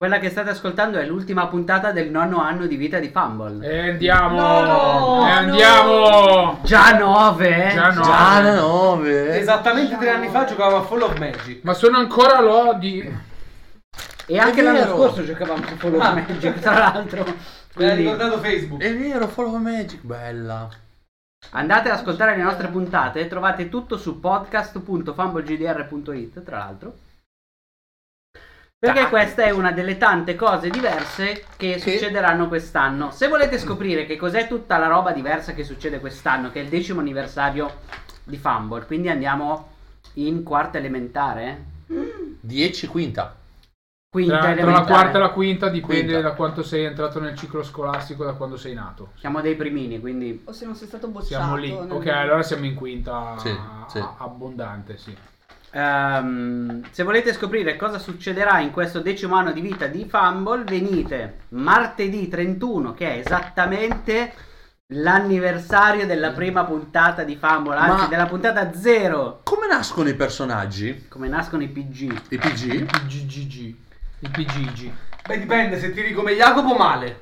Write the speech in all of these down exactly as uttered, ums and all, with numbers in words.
Quella che state ascoltando è l'ultima puntata del nono anno di vita di Fumble. E andiamo! No, e andiamo! Già nove? Già nove. Già nove. Esattamente tre anni fa giocavo a Fall of Magic. Ma sono ancora lodi. E anche È l'anno vero. scorso giocavamo a Fall of Ah. Magic, tra l'altro. Mi ha Quindi ricordato Facebook. È vero, Fall of Magic, bella. andate ad ascoltare le nostre puntate, trovate tutto su podcast punto fumblegdr punto it, tra l'altro. Perché Tac. questa è una delle tante cose diverse che Sì. succederanno quest'anno. Se volete scoprire che cos'è tutta la roba diversa che succede quest'anno, che è il decimo anniversario di Fumble, quindi andiamo in quarta elementare, dieci quinta. quinta Tra, tra elementare. la quarta e la quinta dipende Quinta. da quanto sei entrato nel ciclo scolastico, da quando sei nato. Siamo dei primini, quindi O se non sei stato bocciato. Siamo lì. nel- Ok, allora siamo in quinta Sì, sì. a- abbondante, sì. Ehm, se volete scoprire cosa succederà in questo decimo anno di vita di Fumble, venite martedì trentuno, che è esattamente l'anniversario della prima puntata di Fumble, anzi Ma- della puntata zero. Come nascono i personaggi? Come nascono i P G? I P G? I P G G. I P G G. Beh, dipende, se tiri come Jacopo male.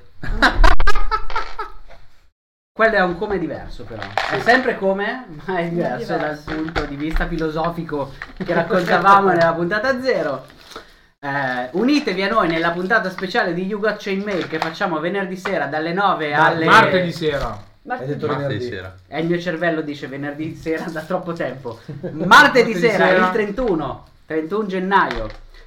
Quello è un come diverso, però è sempre come, ma è diverso, diverso. dal punto di vista filosofico che raccontavamo nella puntata zero. Eh, unitevi a noi nella puntata speciale di You Got Chainmail che facciamo venerdì sera dalle nove Ma- alle... Martedì sera. Hai Martedì. detto Martedì venerdì. sera. E il mio cervello dice venerdì sera da troppo tempo. Martedì Martedì sera, sera. il trentuno, trentuno gennaio.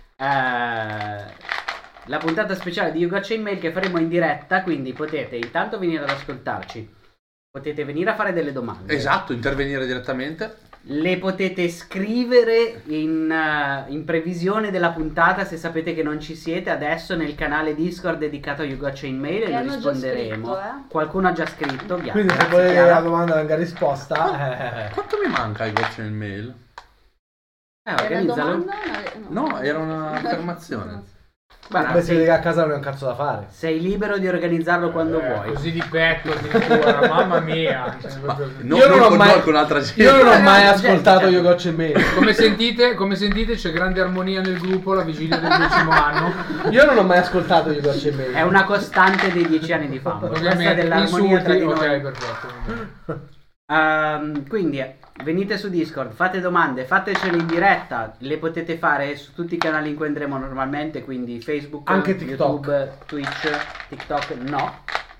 Eh, la puntata speciale di You Got Chainmail che faremo in diretta, quindi potete intanto venire ad ascoltarci. Potete venire a fare delle domande. Esatto, intervenire direttamente. Le potete scrivere in, eh, in previsione della puntata se sapete che non ci siete adesso nel canale Discord dedicato a You Got Chainmail e E noi hanno già risponderemo. scritto, eh. Qualcuno ha già scritto, via. Quindi se Grazie, volete Chiara. la domanda venga risposta, eh. Quanto mi manca il goccio nel mail? Eh, È una organizzalo. domanda? No, era un'affermazione. Guarda, Beh, si vede sei, che a casa non è un cazzo da fare. sei libero di organizzarlo quando Eh, vuoi. Così di petto addirittura, mamma mia. Cioè, Ma proprio- non, Io non non ho con mai- noi, con un'altra gente. Io non ho mai Gente, ascoltato certo. You Got Chainmail. Come sentite, come sentite c'è grande armonia nel gruppo alla vigilia del decimo anno. Io non ho mai ascoltato You Got Chainmail. È una costante dei dieci anni di Fumble. Questa Ovviamente dell'armonia tra insulti, di noi. ok, perfetto. Ehm, quindi eh, venite su Discord, fate domande, fatecele in diretta, le potete fare su tutti i canali in cui andremo normalmente, quindi Facebook, Anche TikTok. YouTube, Twitch, TikTok no.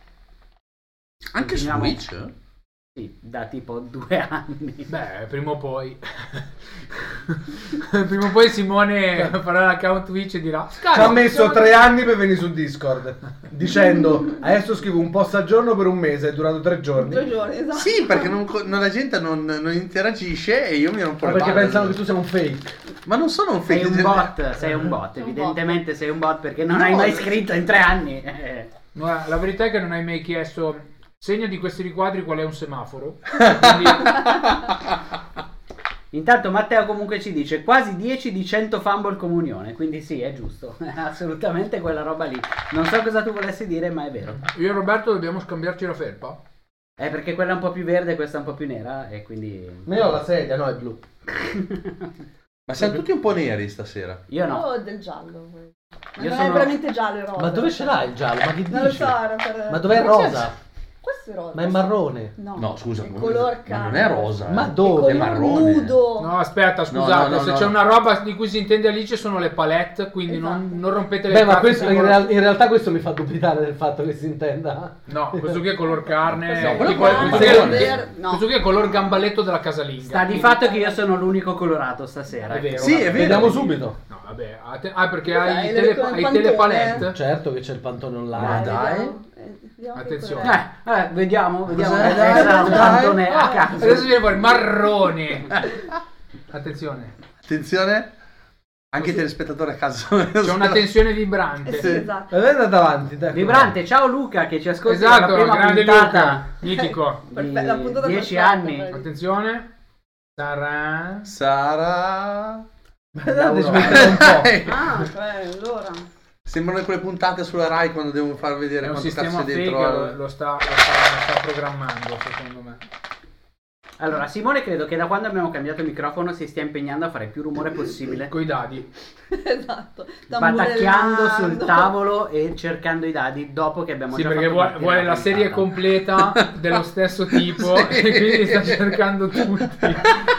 Anche su Continuiamo. Twitch? Sì, da tipo due anni. Beh, prima o poi. prima o poi Simone farà l'account Twitch e dirà: Ci ha messo tre anni per venire su Discord dicendo adesso scrivo un post al giorno per un mese, è durato tre giorni. Due giorni, esatto. Sì, perché non, co- non- la gente non, non interagisce e io mi rompo Ma le perché balle. pensano che tu sia un fake. Ma non sono un Sei fake. un bot, sei un bot, Un evidentemente sei un bot perché non No, hai mai eh. scritto in tre anni. Eh. No, la verità è che non hai mai chiesto. Segna di questi riquadri qual è un semaforo. Quindi, Intanto Matteo comunque ci dice quasi dieci di cento Fumble comunione, quindi sì, è giusto, è assolutamente quella roba lì. Non so cosa tu volessi dire, ma è vero. io e Roberto dobbiamo scambiarci la felpa. È perché quella è un po' più verde e questa è un po' più nera e quindi... Ma io ho la sedia, no, è blu. Ma siamo tutti un po' neri stasera. Io no. Oh, del giallo. Ma Io non sono- è veramente giallo e rosa. Ma dove ce l'hai il giallo? Ma che dici? Non lo so, era per... Ma dov'è rosa? Questo è rosa. Ma è marrone. No, No, scusa, è ma- color ma non è rosa. Ma eh. dove? È marrone. nudo. No, aspetta, No, scusate, no, no, se no. c'è una roba di cui si intende Alice sono le palette, quindi non, Esatto. non rompete le Beh, ma carte questo, se in, color- real- in realtà questo mi fa dubitare del fatto che si intenda. No, questo qui è color carne. No, quello tipo- è questo, carne, qui è, verde, no. questo qui è color gambaletto della casalinga. Sta di quindi- fatto che io sono l'unico colorato stasera. È vero. Sì, è vero. Vediamo subito. No, vabbè, ah, te- ah, perché Cos'è? hai, Il- tele, il hai pantone? telepalette. Certo che c'è il pantone online. Ma dai. vediamo. Eh, vediamo che Attenzione. cos'è. Eh, eh, vediamo, vediamo. Cos'è? Eh, sarà un Dai. pantone a Ah, caso. adesso viene fuori marrone. Attenzione, Attenzione. Anche i telespettatori a casa. c'è una tensione Eh vibrante. sì, esatto. E lei è davanti, dai. Vibrante, ciao Luca che ci ascolta Esatto, la prima grande puntata Luca, mitico. di Perfetto, la puntata dieci perfetta, anni. per- Attenzione. Sarà. Sara. Guardate, ci mettiamo un po'. Ah, cioè, allora. Sembrano quelle puntate sulla Rai quando devono far vedere È un quanto sistema cazzo è fake, dentro. lo, lo sta, lo sta- lo sta programmando secondo me. Allora, Simone credo che da quando abbiamo cambiato microfono si stia impegnando a fare il più rumore possibile, Coi dadi. Esatto. batacchiando sul Tamburellando. tavolo e cercando i dadi dopo che abbiamo Sì, già perché fatto vuole, partire vuole la puntata. serie completa dello stesso tipo e quindi sta cercando tutti.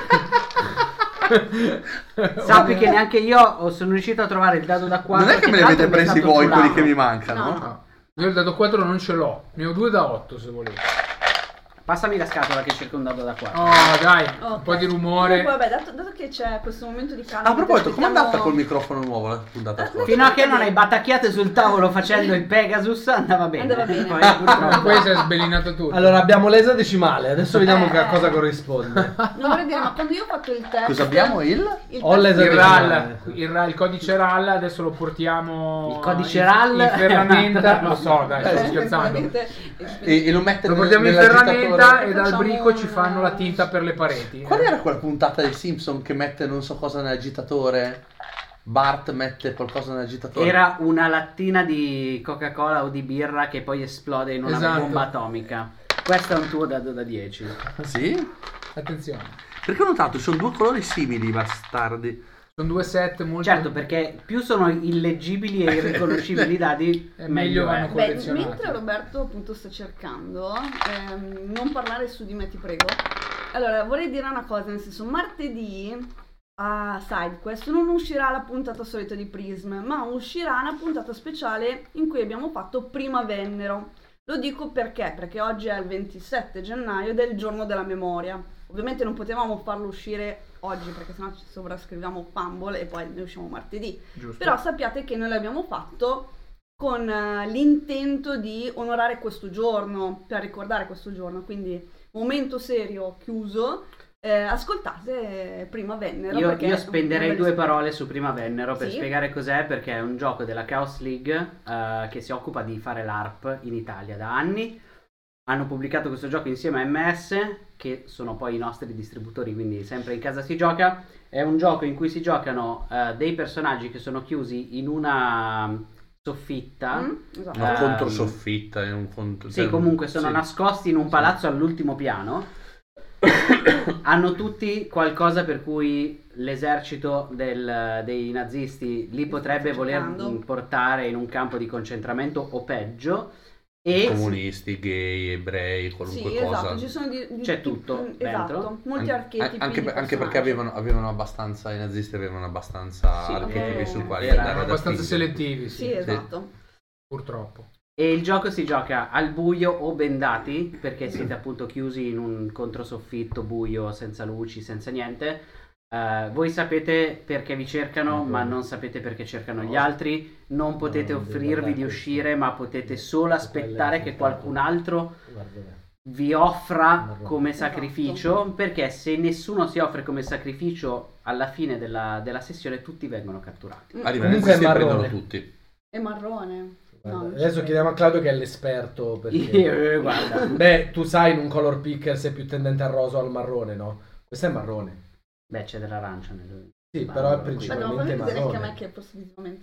Sappi che neanche io ho- sono riuscito a trovare il dado da quattro. Non è che me li tra l'altro avete mi è presi stato voi culato. quelli che mi mancano? No. No. Io il dado quattro non ce l'ho, ne ho due da otto se volete. Passami la scatola che cerco un dado da quattro. Oh dai, un Ok. po' di rumore. Comunque, vabbè, dato, dato che c'è questo momento di calma. Ah, a proposito, com'è aspettiamo- andata col microfono nuovo la puntata Eh, scorsa? Fino a che non hai batacchiate sul tavolo facendo il Pegasus andava bene. Andava bene. Poi, No, purtroppo- poi si è sbellinato tutto. Allora abbiamo l'esadecimale, adesso vediamo Eh, che a eh. cosa corrisponde. Non vorrei dire, ma quando io ho fatto il test. Cosa abbiamo? Il? il Ho test- il l'esadecimale. RAL, il, RAL, il codice RAL adesso lo portiamo Il codice in, RAL in ferramenta, è lo so, dai, sto Eh, scherzando. veramente- E, e lo mette Lo nel- portiamo in nell'agitatore. ferramenta e dal Facciamo brico ci un- fanno la tinta per le pareti. Qual era quella puntata dei Simpson che mette non so cosa nell'agitatore? Bart mette qualcosa nell'agitatore. Era una lattina di Coca-Cola o di birra che poi esplode in una Esatto. bomba atomica. Questo è un tuo dado da dieci. Sì? Attenzione, Perché ho notato, sono due colori simili, bastardi. sono due set molto... Certo, perché più sono illeggibili e irriconoscibili i dadi, È meglio meglio è. vanno Beh, collezionati. mentre Roberto appunto sta cercando, ehm, non parlare su di me, ti prego. Allora, vorrei dire una cosa, nel senso, martedì a SideQuest non uscirà la puntata solita di Prism, ma uscirà una puntata speciale in cui abbiamo fatto Prima Vennero. Lo dico perché? Perché oggi è il ventisette gennaio ed è il giorno della memoria. Ovviamente non potevamo farlo uscire oggi perché sennò ci sovrascriviamo Fumble e poi ne usciamo martedì. Giusto. Però sappiate che noi l'abbiamo fatto con eh, l'intento di onorare questo giorno, per ricordare questo giorno, quindi momento serio chiuso. Eh, ascoltate Prima Vennero. Io, perché io è un spenderei bel due sport. parole su Prima Vennero per Sì. spiegare cos'è, perché è un gioco della Chaos League eh, che si occupa di fare l'ARP in Italia da anni. Hanno pubblicato questo gioco insieme a M S, che sono poi i nostri distributori, quindi sempre in casa si gioca. È un gioco in cui si giocano eh, dei personaggi che sono chiusi in una soffitta. Mm, esatto. No, Eh, contro soffitta. È un contro... Sì, cioè, comunque sono sì. nascosti in un palazzo all'ultimo piano. Hanno tutti qualcosa per cui l'esercito del- dei nazisti li potrebbe sto voler cercando. mm, portare in un campo di concentramento o peggio. E Comunisti, gay, ebrei, qualunque Sì, cosa. esatto, ci sono di, di- C'è tutto mm, dentro. esatto, molti An- archetipi anche, di per- anche perché personaggi. avevano, avevano abbastanza, i nazisti avevano abbastanza Sì, archetipi eh, su quali era andare ad abbastanza attingere. selettivi, sì, Sì, esatto. purtroppo. E il gioco si gioca al buio o bendati, perché siete appunto chiusi in un controsoffitto buio, senza luci, senza niente. Eh, voi sapete perché vi cercano, ma non sapete perché cercano gli altri. Non potete No, devo offrirvi guardare di questo. uscire, ma potete solo aspettare che qualcun altro Guarda, vi offra Marrone. come Esatto. sacrificio, perché se nessuno si offre come sacrificio alla fine della, della sessione tutti vengono catturati. Mm, Arriva Comunque nazisti è e marrone. prendono tutti. È marrone. guarda. No, non Adesso ci chiediamo a Claudio che è l'esperto. Perché... Io, guarda. Beh, tu sai in un color picker sei più tendente al rosa o al marrone, no? Questo è marrone. Beh, c'è dell'arancia nel... Sì, Ma però è no, Aspetta, ma principalmente fammi vedere anche a marrone. me che possibilmente.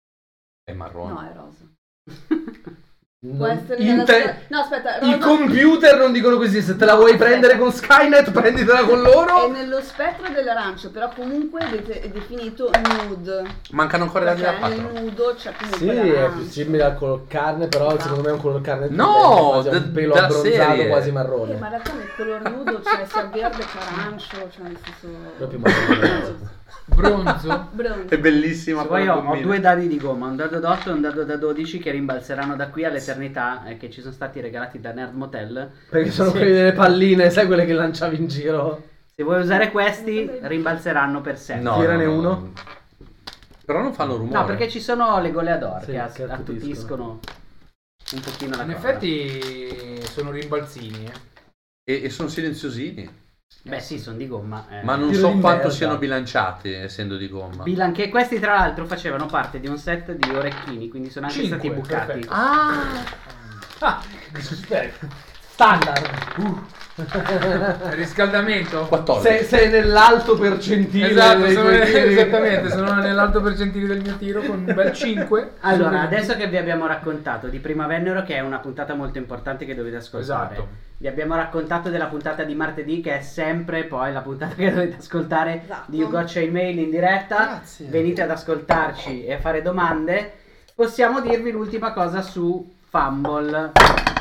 È marrone. No, è rosa. Può Non- essere in nella te- stra- No, aspetta, I rosa computer non dicono così, se te la No, vuoi aspetta. prendere con Skynet prenditela con è loro. nello spettro dell'arancio, però comunque è de- è definito nude. Mancano ancora i dadi da Perché quattro. nel nudo c'è comunque Sì, è più l'arancio. simile al color carne, però Esatto. secondo me è un color carne più No, intenso, quasi de- un pelo della abbronzato, serie. quasi Eh, marrone. ma in realtà nel color nudo c'è sia verde che arancio, cioè nel senso... Proprio marrone. Bronzo? Bronzo. È bellissima. Se poi quella ho, ho gommina. due dadi di gomma, un dado d'otto e un dado da dodici che rimbalzeranno da qui all'eternità e che ci sono stati regalati da Nerd Motel. Perché sono Sì. quelli delle palline, sai quelle che lanciavi in giro? Se vuoi usare questi rimbalzeranno per sempre. No, Tirane no, no. uno. Però non fanno rumore. No, perché ci sono le goleador Sì, che che att- attutiscono un pochino la In cosa. effetti sono rimbalzini, eh. E, e sono silenziosini. Beh sì, sono di gomma. eh. Ma non Tiro so di quanto merda. siano bilanciati, essendo di gomma. Bilan- che questi tra l'altro facevano parte di un set di orecchini, quindi sono anche Cinque, stati bucati. perfetto. Ah! Ah, che dispetto. Standard. Uh. Riscaldamento? quattordici. Sei, sei nell'alto percentile. Esatto, dei sono, tuoi tiri. esattamente, sono nell'alto percentile del mio tiro con un bel cinque. Allora, adesso che vi abbiamo raccontato di Prima Vennero, che è una puntata molto importante che dovete ascoltare, Esatto. vi abbiamo raccontato della puntata di martedì, che è sempre poi la puntata che dovete ascoltare Esatto. di You Gotcha Email in diretta. Grazie. Venite ad ascoltarci e a fare domande. Possiamo dirvi l'ultima cosa su Fumble.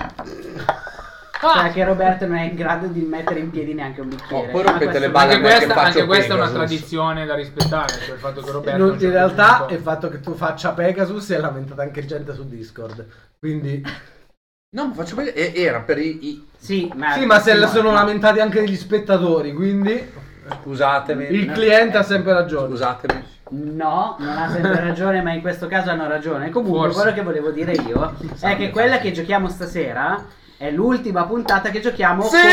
Cioè che Roberto non è in grado di mettere in piedi neanche un bicchiere. Oh, poi Ma rompete questo- le balle. Anche a me che questa, faccio anche questa è una Pegasus. tradizione da rispettare, cioè il fatto che Roberto... In, a un in certo realtà punto- il fatto che tu faccia Pegasus si è lamentata anche gente su Discord. Quindi No, ma faccio bene. e- Era per i. i- Sì, ma, sì, ma se sì, le no, sono no. lamentati anche gli spettatori, quindi Scusatemi. il cliente ha sempre ragione. Scusatemi. No, non ha sempre ragione, ma in questo caso hanno ragione. Comunque, Forse. quello che volevo dire io è che quella che giochiamo stasera è l'ultima puntata che giochiamo con.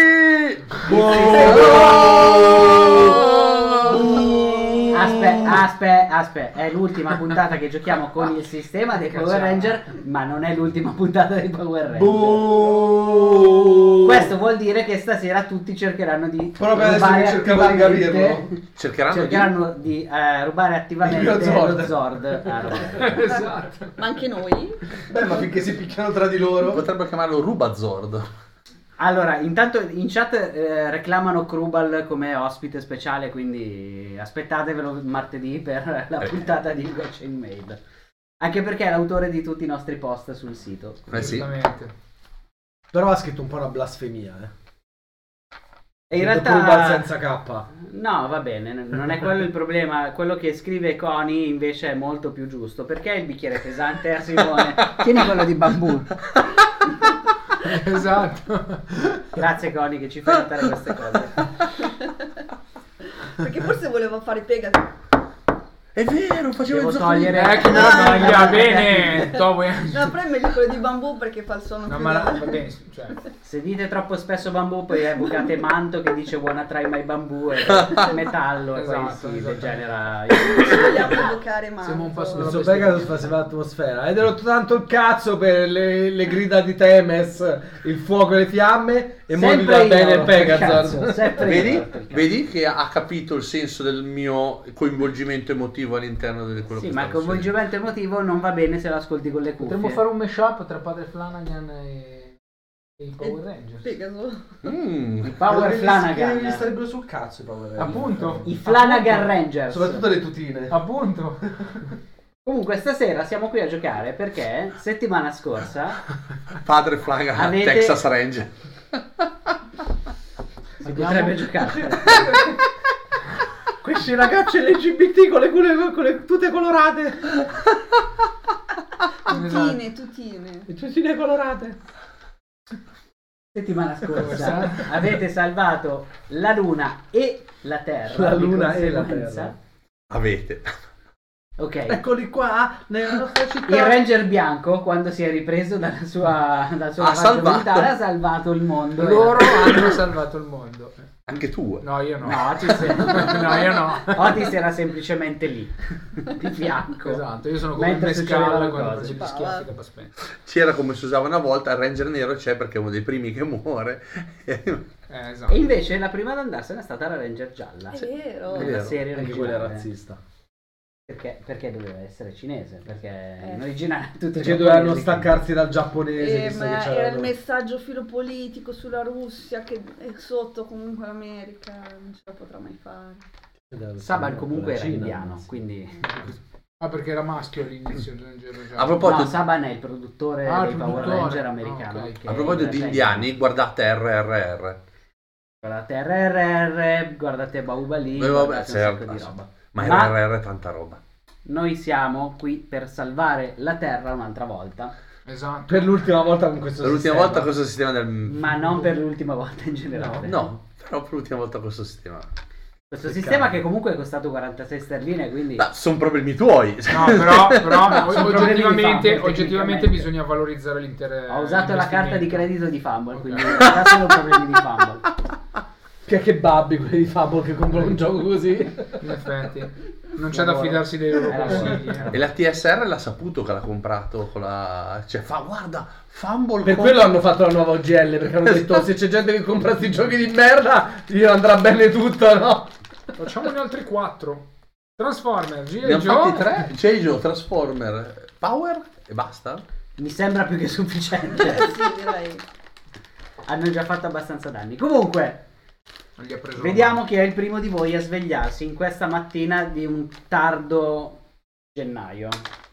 Aspetta, aspetta, aspetta, è l'ultima puntata che giochiamo con il sistema dei Power Ranger, ma non è l'ultima puntata dei Power Ranger. Questo vuol dire che stasera tutti cercheranno di Proprio adesso rubare che cercavo di attivamente- capirlo. Cercheranno, cercheranno di eh, rubare attivamente Lo Zord. lo Zord a Roberto. Esatto. Ma anche noi? Beh, ma finché si picchiano tra di loro. di. Potrebbero chiamarlo Rubazord. Allora, intanto in chat eh, reclamano Krubal come ospite speciale, quindi aspettatevelo martedì per la puntata di Gotcha in Mail. Anche perché è l'autore di tutti i nostri post sul sito. Eh sì. Giustamente. Però ha scritto un po' una blasfemia, eh. E in Scritto Krubal realtà senza K. no, va bene, n- non è quello il problema. Quello che scrive Coni invece è molto più giusto. Perché il bicchiere pesante a Simone? Tieni quello di bambù. Esatto. Grazie Coni che ci fai notare queste cose. Perché forse voleva fare Pegasus. È vero, facevo Devo il zoccolo. togliere- Eh, che meraviglia, bene. Tovo, eh. No, però è meglio quello di bambù perché fa il suono No, più ma la- grande. va bene, cioè, Se dite troppo spesso bambù, poi evocate Manto che dice wanna try my bambù e metallo e poi Esatto, si esatto. degenera. Vogliamo evocare Manto. Siamo un passo Il dalla suo bestia. Pegasus faceva atmosfera. Ed è rotto tanto il cazzo per le, le grida di Temes, il fuoco e le fiamme. E mo gli Sempre va io, bene il cazzo, Pegasus. sempre io, Vedi? cazzo. Vedi che ha capito il senso del mio coinvolgimento emotivo all'interno di quello Sì, che ma il stavo coinvolgimento emotivo non va bene se lo ascolti con le cuffie. Potremmo fare un mashup tra Padre Flanagan e, e i Power Rangers. Pegasus. facendo. Mm. I Power Gli Flanagan. starebbero sul cazzo i Power Rangers. Appunto. I Flanagan Rangers. Soprattutto le tutine. Appunto. Comunque stasera siamo qui a giocare perché settimana scorsa Padre Flanagan, Avete- Texas Ranger. si potrebbe giocare. Questi ragazzi L G B T con le, cule- con le tute colorate. Tutine, tutine. Le tutine colorate. Settimana scorsa avete salvato la Luna e la Terra. La di Luna e la conseguenza. Terra. Avete. Ok. Eccoli qua nella nostra città. Il Ranger bianco, quando si è ripreso dalla sua, dal suo Ha lavaggio salvato. militare, ha salvato il mondo. Loro hanno salvato il mondo. Anche tu. No, io no. No, Otis, No, io no. Otis era semplicemente lì, di fianco. Esatto, io sono come Mentre il succedevano mescal quando cose. prendi gli schiaffi da Paspetta. C'era, come si usava una volta, il Ranger nero c'è perché è uno dei primi che muore. Eh, esatto. E invece la prima ad andarsene è stata la Ranger gialla. È vero. È Nella vero. serie Anche quello è originale. razzista. Perché, perché doveva essere cinese? Perché Eh. in originale tutti Perché giapponesi. dovevano staccarsi dal giapponese. Eh, visto ma che c'era era il lo- messaggio filopolitico sulla Russia che è sotto comunque l'America, non ce la potrà mai fare. Saban comunque era Cina, indiano, sì. quindi... Ah, perché era maschio all'inizio del Ranger A giallo. proposito, No, Saban è il produttore Ah, il dei Power produttore. Ranger americano. Ah, ok. che a proposito in di realtà è indiani, guardate R R R. Guardate R R R, guardate Bahubali, Beh, vabbè, guardate un certo. sacco di roba. Ma Ma- R R R è tanta roba. Noi siamo qui per salvare la Terra un'altra volta, Esatto. Per l'ultima volta con questo Per l'ultima sistema. volta questo sistema del... ma non per l'ultima volta in generale. No, però per l'ultima volta questo sistema. Questo Peccato. sistema che comunque è costato quarantasei sterline, quindi... Ma sono problemi tuoi. No, però, però No, sono problemi di oggettivamente, Fumble, oggettivamente tecnicamente. bisogna valorizzare l'intero. Ho usato la carta di investimento. credito di Fumble, Ok. quindi in realtà sono problemi di Fumble. Che, che babbi quelli di Fable che comprano un gioco così. In effetti. Non c'è da fidarsi dei loro Era consigli. buono. eh. E la T S R l'ha saputo che l'ha comprato con la... Cioè, fa, guarda, Fumble... Per con- quello hanno fatto la nuova O G L, perché hanno detto se c'è gente che compra questi giochi di merda, gli andrà bene tutto, no? Facciamone altri quattro. Transformer, G Ne I. hanno fatti Joe. tre, G I. Joe, Transformer, Power e basta? Mi sembra più che sufficiente. Eh, sì, direi. Hanno già fatto abbastanza danni. Comunque, Non gli ha preso la vediamo mano. chi è il primo di voi a svegliarsi in questa mattina di un tardo gennaio.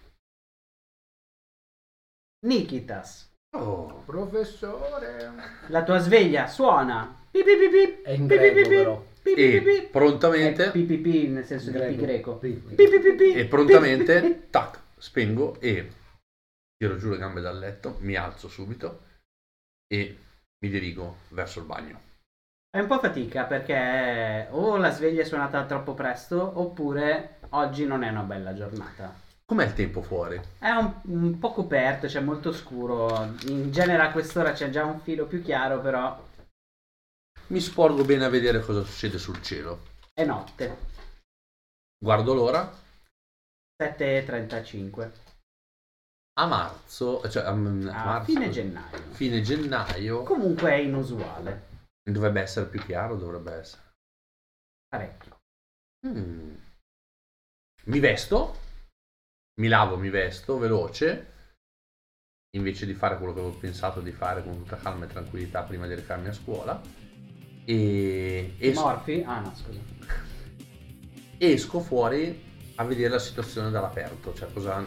Nikitas, Oh. Professore. la tua sveglia suona. Pi pi pi pi, È in pi pi pi greco, pi, però. pi pi pi pi. E prontamente... È P P P nel senso di pi greco. Sì. Pi pi pi pi, E prontamente, pi pi pi. tac, spengo e tiro giù le gambe dal letto, mi alzo subito e mi dirigo verso il bagno. È un po' fatica perché o la sveglia è suonata troppo presto oppure oggi non è una bella giornata. Com'è il tempo fuori? È un, un po' coperto, c'è molto scuro. In genere a quest'ora c'è già un filo più chiaro, però Mi sporgo bene a vedere cosa succede sul cielo. è notte. Guardo l'ora, sette e trentacinque. a marzo, cioè a, a A marzo, fine gennaio. fine gennaio, Comunque è inusuale. dovrebbe essere più chiaro, dovrebbe essere. Parecchio. Mm. Mi vesto, mi lavo, mi vesto veloce, invece di fare quello che avevo pensato di fare con tutta calma e tranquillità prima di recarmi a scuola. E esco, Morfi? Ah no, scusa. esco fuori a vedere la situazione dall'aperto, cioè cosa...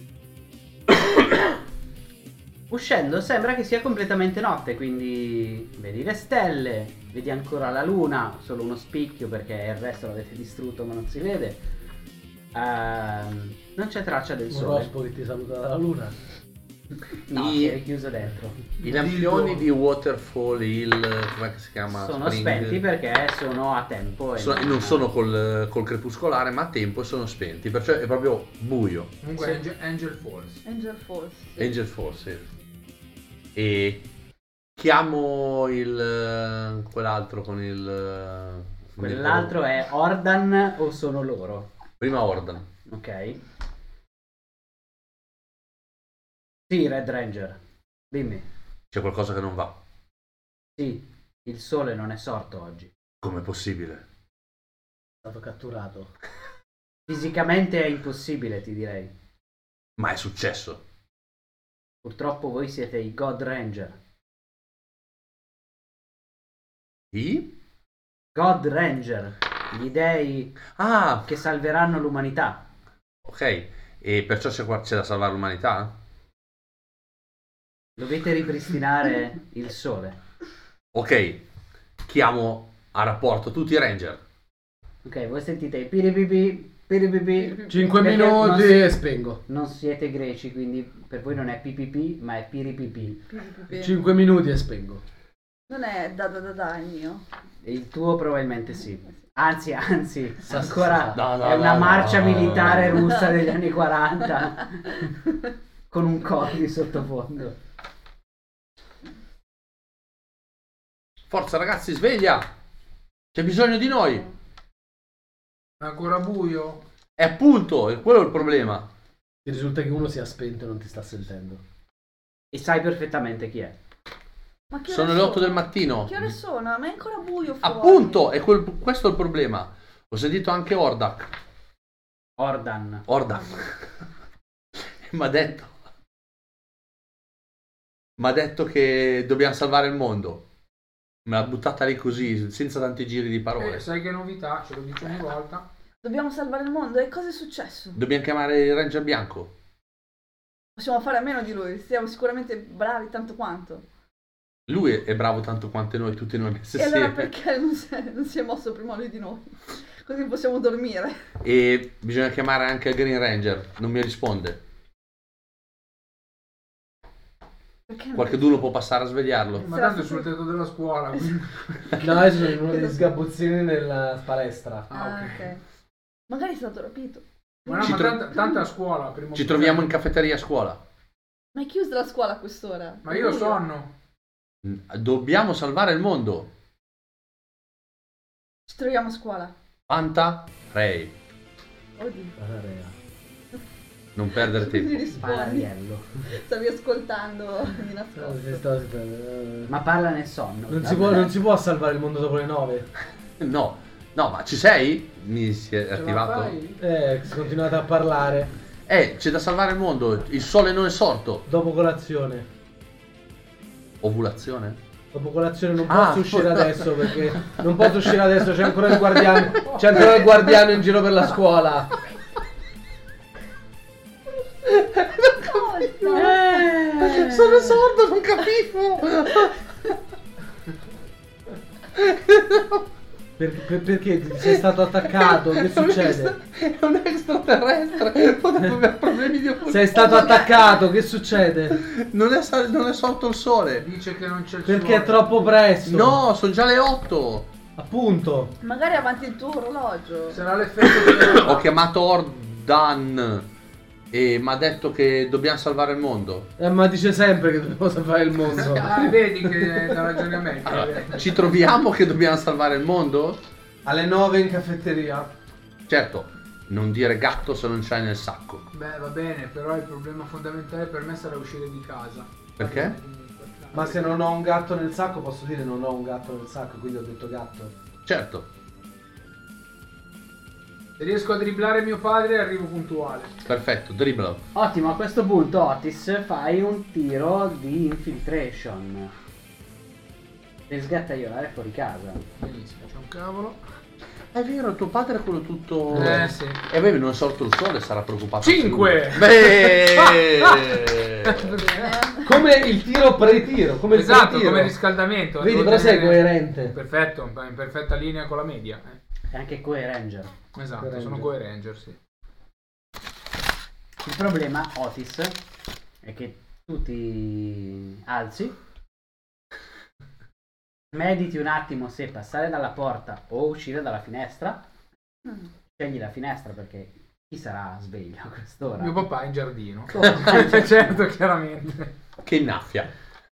Uscendo sembra che sia completamente notte, quindi vedi le stelle, vedi ancora la luna, solo uno spicchio perché il resto l'avete distrutto ma non si vede. Ehm, non c'è traccia del Un sole. rospo che ti saluta dalla luna. No, I- si è chiuso dentro. I lampioni di Waterfall Hill, com'è che si chiama? Sono Spring? spenti perché sono a tempo. E Sono- non sono col, col crepuscolare ma a tempo e sono spenti, perciò è proprio buio. Comunque Sì. Angel, Angel Falls. Angel Force. sì. Angel Force. E chiamo il quell'altro con il Quell'altro è Ordan o sono loro? prima Ordan. Ok. Sì, Red Ranger. Dimmi. C'è qualcosa che non va. Sì, il sole non è sorto oggi. Com'è possibile? È stato catturato. Fisicamente è impossibile, ti direi. Ma è successo. Purtroppo voi siete i God Ranger. I? God Ranger, gli dei Ah, che salveranno l'umanità. ok. E perciò c'è, qua- c'è da salvare l'umanità? Dovete ripristinare il sole. Ok. Chiamo a rapporto tutti i ranger. Ok, voi sentite i piripipi, piripipi. Cinque Perché minuti non si- e spengo. Non siete greci, quindi per voi non è ppp, ma è piripipi. Pi, pi, pi. Cinque minuti e spengo. Non è da da da da il mio. E il tuo probabilmente sì. Anzi, anzi, Sa- ancora No, no, è una no, marcia no, no, militare no. russa degli anni quaranta con un coro di sottofondo. Forza ragazzi, sveglia! C'è bisogno di noi! È ancora buio. È appunto, è quello il problema. Ti risulta che uno sia spento e non ti sta sentendo. E sai perfettamente chi è. Ma che Sono ore le otto del sono? mattino. Che ore sono? Ma è ancora buio fuori. Appunto, è quel- questo è il problema. Ho sentito anche Ordak. Ordan. Ordak. Mi ha detto. Mi ha detto che dobbiamo salvare il mondo. Me l'ha buttata lì così, senza tanti giri di parole. Eh, sai che novità, ce lo dice ogni volta. Dobbiamo salvare il mondo. E cosa è successo? Dobbiamo chiamare il Ranger Bianco. Possiamo fare a meno di lui. Siamo sicuramente bravi tanto quanto. Lui è bravo tanto quanto noi, tutti noi messi E allora assieme. perché non si, è, non si è mosso prima lui di noi? Così possiamo dormire. E bisogna chiamare anche il Green Ranger. Non mi risponde. Perché non- Qualcheduno può passare a svegliarlo. Ma tanto è sul tetto della scuola. quindi- No, adesso sono in uno degli sgabuzzini nella palestra. Ah, Ah, ok. ok. Magari è stato rapito. Ma no, Ci ma tro- tanto, tanto è a scuola. Prima o Ci poi. troviamo in caffetteria a scuola. Ma è chiusa la scuola a quest'ora. Ma io Buio. sonno. Dobbiamo salvare il mondo. Ci troviamo a scuola. Fanta Ray. Oddio. Panarea. Non perdere Mi tempo. rispondi. Panariello. Stavi ascoltando di No, nascosto. si sta- si sta- Ma parla nel sonno. Non si, può, non si può salvare il mondo dopo le nove. No, no, ma ci sei? Mi si è Ce la attivato? fai? Eh, continuate a parlare. Eh, c'è da salvare il mondo. Il sole non è sorto. Dopo colazione. Ovulazione? Dopo colazione non Ah, posso uscire fu- adesso perché non posso uscire adesso, c'è ancora il guardiano. C'è ancora il guardiano in giro per la scuola. Cosa? Sono sordo, non capivo. Per- per- perché ti sei stato attaccato? Che succede? È un extraterrestre. Potrebbe avere problemi di ovulazione. Sei stato attaccato, che succede? Non è, sal- non è sorto il sole. Dice che non c'è il Perché è sole. troppo presto. No, sono già le otto. Appunto. Magari avanti il tuo orologio. Sarà l'effetto che... Ho chiamato Ordan e mi ha detto che dobbiamo salvare il mondo. Eh, ma dice sempre che dobbiamo salvare il mondo. Ah, vedi che dà ragione a me. Allora, ci troviamo che dobbiamo salvare il mondo? Alle nove in caffetteria. Certo, non dire gatto se non c'hai nel sacco. Beh, va bene, però il problema fondamentale per me sarà uscire di casa. Perché? Ma se non ho un gatto nel sacco, posso dire non ho un gatto nel sacco, quindi ho detto gatto. Certo, Se riesco a dribblare mio padre arrivo puntuale. perfetto, dribblo. Ottimo, a questo punto Otis fai un tiro di infiltration. Per sgattaiolare fuori casa. Benissimo, c'è un cavolo. È vero, tuo padre è quello tutto... Eh sì. E beh, non è sorto il sole, sarà preoccupato. Cinque! Beh! Come il tiro pre-tiro, come il Esatto, pre-tiro. come riscaldamento. Vedi, Devo però sei tenere- coerente. Perfetto, in perfetta linea con la media. eh. E anche Coe Ranger. Esatto, Coe sono Ranger. Coe Ranger, sì. Il problema, Otis, è che tu ti alzi, mediti un attimo se passare dalla porta o uscire dalla finestra. Scegli la finestra perché chi sarà sveglio a quest'ora? Mio papà è in giardino. Che Certo, chiaramente. Che innaffia.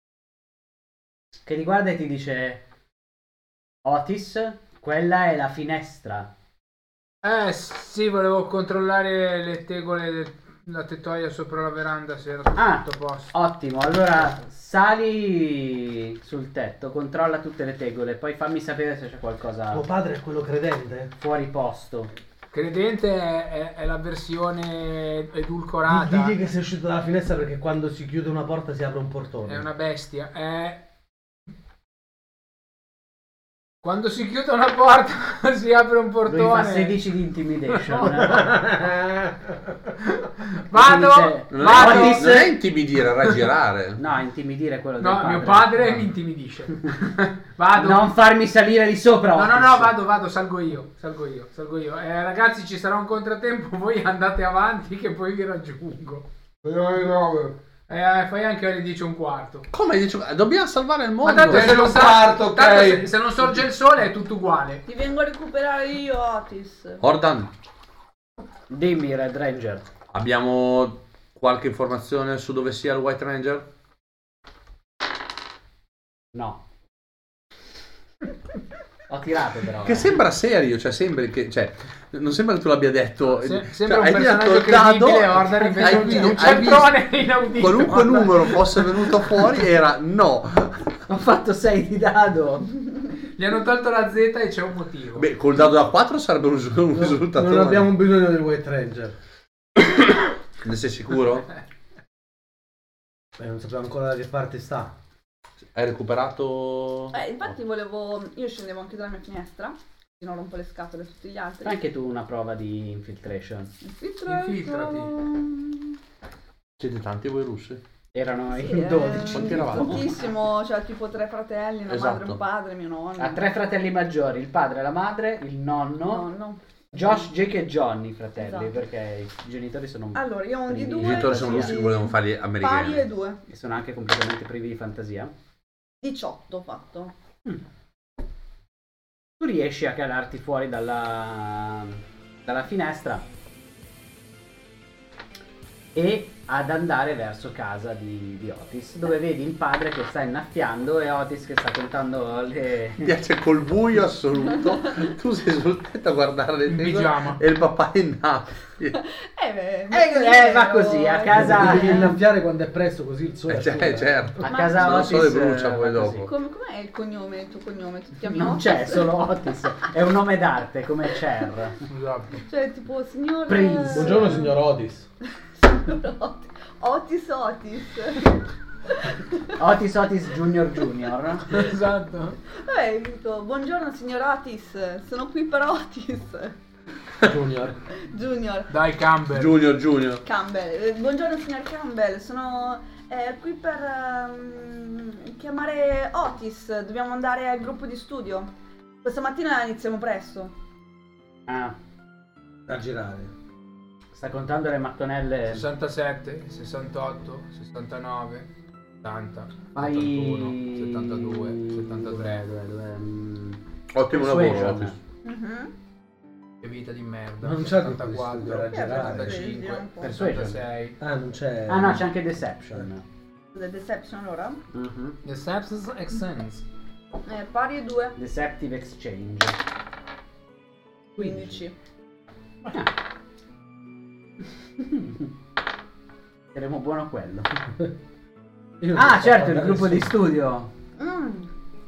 ti riguarda e ti dice: Otis, quella è la finestra. Eh sì, volevo controllare le tegole della tettoia sopra la veranda se era tutto Ah. a posto. Ottimo, allora sali sul tetto, controlla tutte le tegole, poi fammi sapere se c'è qualcosa Tuo padre è quello credente? fuori posto. Credente è, è- è la versione Di- edulcorata. Digli che sei uscito dalla finestra perché quando si chiude una porta si apre un portone. È una bestia. È... Quando si chiude una porta si apre un Lui fa portone. sedici di intimidation. Vado, Dice- Non, vado. è, non è intimidire, raggirare. No, intimidire quello del No, padre. mio padre mi intimidisce. Vado. Non farmi salire di sopra. No, no, Otis. no, vado, vado, salgo io, salgo io, salgo io. Eh, ragazzi, ci sarà un contrattempo, voi andate avanti che poi vi raggiungo. Eh, fai anche alle dieci e un quarto. Come dice? Dobbiamo salvare il Ma mondo. tanto se un non, sa- quarto, ok. tanto se, se non sorge il sole è tutto uguale. Ti vengo a recuperare io, Otis. Ordan, Dimmi, Red Ranger. abbiamo qualche informazione su dove sia il White Ranger? No. Ho tirato però. Che eh. sembra serio, cioè sembra che, cioè, non sembra che tu l'abbia detto. Se- Cioè, sembra un hai personaggio tirato il credibile, dado, Ordan invece hai un, vi- un hai centrone visto- inaudito. qualunque Ordan. numero fosse venuto fuori era no. Ho fatto sei di dado. Gli hanno tolto la Z e c'è un motivo. Beh, col dado da quattro sarebbe un, un risultato. Non abbiamo bisogno del White Ranger. Ne sei sicuro? Beh, non sappiamo ancora da che parte sta. Hai recuperato? Eh, infatti volevo... Io scendevo anche dalla mia finestra, se non rompo le scatole a tutti gli altri. Fai anche tu una prova di infiltration. Infiltrati. Infiltrati. Siete tanti voi russi? Erano Sì, in eh, dodici. Quanti eravate? Pochissimo, cioè tipo tre fratelli, una Esatto. madre, un padre, mio nonno. Ha tre fratelli maggiori, il padre, la madre, il nonno, Nonno. Josh, Jake e Johnny, i fratelli, Esatto. perché i genitori sono Allora, io ho un di privi- due. I genitori sono così russi che volevano fargli Pari e americani. due. e sono anche completamente privi di fantasia. diciotto ho fatto. Tu riesci a calarti fuori dalla, dalla finestra e ad andare verso casa di, di Otis, dove vedi il padre che sta innaffiando e Otis che sta contando le... Mi piace col buio assoluto, tu sei sul tetto a guardare le In tegole pigiama. e il papà è in navi. Eh, beh, Eh, eh, va così, a casa- Devi innaffiare quando è presto così il sole. Eh, cioè, asciuga. certo. A Ma- casa Se no Otis sole brucia eh, poi va così. dopo. Come, com'è il cognome, il tuo cognome? Tu ti chiami Non Otis? c'è, solo Otis, è un nome d'arte come Cher. Esatto. Cioè, tipo, signor... Prince. Buongiorno signor Otis. Signor Otis. Otis Otis. Otis Otis Junior Junior. Esatto. Vabbè, dico, buongiorno signor Otis, sono qui per Otis. Junior. Junior. Dai Campbell. Junior, Junior. Campbell. Eh, buongiorno signor Campbell, sono eh, qui per ehm, chiamare Otis, dobbiamo andare al gruppo di studio. Questa mattina iniziamo presto. Ah, A girare. sta contando le mattonelle. sessantasette, sessantotto, sessantanove, settanta, Fai... settantuno, settantadue, settantatré. Dov'è, dov'è, mm, Ottimo Persuasion. lavoro, Otis. Mhm. Che vita di merda. Non c'è settantaquattro, per aggirare. settantacinque, Persuasion. settantasei. Ah, non c'è. Ah no, c'è anche Deception. The Deception allora? Mhm. Deceptions Exchange. Eh, pari e due, Deceptive Exchange. quindici. Ah. Saremo buono quello. Io non Ah, so certo, il parlare gruppo su- di studio. Mm.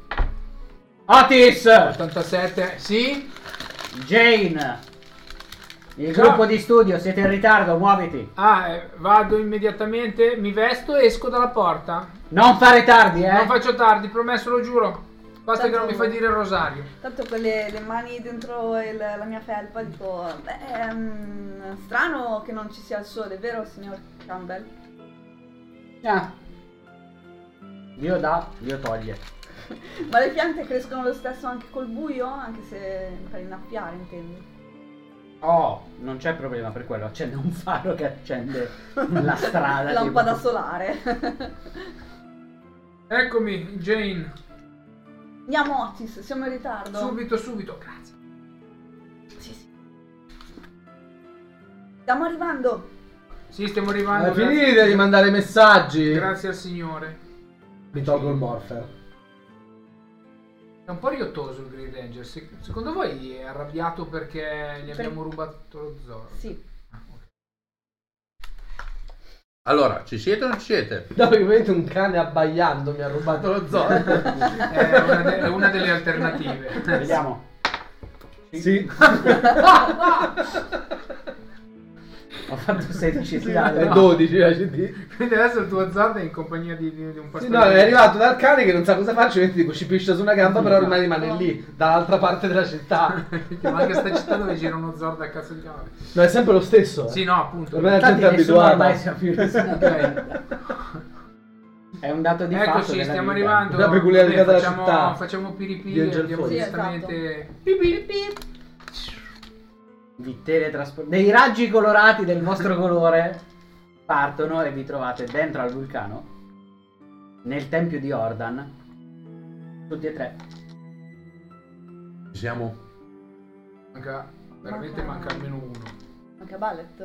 Otis! ottantasette, sì? Jane! Il Ciao. gruppo di studio, siete in ritardo, muoviti. Ah, eh, vado immediatamente, mi vesto e esco dalla porta. Non fare tardi, eh? Non faccio tardi, promesso, lo giuro. Basta che Tanto- non mi fai dire il rosario. Tanto quelle le mani dentro il- la mia felpa, dico, beh, è mm, strano che non ci sia il sole, vero signor Campbell? Ah. Dio dà, Dio toglie. Ma le piante crescono lo stesso anche col buio? Anche se per innaffiare, intendo. Oh, non c'è problema per quello, accende un faro che accende la strada. Lampada tipo. solare. Eccomi, Jane. Andiamo Otis, siamo in ritardo. Subito, subito, grazie. Sì, sì. Stiamo arrivando. Sì, stiamo arrivando. Eh, grazie. finite di mandare messaggi. Grazie al Signore. Mi tolgo il morpher. È un po' riottoso il Green Ranger. Se- secondo voi è arrabbiato perché gli Per- abbiamo rubato lo Zoro? Sì. Ah, ok. Allora, ci siete o non ci siete? No, perché vedete un cane abbaiando mi ha rubato lo zoo. È una, de- è una delle alternative. Vediamo. Sì. Ho fatto sedici slide. È dodici la C D. Quindi adesso il tuo Zord è in compagnia di, di- di un Sì, pastore. no, è arrivato dal cane che non sa cosa faccio e ti dico ci piscia su una gamba, però ormai rimane lì, dall'altra parte della città. Ma anche sta città dove gira uno Zord a cazzo di cavallo. No, è sempre lo stesso. eh. Sì, no, appunto. Ormai la Infatti gente è nessuno abituata. ormai sa più nessuno. È un dato di fatto Eccoci, della stiamo vita. arrivando. Una peculiarità Vabbè, della facciamo, città. Facciamo piripì Di e Angel andiamo Falls. Sì, direttamente. Pip, pip. Vi teletraspor- Dei raggi colorati del vostro colore partono e vi trovate dentro al vulcano, nel tempio di Ordan, tutti e tre. Ci siamo? Manca, veramente Manca- manca almeno uno. Manca Ballet.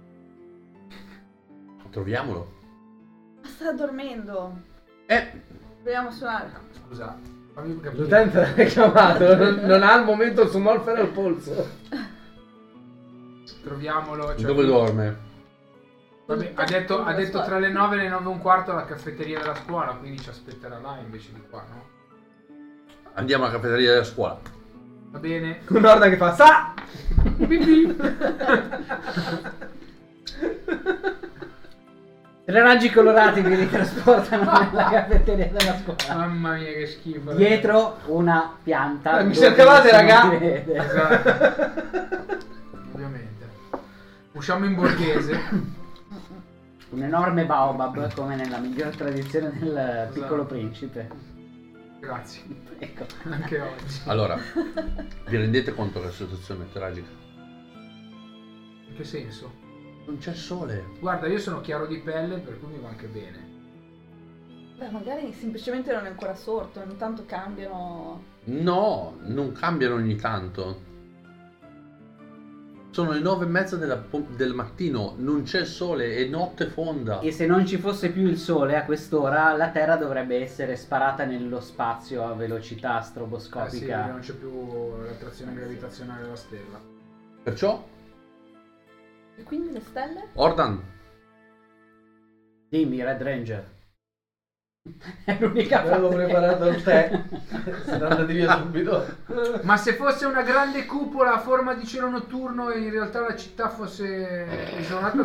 Troviamolo. Ma sta dormendo. Eh, Proviamo a suonare. Scusa, fammi capire. L'utente l'ha chiamato, non, non ha al momento il suo morpher al polso. Troviamolo. Cioè, dove dorme? Vabbè, ha detto, ha detto tra le nove e le nove e un quarto alla caffetteria della scuola, quindi ci aspetterà là invece di qua, no? Andiamo alla caffetteria della scuola. Va bene. Un orda che fa sa! Pipì. Tre raggi colorati vi ritrasportano nella caffetteria della scuola. Mamma mia che schifo. Dietro una pianta. Eh, mi dove cercavate, nessuno raga? ti vede. Esatto. Ovviamente. Usciamo in borghese. Un enorme baobab come nella miglior tradizione del Esatto. Piccolo Principe. Grazie. Ecco. Anche oggi. Allora, vi rendete conto che la situazione è tragica? In che senso? Non c'è sole. Guarda, io sono chiaro di pelle, per cui mi va anche bene. Beh, magari semplicemente non è ancora sorto, ogni tanto cambiano. No, non cambiano ogni tanto. Sono le nove e mezza della po- del mattino, non c'è il sole, è notte fonda. E se non ci fosse più il sole a quest'ora, la Terra dovrebbe essere sparata nello spazio a velocità Eh sì, stroboscopica. perché non c'è più l'attrazione gravitazionale della stella. Perciò, E quindi le stelle? Ordan, Dimmi, Red Ranger. È l'unica Avevo frase. preparato il tè. Siete andati via subito. Ma se fosse una grande cupola a forma di cielo notturno e in realtà la città fosse isolata,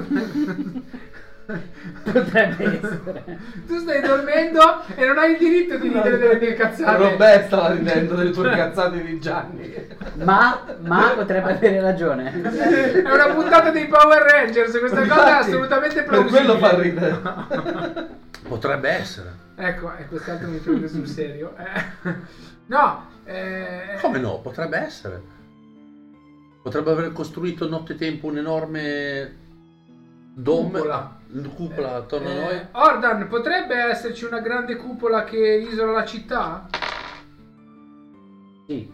Potrebbe essere. tu stai dormendo e non hai il diritto di ridere delle tue cazzate. Roberto stava ridendo delle tue cazzate di Gianni. Ma, ma potrebbe avere ragione. È una puntata dei Power Rangers, questa cosa è Infatti, assolutamente per plausibile. quello fa ridere. potrebbe essere. Ecco, e quest'altro mi prende sul serio. Eh. No, eh, Come no? Potrebbe essere. Potrebbe aver costruito nottetempo un enorme dome, Cupola. cupola attorno a eh, noi. Ordan, potrebbe esserci una grande cupola che isola la città? Sì.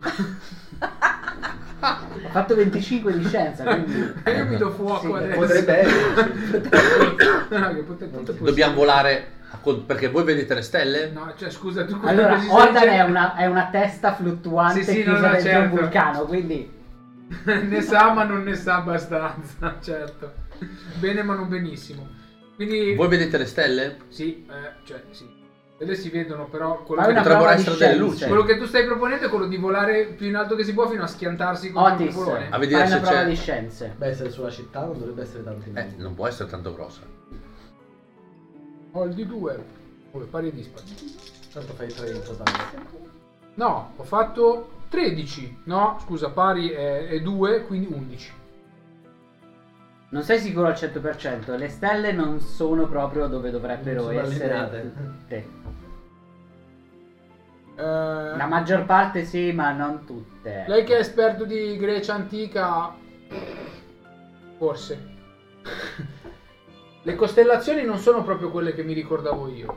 Ho fatto venticinque di scienza, quindi... E io mi do fuoco Sì, adesso. Potrebbe essere. No, che pote- tutto è Dobbiamo possibile. volare a col- perché voi vedete le stelle? No, cioè scusa, tu Allora, così Ordan sei- è una, è una testa fluttuante Sì, sì, chiusa no, no, dentro certo. un vulcano, quindi... ne sa ma non ne sa abbastanza, certo. Bene ma non benissimo. Quindi Voi vedete le stelle? sì, eh, cioè sì. Quelle si vedono, però quello Fai che, una potrebbero prova di essere delle scienze. luci. quello che tu stai proponendo è quello di volare più in alto che si può fino a schiantarsi con il Otis, cupolone. A vedere fai una se prova c'è- di scienze. Beh, essere sulla città non dovrebbe essere tanto in Eh, non può essere tanto grossa. Ho il D due. Come pari e dispari. Tanto fai tre in totale. No, ho fatto tredici. No, scusa, pari è, è due, quindi undici. Non sei sicuro al cento per cento, le stelle non sono proprio dove dovrebbero Non sono essere allineate. tutte. Eh, La maggior parte sì, ma non tutte. Lei che è esperto di Grecia antica, forse. Le costellazioni non sono proprio quelle che mi ricordavo io.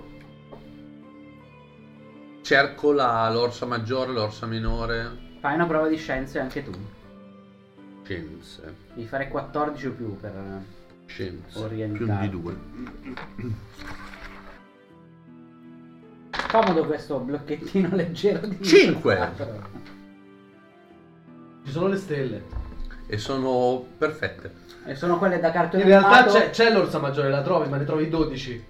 Cerco la, l'orsa maggiore, l'orsa minore. Fai una prova di scienze anche tu. Scienze. Devi fare quattordici o più per... Scienze. Orientale. Più di due. Comodo questo blocchettino leggero di... Cinque! Ci sono le stelle. E sono perfette. E sono quelle da cartone In realtà animato. c'è, c'è l'orsa maggiore, la trovi, ma ne trovi dodici.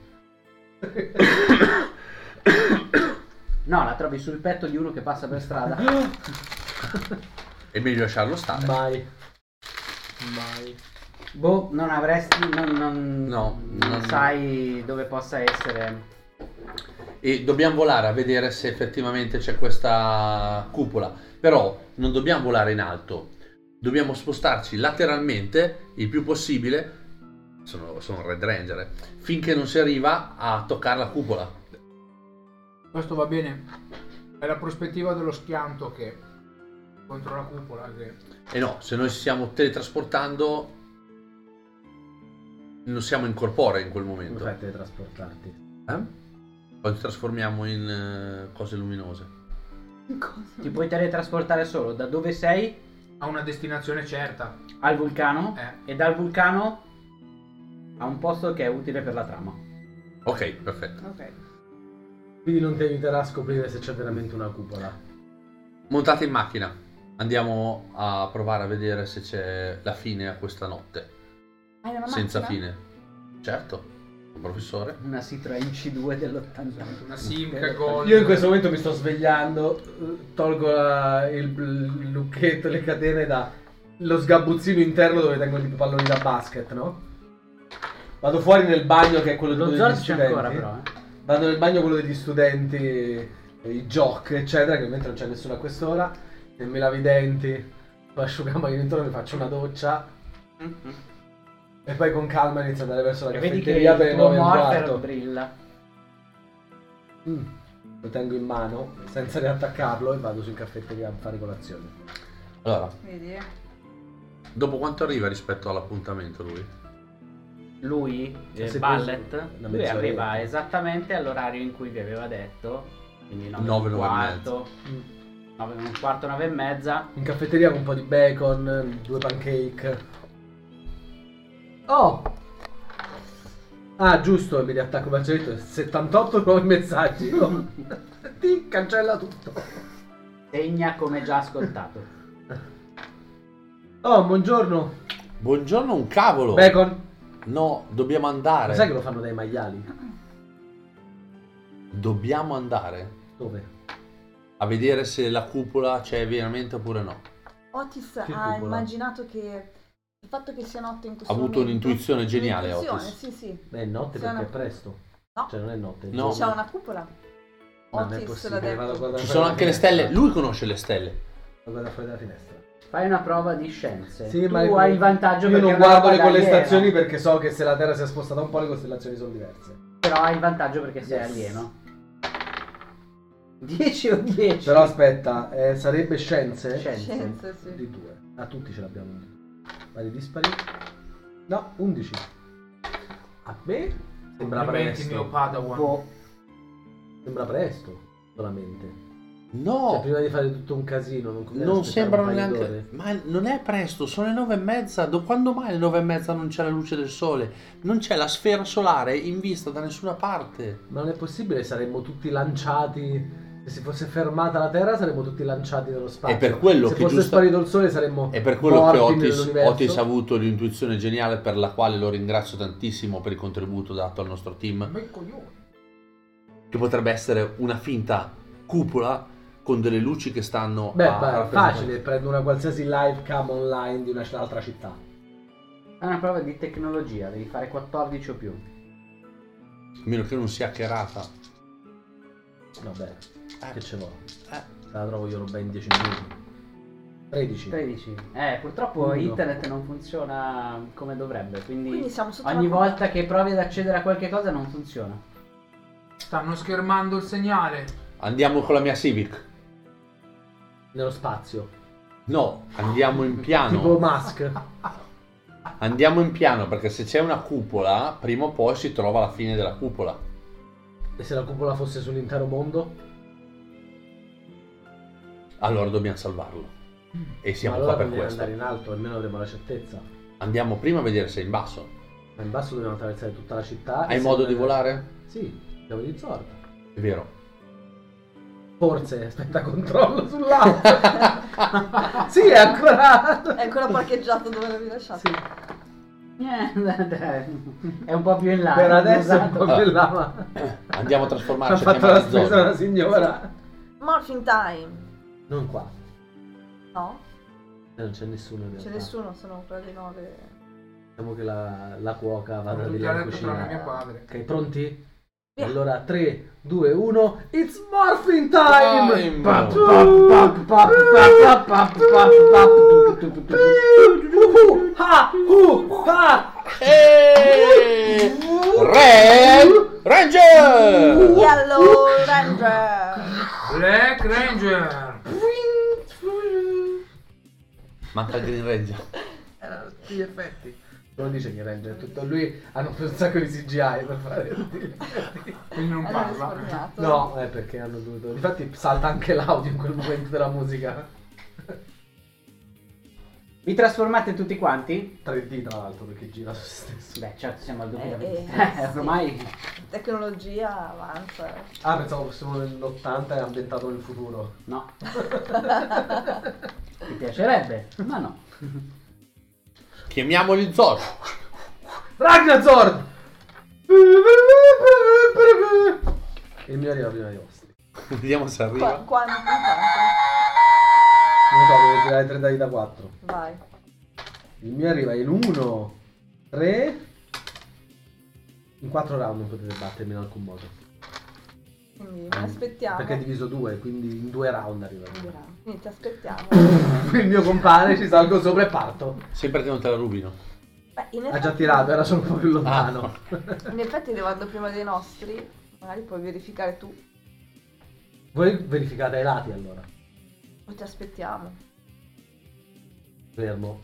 No, la trovi sul petto di uno che passa per strada. È meglio lasciarlo stare. Mai. Mai. Boh, non avresti... Non, non, No, non non- sai dove possa essere. E dobbiamo volare a vedere se effettivamente c'è questa cupola. Però non dobbiamo volare in alto. Dobbiamo spostarci lateralmente il più possibile. Sono, sono un Red Ranger. eh, Finché non si arriva a toccare la cupola. Questo va bene. È la prospettiva dello schianto che contro la cupola che... E no, se noi ci stiamo teletrasportando, non siamo incorporei in quel Come momento. fai a teletrasportarti? Eh? Poi ci trasformiamo in eh, cose luminose. Cosa? Ti puoi teletrasportare solo da dove sei ha una destinazione certa. al vulcano Eh. e dal vulcano a un posto che è utile per la trama. Ok, perfetto. Ok. Quindi non ti aiuterà a scoprire se c'è veramente una cupola. Montate in macchina. Andiamo a provare a vedere se c'è la fine a questa notte. Hai una Senza macchina? fine. Certo, un professore. Una Citroen C due dell'ottantotto. Una Simca Gold. Io in questo momento mi sto svegliando, eh, tolgo la- il, il lucchetto, le catene da lo sgabuzzino interno dove tengo i palloni da basket, no? Vado fuori nel bagno che è quello Lo degli Zord c'è studenti. ancora però, eh. Vado nel bagno quello degli studenti, i jock, eccetera, che mentre non c'è nessuno a quest'ora, e mi lavi i denti, poi asciugamano intorno, mi faccio una doccia e poi con calma inizio ad andare verso la E vedi che caffetteria per le il tuo nove e un morpher quarto. brilla. Mm. Lo tengo in mano senza riattaccarlo e vado in caffetteria a fare colazione. Allora, Vedi? dopo quanto arriva rispetto all'appuntamento lui? Lui, eh, Si è Ballet, preso una lui mezz'oretta. arriva esattamente all'orario in cui vi aveva detto, quindi nove Nove, e un nove e quarto, Mm. un quarto, nove e mezza. In caffetteria con un po' di bacon, due pancake. Oh! Ah, giusto, mi riattacco Marcelletto, settantotto nuovi messaggi. Oh. Ti cancella tutto. Segna come già ascoltato. Oh, buongiorno. Buongiorno un cavolo. Bacon. No, dobbiamo andare. Ma sai che lo fanno dai maiali? Dobbiamo andare Dove? a vedere se la cupola c'è veramente oppure no. Otis Che ha cupola? immaginato che il fatto che sia notte in questo Ha avuto momento- un'intuizione geniale, un'intuizione, Otis. Sì, sì. Beh, è notte Sì, perché no. è presto. No. Cioè non è notte. No. C'è una cupola. Non è Otis l'ha possibile, vado a detto. guardare Ci fuori sono dalla anche le finestra. stelle. Lui conosce le stelle. Vado a guardare fuori dalla finestra. Fai una prova di scienze. Sì, tu ma hai il vantaggio io perché non è una guardo roba le da costellazioni alieno. perché so che se la Terra si è spostata un po' le costellazioni sono diverse. Però hai il vantaggio perché sei Yes. alieno. dieci o dieci? Però aspetta, eh, sarebbe scienze? Scienze. Scienze, sì. Di due. A tutti ce l'abbiamo. Vari dispari? No, undici. A me sembra Complimenti, mio presto. Padawan. Boh. Sembra presto, solamente. Cioè, No, prima di fare tutto un casino, non conviene non aspettare sembrano un paio neanche. d'ore? Ma non è presto, sono le nove e mezza. Do- Quando mai alle nove e mezza non c'è la luce del sole? Non c'è la sfera solare in vista da nessuna parte. Ma non è possibile, saremmo tutti lanciati. Se si fosse fermata la Terra saremmo tutti lanciati nello spazio. È per quello Se che fosse giusta- sparito il sole saremmo È per quello morti che Otis, nell'universo. Otis ha avuto l'intuizione geniale, per la quale lo ringrazio tantissimo per il contributo dato al nostro team. Ma i coglioni. Che potrebbe essere una finta cupola con delle luci che stanno Beh, a beh, è rappresentare- facile, prendo una qualsiasi live cam online di un'altra città. È una prova di tecnologia, devi fare quattordici o più. A meno che non sia hackerata. Vabbè, Eh. che ce l'ho? Eh. La trovo io roba in dieci minuti. tredici. tredici. Eh, purtroppo Uno. internet non funziona come dovrebbe, quindi, Quindi siamo sotto ogni la- volta che provi ad accedere a qualche cosa non funziona. Stanno schermando il segnale. Andiamo con la mia Civic. Nello spazio. No, andiamo in piano. Tipo Musk. Andiamo in piano perché se c'è una cupola, prima o poi si trova la fine della cupola. E se la cupola fosse sull'intero mondo? Allora dobbiamo salvarlo. E siamo Ma allora qua per conviene questo. andare in alto, almeno avremo la certezza. Andiamo prima a vedere se è in basso. Ma in basso dobbiamo attraversare tutta la città. e Hai se modo non- di volare? Sì, abbiamo di Zord. È vero. Forse, aspetta, controllo sull'auto. Sì, è ancora... È ancora parcheggiato dove l'avevi lasciato. Sì, Eh, è un po' più in là. per non adesso è un usato. po' più là, ma... Andiamo a Ci ha trasformarci a fatto chiamare la spesa zona. una signora. Morphing time. Non qua. No? Eh, non c'è nessuno in C'è realtà. nessuno, sono quelle nove. Diciamo che la, la cuoca vada Tutti di a là in letto tranne cucina. mio padre. Ok, pronti? Via. Allora tre, due, uno, it's morphing time! Time! Pa- Pap, pap, pap, pap, pap, pap, pap, pap. Uh, ha, uh, ha. Eeeh! Red Ranger! Yellow Ranger. Black Ranger. Manca il Green Ranger. Erano tutti gli effetti. Non dice che Ranger, tutto lui hanno preso un sacco di C G I per fare tutti gli effetti. Quindi non Allora, parla. risparmiato. No, è perché hanno dovuto. Infatti salta anche l'audio in quel momento della musica. Vi trasformate tutti quanti? tre D tra l'altro perché gira su se stesso. Beh, certo, siamo al Eh, duemilaventi. eh, Eh, ormai La tecnologia avanza. Ah, pensavo fossimo nell'ottanta e ambientato nel futuro. no. Ti piacerebbe? Ma no. Chiamiamoli Zor. Ragnazord! Il mio arriva prima dei vostri. Vediamo se Qua, arriva. quanto? Quanto? Non lo so, devo tirare tre dadi da quattro. Vai. Il mio arriva in uno, tre. In quattro round non potete battermi in alcun modo. Quindi mi aspettiamo. Perché è diviso due, quindi in due round arriva. Quindi ti aspettiamo. Il mio compare, ci salgo sopra e parto. Sempre che non te la rubino. Beh, in Ha effetti, già tirato, era solo un po' più lontano. in effetti arrivando prima dei nostri, magari puoi verificare tu. Voi verificate ai lati allora. O ti aspettiamo. Fermo.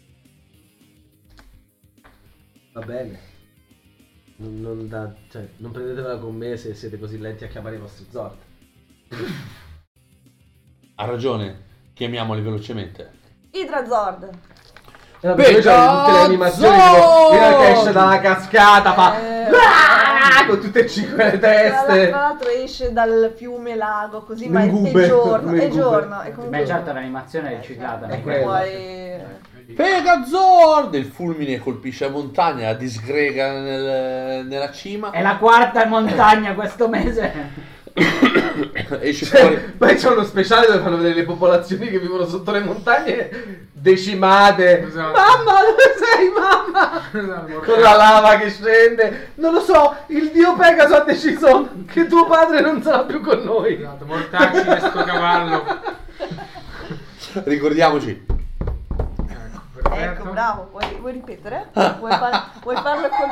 Va bene. Non, non, da, cioè, non prendetevela con me se siete così lenti a chiamare i vostri Zord. Ha ragione, chiamiamoli velocemente. Idrazord. Eh, perché c'è tutte le animazioni tipo prima che esce dalla cascata fa Eh, "Ah!" con tutte e cinque le Tra teste. l'altro esce dal fiume lago così, ma è, L'ingube, è giorno, è l'ingube. giorno. E comunque Beh, certo, l'animazione è riciclata. È non quello. poi... Pegazord! Il fulmine colpisce la montagna, la disgrega nel- nella cima. È la quarta montagna questo mese. Esce fuori. Cioè, poi c'è uno speciale dove fanno vedere le popolazioni che vivono sotto le montagne decimate. Esatto. Mamma, dove sei, mamma? Esatto, Con la lava che scende. Non lo so, il dio Pegaso ha deciso che tuo padre non sarà più con noi. Esatto, mortacci di sto cavallo. Ricordiamoci. Ecco, perfetto. Ecco, bravo, vuoi, vuoi ripetere? Vuoi, far- vuoi farlo col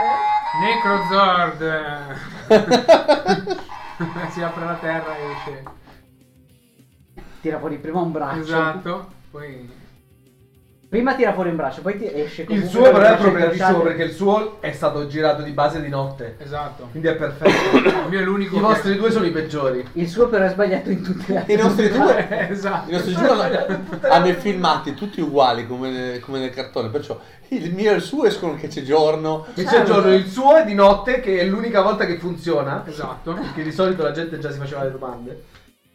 bicchiere? Necrozord. Si apre la terra e esce. Tira fuori prima un braccio. Esatto. Poi Prima tira fuori un braccio, poi ti esce Il comunque suo con però le è braccia progredissimo incrociate. perché il suo è stato girato di base di notte. esatto. Quindi è perfetto. Il mio è l'unico I che- vostri due sono i peggiori. Il suo però è sbagliato in tutte le altre. I nostri due, Esatto. i nostri due hanno, hanno i filmati tutti uguali come, come nel cartone, perciò il mio e il suo escono che c'è giorno. E c'è il giorno, il suo è di notte, che è l'unica volta che funziona. Esatto. Perché di solito la gente già si faceva le domande.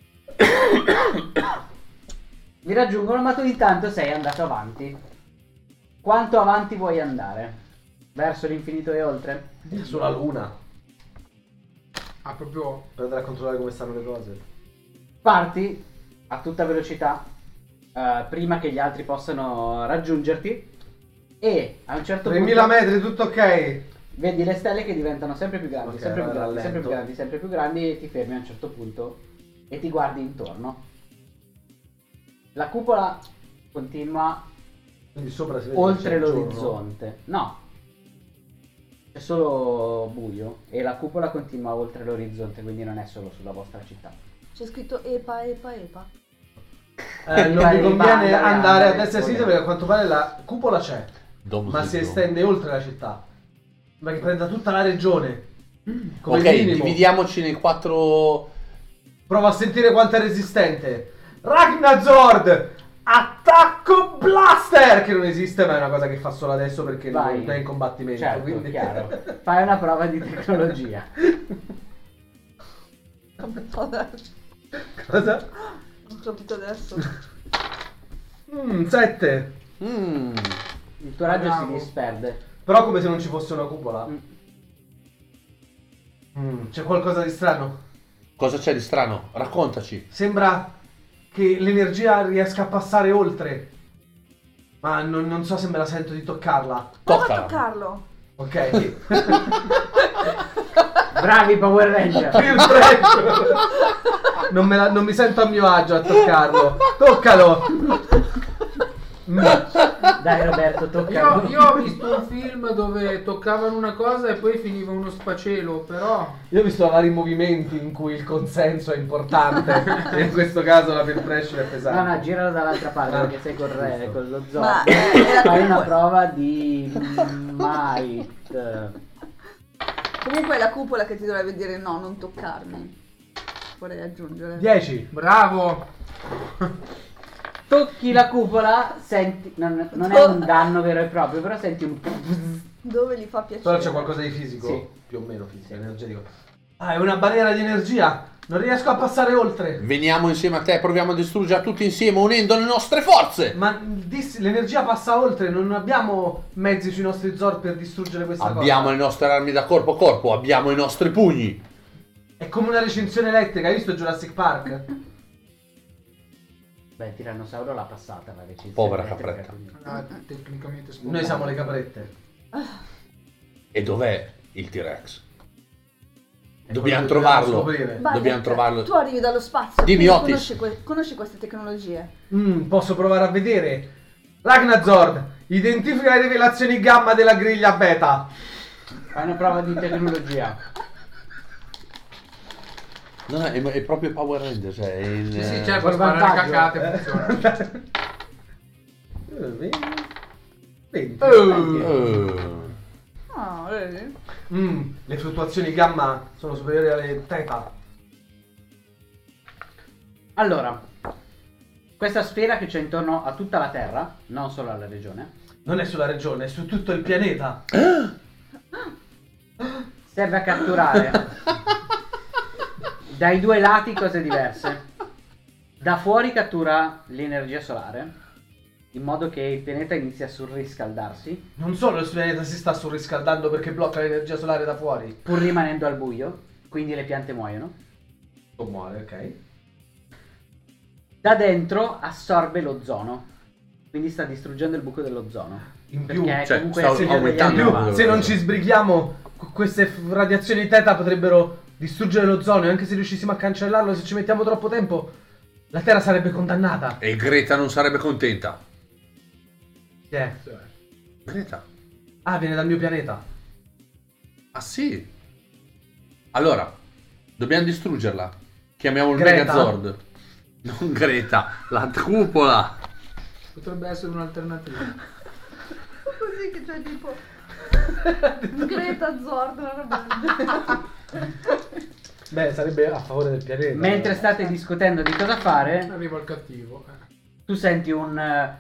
Vi raggiungono, ma tu intanto sei andato avanti. Quanto avanti vuoi andare? Verso l'infinito e oltre? Sulla luna. Ah, proprio. Per andare a controllare come stanno le cose. Parti a tutta velocità eh, prima che gli altri possano raggiungerti e a un certo tremila punto metri, tutto ok. vedi le stelle che diventano sempre più grandi, Ok, sempre più allora grandi, sempre più rallento. grandi, sempre più grandi e ti fermi a un certo punto e ti guardi intorno. La cupola continua Quindi sopra si vede oltre che c'è il giorno. l'orizzonte. No. È solo buio e la cupola continua oltre l'orizzonte, quindi non è solo sulla vostra città. C'è scritto Epa, Epa, Epa. Eh, non Andare, mi conviene andare, andare a andare, destra e a sinistra fuori. perché a quanto pare la cupola c'è. Domus Ma il si domo. estende oltre la città. Ma che prenda tutta la regione. Come Ok, minimo. dividiamoci nei quattro. Prova a sentire quanto è resistente. Ragnazord! Attacco Blaster! Che non esiste, ma è una cosa che fa solo adesso perché Vai. non è in combattimento. Certo, quindi... chiaro. Fai una prova di tecnologia. Cosa? Ho capito adesso. Mm, sette. Mm. Il tuo raggio si Bravo. disperde. Però come se non ci fosse una cupola. Mm. Mm, c'è qualcosa di strano. Cosa c'è di strano? Raccontaci. Sembra che l'energia riesca a passare oltre. Ma non, non so se me la sento di toccarla. Prova a Toccala. toccarlo. Ok. Bravi Power Ranger. Vi prego. Non, me la- non mi sento a mio agio a toccarlo. Toccalo. Mm. Dai Roberto, tocca. Io, io ho visto un film dove toccavano una cosa e poi finiva uno spacelo, però. Io ho visto vari movimenti in cui il consenso è importante. E in questo caso la peer pressure è pesante. No, no, giralo dall'altra parte Ah, perché sei col re, giusto. con lo zoo. Ma, eh, era Fai una comunque- prova di might. Comunque è la cupola che ti dovrebbe dire no, non toccarmi. Vorrei aggiungere. dieci. Bravo! Tocchi la cupola, senti. Non, non è un danno vero e proprio, però senti un. Dove gli fa piacere. Però c'è qualcosa di fisico. Sì. Più o meno fisico, energetico. Ah, è una barriera di energia. Non riesco a passare oltre. Veniamo insieme a te, proviamo a distruggere tutti insieme unendo le nostre forze. Ma dissi, l'energia passa oltre, non abbiamo mezzi sui nostri Zord per distruggere questa Abbiamo cosa. le nostre armi da corpo a corpo, abbiamo i nostri pugni. È come una recinzione elettrica, hai visto Jurassic Park? Beh, il tirannosauro l'ha passata la recinzione. Povera elettrica, capretta. quindi- Ah, tecnicamente spunta. Noi siamo le caprette. E dov'è il T-Rex? È Dobbiamo quello che trovarlo. dobbiamo scoprire. Vai, Dobbiamo Jack, trovarlo. Tu arrivi dallo spazio. Dimmi, quindi Otis. Conosci, que- conosci queste tecnologie. Mm, posso provare a vedere. Ragnazord, identifica le rivelazioni gamma della griglia beta. Fai una prova di tecnologia. No, no, è, è proprio Power Ranger, cioè è il, Sì, sì, eh, cioè, col puoi sparare vantaggio. cacate, funziona. venti. venti. eh, Ah, vedi? Mm, le fluttuazioni gamma sono superiori alle teta. Allora, Questa sfera che c'è intorno a tutta la Terra, non solo alla regione, Non è sulla regione, è su tutto il pianeta. serve a catturare dai due lati cose diverse. Da fuori cattura l'energia solare, in modo che il pianeta inizi a surriscaldarsi, Non solo il pianeta si sta surriscaldando perché blocca l'energia solare da fuori. pur rimanendo al buio, quindi le piante muoiono. O muore, ok. Da dentro assorbe l'ozono, quindi sta distruggendo il buco dell'ozono. In più, Perché cioè, comunque sta se degli aumentando anni il fa- buco se non ci sbrighiamo, qu- queste f- radiazioni teta potrebbero distruggere l'ozono e anche se riuscissimo a cancellarlo, se ci mettiamo troppo tempo, la Terra sarebbe condannata. E Greta non sarebbe contenta. Chi è? Greta? Ah, viene dal mio pianeta. Ah sì? Allora, dobbiamo distruggerla. Chiamiamo il Greta? Megazord. Non Greta, la cupola. Potrebbe essere un'alternativa. Così che c'è tipo Greta Zord, una roba. Beh, sarebbe a favore del pianeta. Mentre state discutendo di cosa fare, Arriva il cattivo. eh. tu senti un... eh,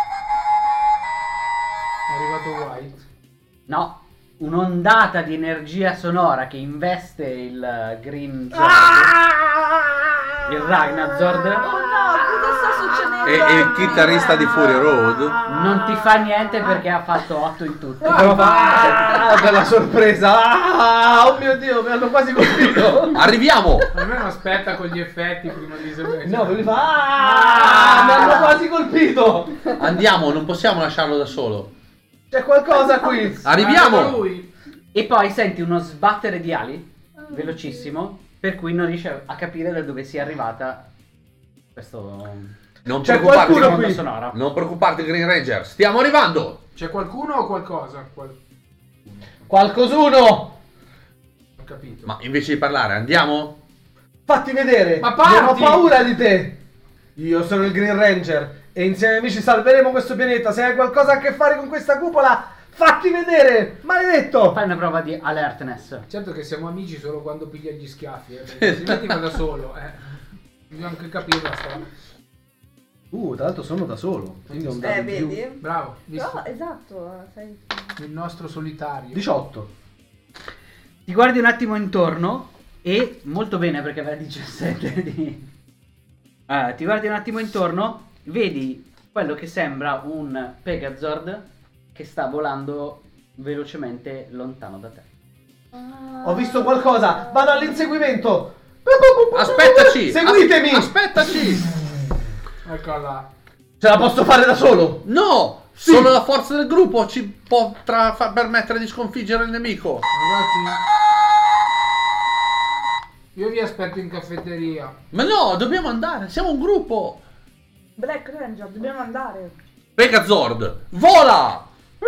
È arrivato White. no, un'ondata di energia sonora che investe il eh, Green Zord, il Ragnazord. Oh no, cosa sta succedendo? E, e il chitarrista di Fury Road. Non ti fa niente perché ha fatto otto in tutto. Però fa... Ah, bella sorpresa. Ah, oh mio Dio, mi hanno quasi colpito. Arriviamo! Almeno aspetta con gli effetti prima di sapere. No, quelli fa... Ah, mi hanno quasi colpito. Andiamo, non possiamo lasciarlo da solo. C'è qualcosa qui. Arriviamo! Arriva lui. E poi senti uno sbattere di ali, velocissimo, per cui non riesci a capire da dove sia arrivata questo... Non C'è preoccuparti, qualcuno mondo qui. sonoro. non preoccuparti Green Ranger, stiamo arrivando! C'è qualcuno o qualcosa? Qual- Qualcosuno. Ho capito. Ma invece di parlare, andiamo? Fatti vedere. Ma parti! Non ho paura di te. Io sono il Green Ranger e insieme ai amici salveremo questo pianeta. Se hai qualcosa a che fare con questa cupola, fatti vedere. Maledetto. Fai una prova di alertness. Certo che siamo amici solo quando piglia gli schiaffi, eh, perché altrimenti va da solo, eh. Bisogna anche capirla sta. Uh, tra l'altro sono da solo. Quindi ho un dato Eh, in più. vedi? Bravo, visto? No, esatto, sei... Il nostro solitario. diciotto. Ti guardi un attimo intorno e molto bene perché aveva diciassette di... Ah, ti guardi un attimo intorno, vedi quello che sembra un Pegazord che sta volando velocemente lontano da te. Ho visto qualcosa. Vado all'inseguimento. Aspettaci! Seguitemi. As- aspettaci! Eccola là. Ce la posso fare da solo. No! Sì. Solo la forza del gruppo ci potrà fa- permettere di sconfiggere il nemico. Ragazzi, io vi aspetto in caffetteria. Ma no, dobbiamo andare, siamo un gruppo. Black Ranger, dobbiamo andare. Megazord, vola!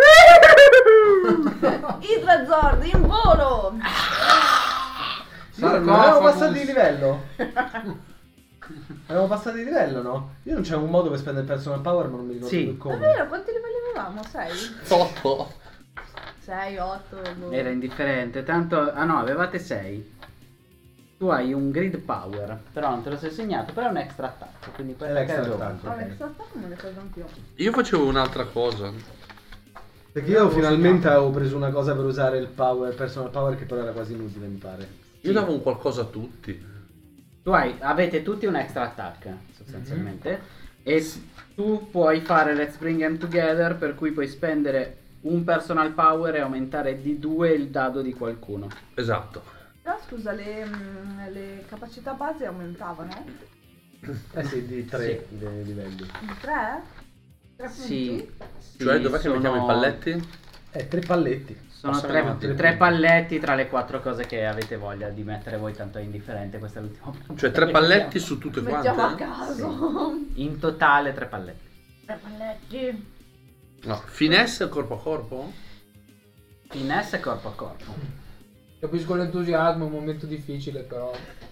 Hydra Zord, in volo! Non Sarcofagus. avevo passato di livello. Avevo passato di livello, no? Io non c'è un modo per spendere personal power, ma non mi ricordo Sì. più È come. vero, quanti livelli avevamo? sei? Otto. sei, otto... boh. Era indifferente, tanto... Ah no, avevate sei. Tu hai un grid power, però non te lo sei segnato, però è un extra attack, quindi puoi È l'extra attaccare dopo. attack. Ah, l'extra attack non me ne ricordo anch'io. Io facevo un'altra cosa. Perché io finalmente avevo preso una cosa per usare il power, personal power, che però era quasi inutile, mi pare. Io davo un qualcosa a tutti. Tu hai, avete tutti un extra attack, sostanzialmente, e s- tu puoi fare Let's Bring Them Together, per cui puoi spendere un personal power e aumentare di due il dado di qualcuno. Esatto. Però scusa, le, mm, le capacità base aumentavano? Eh sì, di tre Sì. dei livelli. Di tre? Tre punti? Sì. Cioè, sì, dov'è che sono- mettiamo i palletti? Eh, tre palletti. Sono Passano tre, avanti. tre palletti tra le quattro cose che avete voglia di mettere voi, tanto è indifferente, questa è l'ultima volta Cioè, tre che palletti vediamo. su tutte Mettiamo a quante? caso. In totale tre palletti. Tre palletti. No, finesse corpo a corpo? Finesse corpo a corpo. Capisco l'entusiasmo, è un momento difficile però.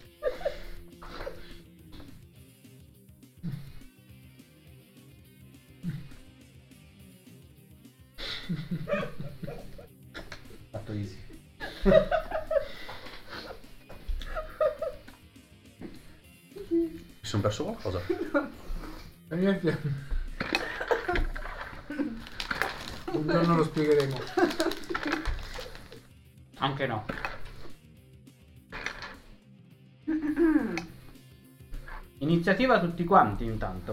Fatto easy. Mi sono perso qualcosa. La mia fiamma. Un giorno lo spiegheremo. Anche no. Iniziativa tutti quanti intanto.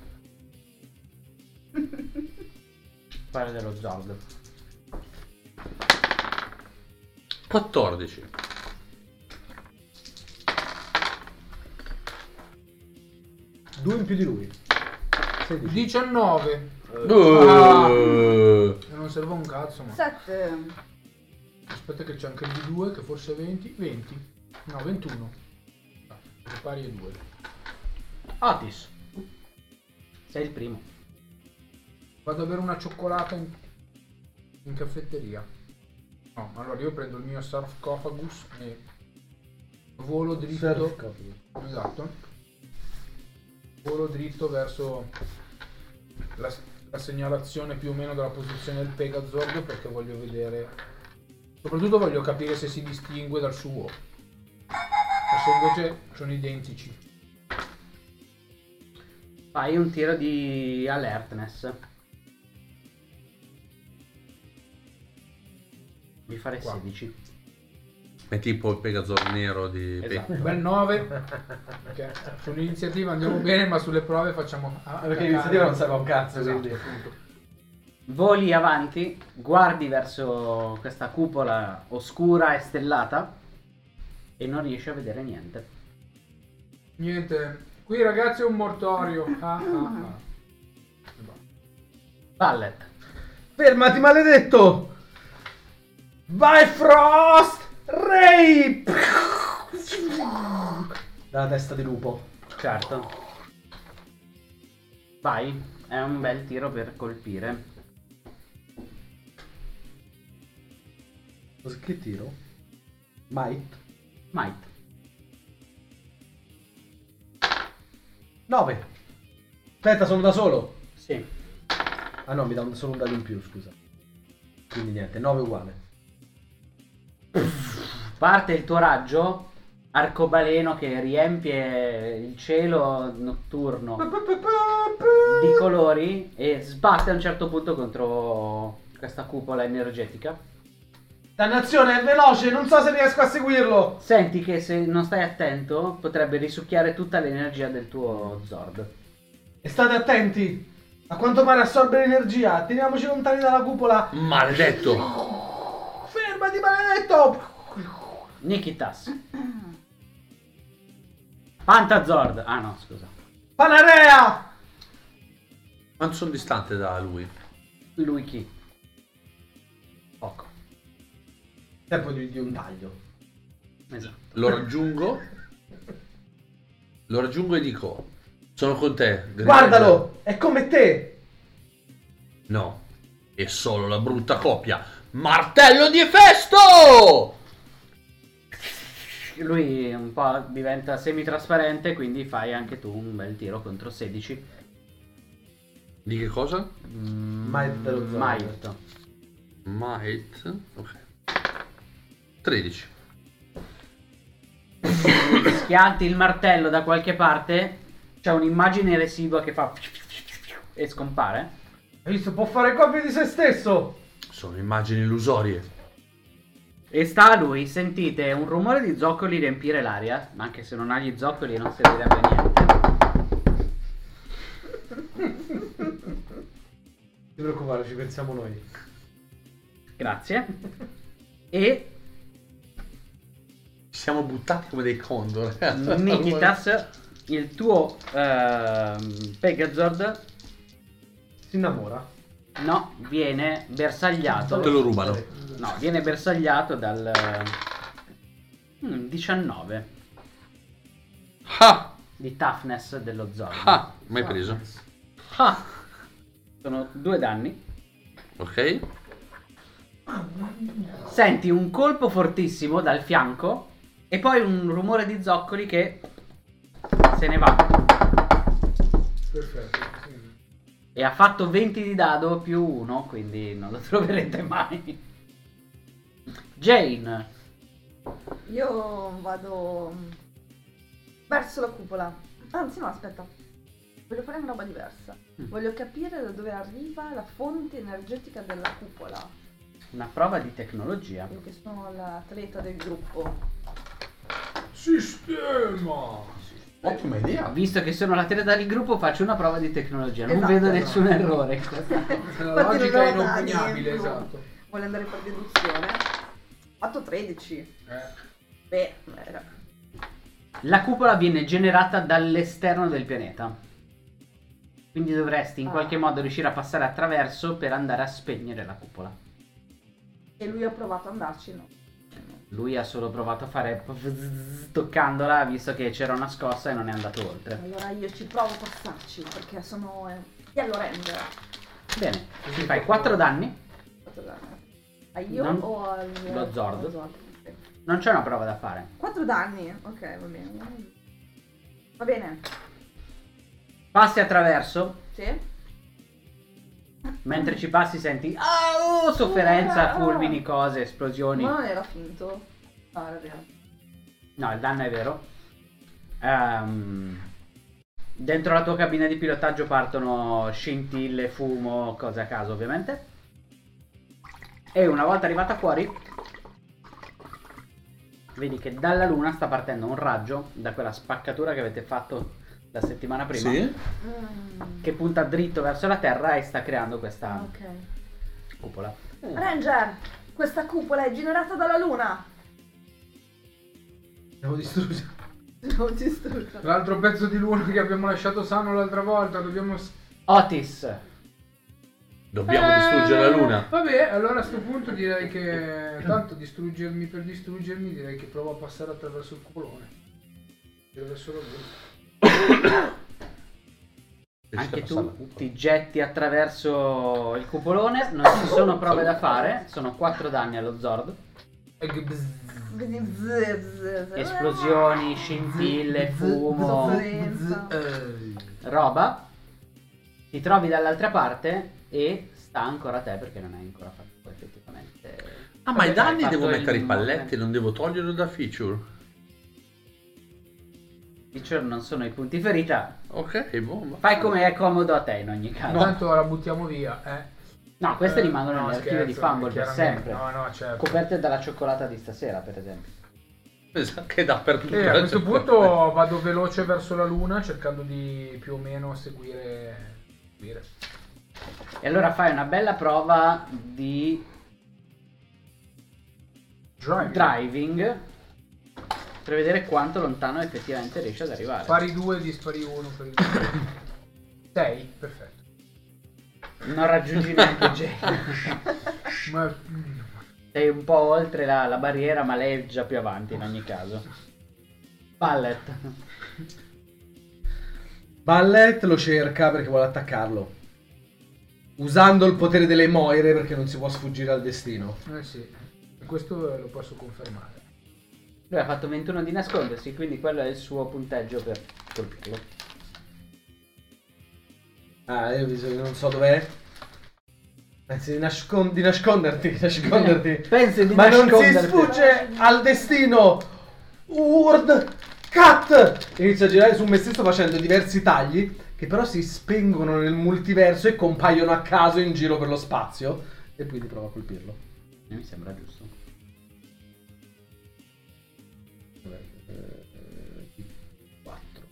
Fare dello Zord. quattordici. Due in più di lui. sedici. diciannove. Uh. Ah. E non serve un cazzo, ma. sette. Aspetta che c'è anche il D due che forse è venti. venti. No, ventuno. Ah, pari e due. Otis. Sei il primo. Vado a bere una cioccolata in, in caffetteria. No, allora io prendo il mio sarcofagus e volo dritto. Sarcofagus. Esatto. Volo dritto verso la, la segnalazione più o meno della posizione del Pegazord, perché voglio vedere, soprattutto voglio capire se si distingue dal suo, o se invece sono identici. Fai un tiro di alertness. Mi fare Qua. sedici. È tipo il Pegazord nero di Esatto. Un bel nove, perché sull'iniziativa andiamo bene, ma sulle prove facciamo... Ah, Perché l'iniziativa non serve a un cazzo, Esatto, quindi. appunto. Voli avanti, guardi verso questa cupola oscura e stellata e non riesci a vedere niente. Niente, qui ragazzi è un mortorio. Ah, ah, ah. Ballet. Fermati, maledetto! Vai, Frost! Ray! Dalla testa di lupo. Certo. Vai, è un bel tiro per colpire. Così che tiro? Might? Might. nove. Aspetta, sono da solo. Sì. Ah no, mi dà un, solo un dado in più, scusa. Quindi niente, nove uguale. Parte il tuo raggio arcobaleno che riempie il cielo notturno di colori e sbatte a un certo punto contro questa cupola energetica. Dannazione, è veloce, non so se riesco a seguirlo. Senti che se non stai attento potrebbe risucchiare tutta l'energia del tuo Zord. E state attenti. A quanto pare assorbe l'energia. Teniamoci lontani dalla cupola. Maledetto! Fermati, maledetto! Nikitas. Pantazord. Ah no, scusa. Panarea! Quanto sono distante da lui? Lui chi? Poco. Tempo di, di un taglio. Esatto. Lo raggiungo. Lo raggiungo e dico: sono con te. Grindelwald." Guardalo, è come te. No, è solo la brutta copia. Martello di Efesto! Lui un po' diventa semitrasparente, quindi fai anche tu un bel tiro contro sedici. Di che cosa? Mm, Might dello Zord. Might. Might. Ok. tredici. Schianti il martello da qualche parte, c'è un'immagine residua che fa e scompare. Hai visto? Può fare copie di se stesso. Sono immagini illusorie. E sta a lui, sentite un rumore di zoccoli riempire l'aria, anche se non ha gli zoccoli non servirebbe a niente. Non ti preoccupare, ci pensiamo noi. Grazie. E Ci siamo buttati come dei condor. Nikitas, il tuo ehm, Pegazord, Si innamora. no, viene bersagliato. Te lo rubano. No, viene bersagliato dal mm, diciannove Ah! di toughness dello Zord. Ah! Mai preso. Ah! Sono due danni. Ok. Senti un colpo fortissimo dal fianco e poi un rumore di zoccoli che se ne va. Perfetto. Sì. E ha fatto venti di dado più uno, quindi non lo troverete mai. Jane, Io vado verso la cupola. Anzi no, aspetta. Voglio fare una roba diversa. Mm. Voglio capire da dove arriva la fonte energetica della cupola. Una prova di tecnologia. Io che sono l'atleta del gruppo. Sistema! Ottima idea. Visto che sono l'atleta del gruppo, faccio una prova di tecnologia. Non Esatto, vedo esatto. nessun errore in questa cosa. La Infatti logica non è ho dati, inoppugnabile, eh. esatto. Voglio andare per deduzione. Ho fatto tredici. Eh. Beh, era. La cupola viene generata dall'esterno del pianeta. Quindi dovresti in Ah. qualche modo riuscire a passare attraverso per andare a spegnere la cupola. E lui ha provato ad andarci, no? Lui ha solo provato a fare toccandola, visto che c'era una scossa e non è andato oltre. Allora io ci provo a passarci, perché sono eh, Yellow Ranger. Bene, ti fai quattro danni. Quattro danni. A io Non- o al... lo Zord. al Zord? Ok. Non c'è una prova da fare. Quattro danni? Ok, va bene. Va bene. Passi attraverso, Sì? mentre ci passi senti ah, oh, sofferenza, fulmini, cose, esplosioni. Ma non era finto. No, era vero. No, il danno è vero. Ehm, dentro la tua cabina di pilotaggio partono scintille, fumo, cose a caso ovviamente. E una volta arrivata fuori, vedi che dalla luna sta partendo un raggio da quella spaccatura che avete fatto la settimana prima, Sì? Mm. che punta dritto verso la terra e sta creando questa Ok. cupola. Ranger, questa cupola è generata dalla luna. Devo distruggere. Non ti distruggo. L'altro pezzo di luna che abbiamo lasciato sano l'altra volta, dobbiamo... s- Otis, Dobbiamo Eh, distruggere la luna. Vabbè, allora a sto punto direi che... Tanto distruggermi per distruggermi, direi che provo a passare attraverso il cupolone. Attraverso la luna. anche tu ti getti attraverso il cupolone. Non ci sono prove da fare, sono quattro danni allo Zord. Egg bzz. Vedi, zzz, zzz. Esplosioni, scintille, fumo, Violenza. roba. Ti trovi dall'altra parte e sta ancora a te perché non hai ancora fatto effettivamente. Ah, ma i Hai danni fatto devo il mettere i molle. palletti, non devo toglierlo da feature. Feature non sono i punti ferita. Ok, bomba. Fai come è comodo a te in ogni caso. Tanto la buttiamo via, eh. No, queste Eh, rimangono no, nell'archivio di scherzo, Fumble per chiaramente. sempre. No, no, certo. Coperte dalla cioccolata di stasera, per esempio. Esatto, che dappertutto. E a questo punto vado veloce verso la luna cercando di più o meno seguire... seguire. E allora fai una bella prova di Driving. driving per vedere quanto lontano effettivamente riesci ad arrivare. Pari due, dispari uno per il sei, perfetto. Non raggiungi neanche Jay. Ma... Sei un po' oltre la, la barriera, ma lei è già più avanti in ogni caso. Ballet. Ballet lo cerca perché vuole attaccarlo. Usando il potere delle Moire perché non si può sfuggire al destino. Eh sì, e questo lo posso confermare. Lui ha fatto ventuno di nascondersi, quindi quello è il suo punteggio per colpirlo. Ah, io bisogna, non so dov'è. Pensi di, nascon- di nasconderti, di nasconderti. Pensi di Ma non si nasconderti. sfugge al destino. Word Cut! Inizio a girare su me stesso facendo diversi tagli che però si spengono nel multiverso e compaiono a caso in giro per lo spazio. E quindi provo a colpirlo. Mi sembra giusto. quattro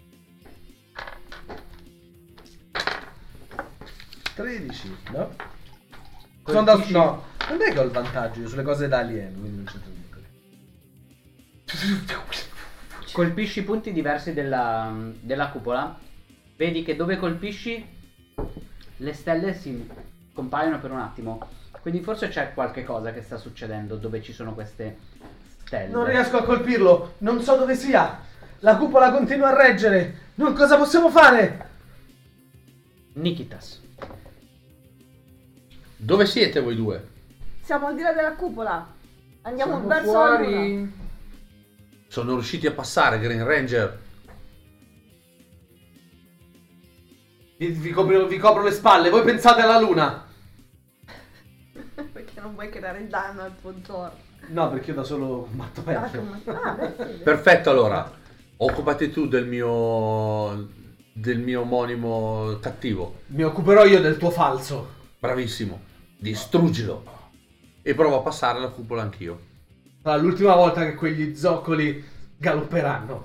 tredici, no? Sono andato, no, non è che ho il vantaggio io sulle cose da alieno, quindi non c'entra niente. Colpisci punti diversi della, della cupola. Vedi che dove colpisci le stelle si compaiono per un attimo. Quindi forse c'è qualche cosa che sta succedendo dove ci sono queste stelle. Non riesco a colpirlo, non so dove sia. La cupola continua a reggere. Non cosa possiamo fare? Nikitas. Dove siete voi due? Siamo al di là della cupola. Andiamo Siamo verso la luna. fuori. Sono riusciti a passare, Green Ranger. Vi, vi copro, vi copro le spalle, voi pensate alla luna. Perché non vuoi creare danno al tuo Zord. No, perché io da solo combatto Ah, peggio. come- ah, beh, sì, beh. Perfetto, allora. Occupati tu del mio del mio omonimo cattivo. Mi occuperò io del tuo falso. Bravissimo. Distruggilo. E provo a passare la cupola anch'io. Sarà l'ultima volta che quegli zoccoli galopperanno.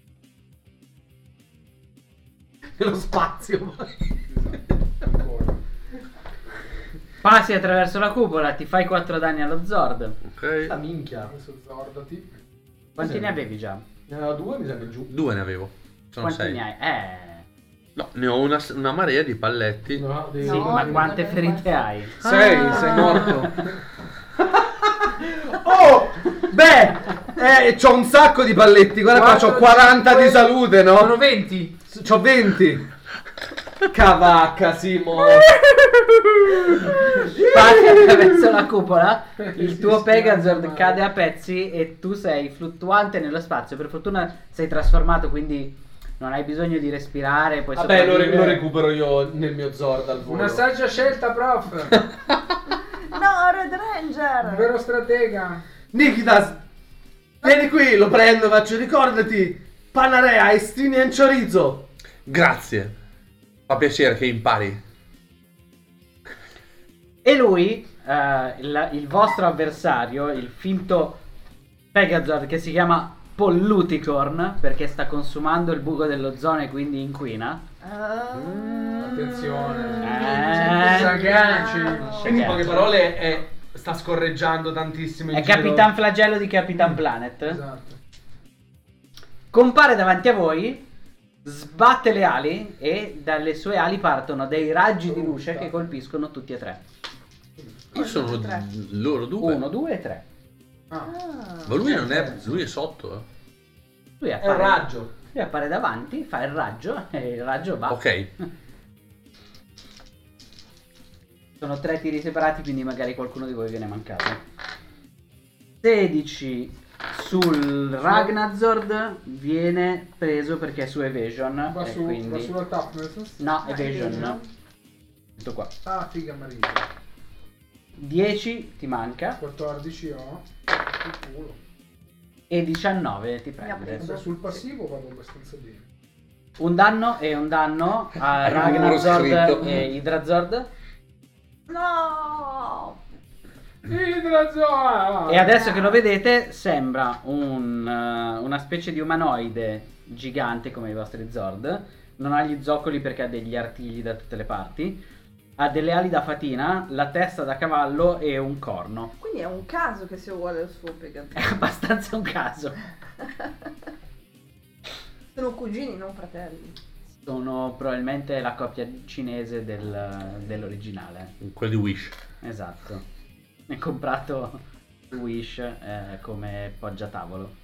Nello spazio. Ancora. Passi attraverso la cupola, ti fai quattro danni allo Zord. Ok. La minchia. Adesso zordati. Quanti Sì. ne avevi già? Ne aveva due, mi sa che giù. Due ne avevo. Sono Quanti sei. ne hai? Eh. No, ne ho una, una marea di palletti. No, devi- Sì, No, ma devi quante andare ferite in hai? Sei, Ah. sei morto. Oh! Beh, eh, c'ho un sacco di palletti. Guarda qua, c'ho Quattro, quaranta cinque, di salute, Sono no? venti. C'ho venti. Cavacca, Simo. Passi attraverso la cupola, il Si tuo spiazza Pegazord male. cade a pezzi e tu sei fluttuante nello spazio. Per fortuna sei trasformato, quindi non hai bisogno di respirare. Puoi Vabbè, lo, sopravvivere. lo recupero io nel mio Zord al volo. Una saggia scelta, prof. No, Red Ranger! Un vero stratega. Nikitas, vieni qui, lo prendo, faccio, ricordati. Panarea, Estinian Chorizo. Grazie. Fa piacere che impari. E lui, eh, il, il vostro avversario, il finto Pegazord che si chiama Polluticorn, perché sta consumando il buco dell'ozono e quindi inquina. Ah. Attenzione. Eh. Sagaci. Quindi in poche parole è, sta scorreggiando tantissimo in È giro. Capitan Flagello di Capitan Planet. Esatto. Compare davanti a voi, sbatte le ali e dalle sue ali partono dei raggi di luce che colpiscono tutti e tre. Io sono tre. loro due. Uno, due e tre. Ah. Ah. Ma lui non è. Lui è sotto. eh. Lui È un appare, raggio. lui appare davanti, fa il raggio e il raggio va. Ok. Sono tre tiri separati, quindi magari qualcuno di voi viene mancato. sedici sul Ragnazord viene preso perché è su evasion. Va e su, quindi... va sulla toughness. No, Ah, evasion. evasion. Tutto qua. Ah, figa Marisa. dieci ti manca quattordici ho. Che culo. e diciannove ti Mi ha prende. preso. Beh, sul passivo vado abbastanza bene. Un danno e un danno a Hai un numero Ragnazord scritto. e Hydrazord. No! Idrazzoa! E adesso che lo vedete sembra un, eh, una specie di umanoide gigante come i vostri Zord. Non ha gli zoccoli perché ha degli artigli da tutte le parti. Ha delle ali da fatina, la testa da cavallo e un corno. Quindi è un caso che sia uguale al suo Pegazord. È abbastanza un caso. Sono cugini, non fratelli. Sono probabilmente la coppia cinese del- dell'originale. Quello di Wish. Esatto. È comprato su Wish eh, come poggiatavolo.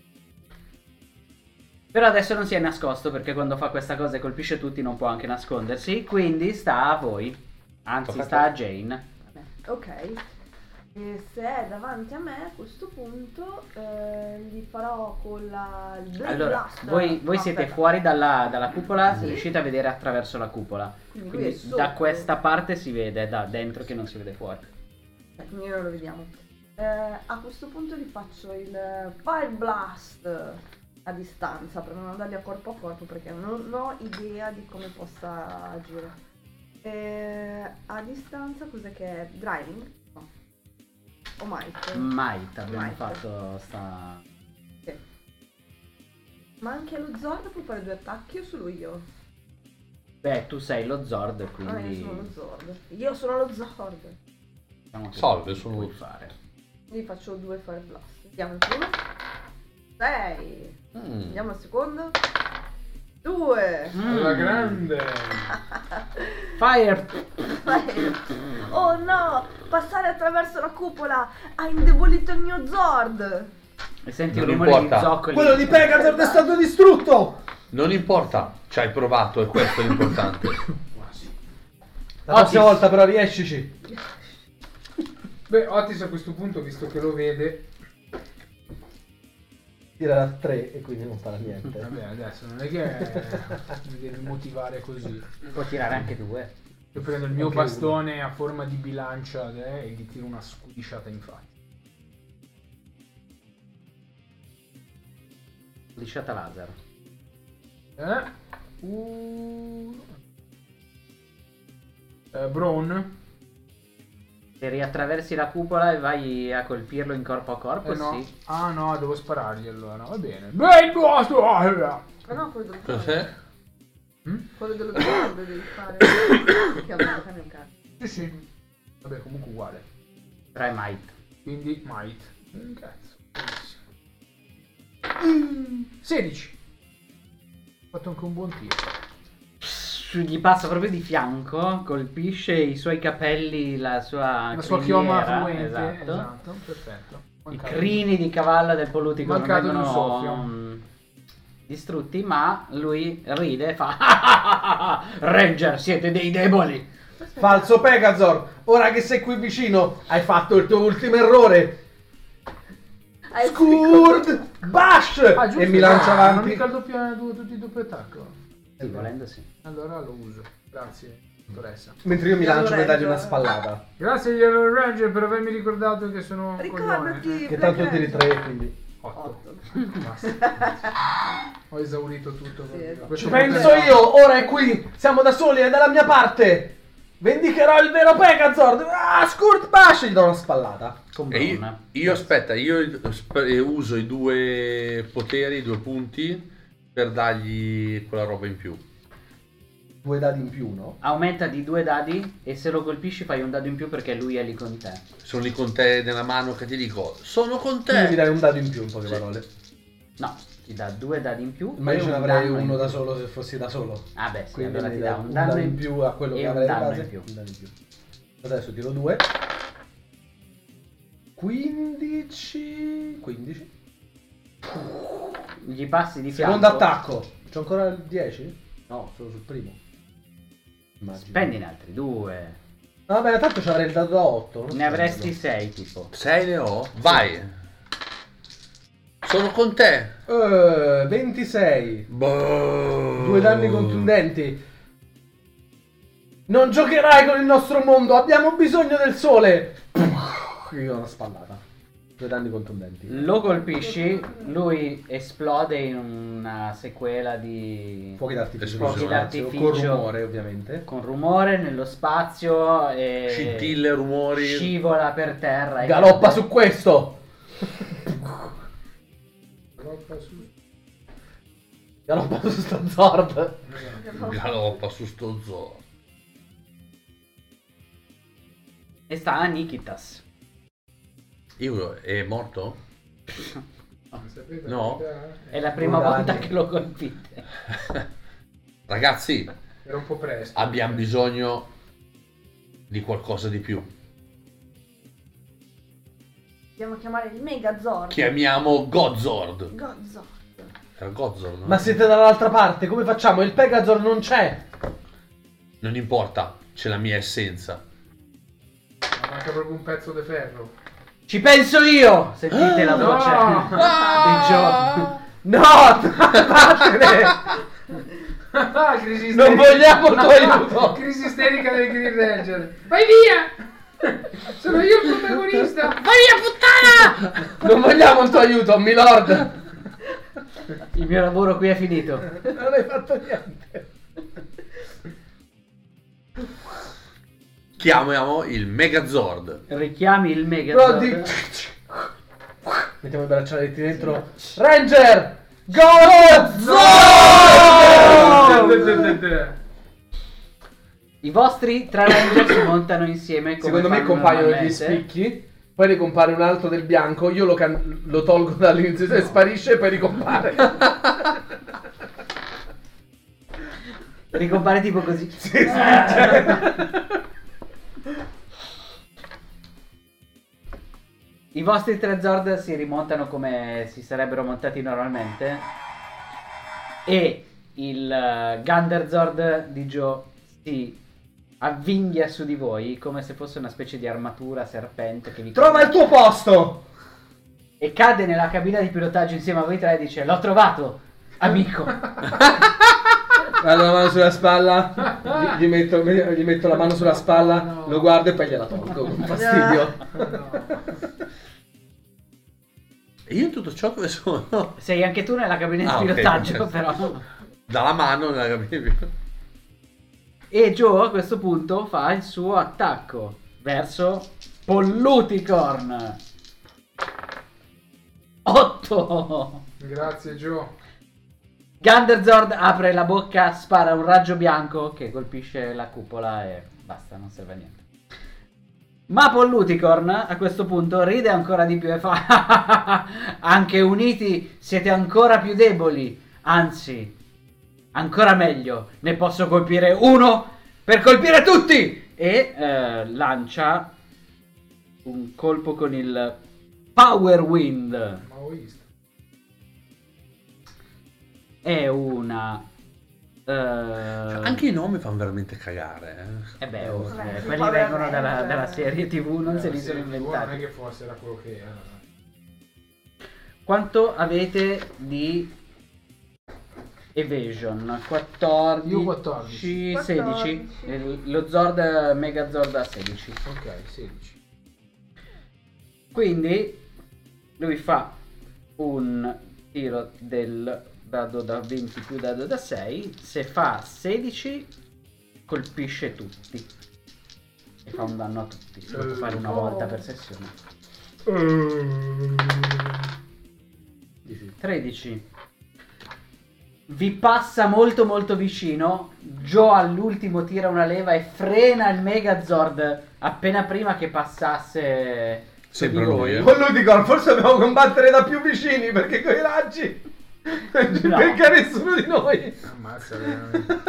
Però adesso non si è nascosto perché quando fa questa cosa e colpisce tutti non può anche nascondersi. Quindi sta a voi. Anzi, Tocca a sta te. a Jane. Vabbè, ok. E se è davanti a me a questo punto eh, gli farò con la il Blade Allora, Blaster. voi, voi No, siete aspetta. fuori dalla, dalla cupola, Sì. riuscite a vedere attraverso la cupola. Quindi lui Quindi è sotto. da questa parte si vede, da dentro che non si vede fuori. Eh, quindi non lo vediamo. Eh, a questo punto gli faccio il Fire Blast a distanza per non andargli a corpo a corpo perché non ho idea di come possa agire. Eh, a distanza cos'è che è? Driving? No. O Might? Might abbiamo Might. fatto sta... Sì. Ma anche lo Zord può fare due attacchi o solo io? Beh, tu sei lo Zord, Ah, io quindi... sono lo Zord. Io sono lo Zord. diciamo che Salve, puoi sono lo- fare. Quindi faccio due Fire Blast. Vediamo il primo. sei. Mm. Vediamo il secondo. due. Alla grande. Fire! Oh no! Passare attraverso la cupola ha indebolito il mio Zord! E senti Non il rumore importa. di zoccoli. Quello di Pegazord è stato distrutto. Non importa, ci hai provato e questo è l'importante. La prossima Otis. volta però riescici. Beh, Otis a questo punto, visto che lo vede, Tira da tre e quindi non farà niente. vabbè, adesso non è che mi devi motivare così. Può tirare anche due. Io prendo il mio Anche bastone a forma di bilancia eh, e gli tiro una scudisciata in faccia. Lisciata laser. Eh? Uh... Eh, Braun? Se riattraversi la cupola e vai a colpirlo in corpo a corpo, Eh no. sì. Ah no, devo sparargli allora. Va bene. Beh, buono! Ah no, quello dello Cos'è? Zord. Mm? Quello dello Zord devi fare. Che aveva cambia un cazzo. Sì, sì. Vabbè, comunque uguale. Tre might. Quindi, might. Mm, cazzo. Mm, sedici. Ho fatto anche un buon tiro. Gli passa proprio di fianco, colpisce i suoi capelli, la sua La sua chioma criniera, fluente. esatto. Esatto, perfetto. I Mancato. crini di cavallo del Polutico non Mancato di un vengono soffio. mm, distrutti, ma lui ride e fa Ranger, siete dei deboli. Falso Pegazor, ora che sei qui vicino, hai fatto il tuo ultimo errore. Hai Scourge Bash! Ah, giusto, E mi lancia non avanti. mica il doppio, due- tutti i doppio attacco. Sì, volendo sì. Allora lo uso. Grazie, dottoressa. Mentre io mi lancio Yellow per dargli una Ranger. spallata. Grazie Yellow Ranger per avermi ricordato che sono un Ricordati, coglione. Che Black tanto tiri Ranger. tre, quindi. Otto. Otto. Basta. Ho esaurito tutto. Sì, esatto. Questo Ci è penso proprio- io, ora è qui, siamo da soli, è dalla mia parte. Vendicherò il vero Pegazord. Ah, Scourge Bash! Gli do una spallata. Con E io, Braun. io aspetta, io sp- eh, uso i due poteri, i due punti per dargli quella roba in più. Due dadi in più, no? Aumenta di due dadi e se lo colpisci fai un dado in più perché lui è lì con te. Sono lì con te nella mano che ti dico, sono con Quindi mi te. dai un dado in più, in poche Sì. parole. No, ti dà due dadi in più. Ma e io ce un n'avrei danno in uno più. da solo se fossi da solo. Ah beh sì, Quindi allora mi ti dai dà un danno in più a quello e che un avrei di danno base. in più. Un danno in più. Adesso tiro due. quindici. quindici. Gli passi di fianco. Secondo attacco. C'ho ancora il dieci? No, solo sul primo. Immagino. Spendine altri due. No, vabbè, tanto ci avrei il dato da otto. non Ne avresti spendo. sei tipo. Sei ne ho? Vai. Sono con te. Eh, ventisei. Boh. Due danni contundenti. Non giocherai con il nostro mondo, abbiamo bisogno del sole. Io do una spallata. Due danni contundenti. Lo colpisci, lui esplode in una sequela di Fuochi d'artificio. Fuochi d'artificio. Con rumore, ovviamente. con rumore nello spazio e Scintille, rumori. scivola per terra. e Galoppa cade. su questo. Galoppa su sto Zord. Galoppa su sto zoo. E sta a Nikitas. Io è morto? No. È la prima Due volta danni. che lo colpite. Ragazzi, Era un po' presto. abbiamo bisogno di qualcosa di più. Dobbiamo chiamare il Megazord. Chiamiamo Godzord. Godzord. Era Godzord, no? Ma siete dall'altra parte, come facciamo? Il Pegazord non c'è. Non importa, c'è la mia essenza. Manca proprio un pezzo di ferro. Ci penso io! Sentite la voce No! di Joe. No, vattene. Ah, crisi Non isterica. vogliamo il tuo aiuto. Crisi isterica del Green Ranger. Vai via! Sono io il protagonista. Vai via, puttana! Non vogliamo il tuo aiuto, milord. Il mio lavoro qui è finito. Non hai fatto niente. Chiamiamo il Megazord. Richiami il Però di... Megazord. Mettiamo i braccialetti dentro. Ranger! Go! I vostri tre ranger si montano insieme come Secondo me fanno compaiono gli normalmente. spicchi. Poi ne compare un altro del bianco. Io lo, can- lo tolgo dall'inizio e sparisce e poi ricompare. Ricompare tipo così. Sì, sì, cioè. I vostri tre Zord si rimontano come si sarebbero montati normalmente. E il uh, Gander Zord di Joe si avvinghia su di voi come se fosse una specie di armatura serpente che vi Trova il tuo posto! e cade nella cabina di pilotaggio insieme a voi tre e dice: l'ho trovato, amico. Vado la mano sulla spalla, gli, gli metto, gli metto la mano sulla spalla, No. lo guardo e poi gliela tolgo con fastidio. E io in tutto ciò dove sono? Sei anche tu nella cabina di Ah, ok, pilotaggio, perfetto. però. Dalla mano nella capivi. E Joe a questo punto fa il suo attacco verso Polluticorn. otto. Grazie Joe. Ganderzord apre la bocca, spara un raggio bianco che colpisce la cupola e basta, non serve a niente. Ma Polluticorn a questo punto ride ancora di più e fa anche uniti siete ancora più deboli, anzi ancora meglio, ne posso colpire uno per colpire tutti! E eh, lancia un colpo con il Power Wind. Ma ho visto. È una... eh, Anche i nomi fanno veramente cagare. Eh. Eh beh, oh, Eh, eh, sì, quelli poi vengono veramente. dalla, dalla serie tivù, non se li Eh, sono sì, Non è inventati. che forse era quello che era. Quanto avete di evasion? quattordici, Io quattordici. sedici. quattordici. Il- Lo Zord Megazord a sedici. Ok, sedici. Quindi lui fa un tiro del dado da venti più dado da sei. Se fa sedici colpisce tutti e fa un danno a tutti. Si può fare una volta per sessione. tredici. Vi passa molto molto vicino. Joe all'ultimo tira una leva e frena il Megazord appena prima che passasse su Sempre di lui, voi. eh. Con Ludicor forse dobbiamo combattere da più vicini perché con i raggi non ci No. becca nessuno di noi. Ammazza veramente.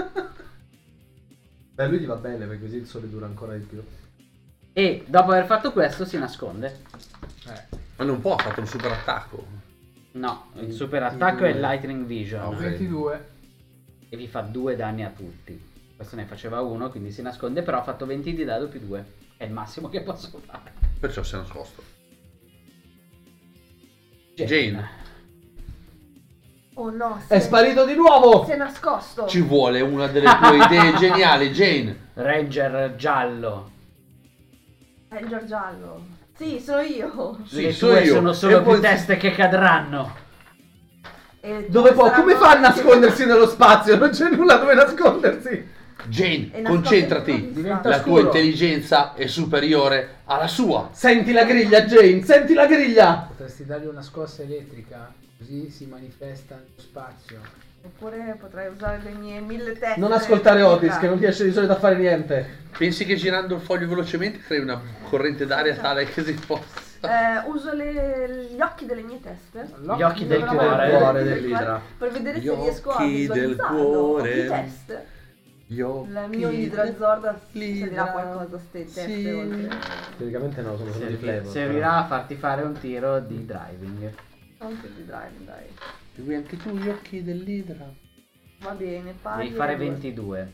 Beh, lui gli va bene perché così il sole dura ancora di più. E dopo aver fatto questo si nasconde. Eh, Ma non può, ha fatto un super attacco. No, il super attacco è il Lightning Vision Ok. ventidue. e vi fa due danni a tutti. Questo ne faceva uno, quindi si nasconde, però ha fatto venti di dado più due. È il massimo che posso fare. Perciò si è nascosto. Jane. Jane. Oh no, È si sparito di nuovo! si è nascosto. Ci vuole una delle tue idee geniali, Jane. Ranger giallo. Ranger giallo. Sì, sono io. Sì, Le sono tue io. sono solo E più poi- teste che cadranno. E Dove può? saranno Come fa a anche- nascondersi nello spazio? Non c'è nulla dove nascondersi. Jane, E nascondi- concentrati. Diventa La scuro. tua intelligenza è superiore alla sua. Senti la griglia, Jane, senti la griglia! Potresti dargli una scossa elettrica, così si manifesta nello spazio. Oppure potrei usare le mie mille teste. Non ascoltare Otis Mica. che non riesce di solito a fare niente. Pensi che girando il foglio velocemente crei una corrente d'aria tale che si possa... Eh, uso le- gli occhi delle mie teste. Gli occhi del Dovrò cuore. vedere- Cuore dell'idra. Per vedere Gli se riesco a occhi del visualizzarlo. cuore. Occhi teste. Gli occhi Il mio Idra Zord se dirà l'idra. qualcosa ste teste Sì. oltre. Teoricamente no, sono solo di flavor. Servirà a farti fare un tiro di driving. Anche di drive, dai. Segui anche tu gli occhi dell'idra. Va bene, pari. Devi fare a due. ventidue.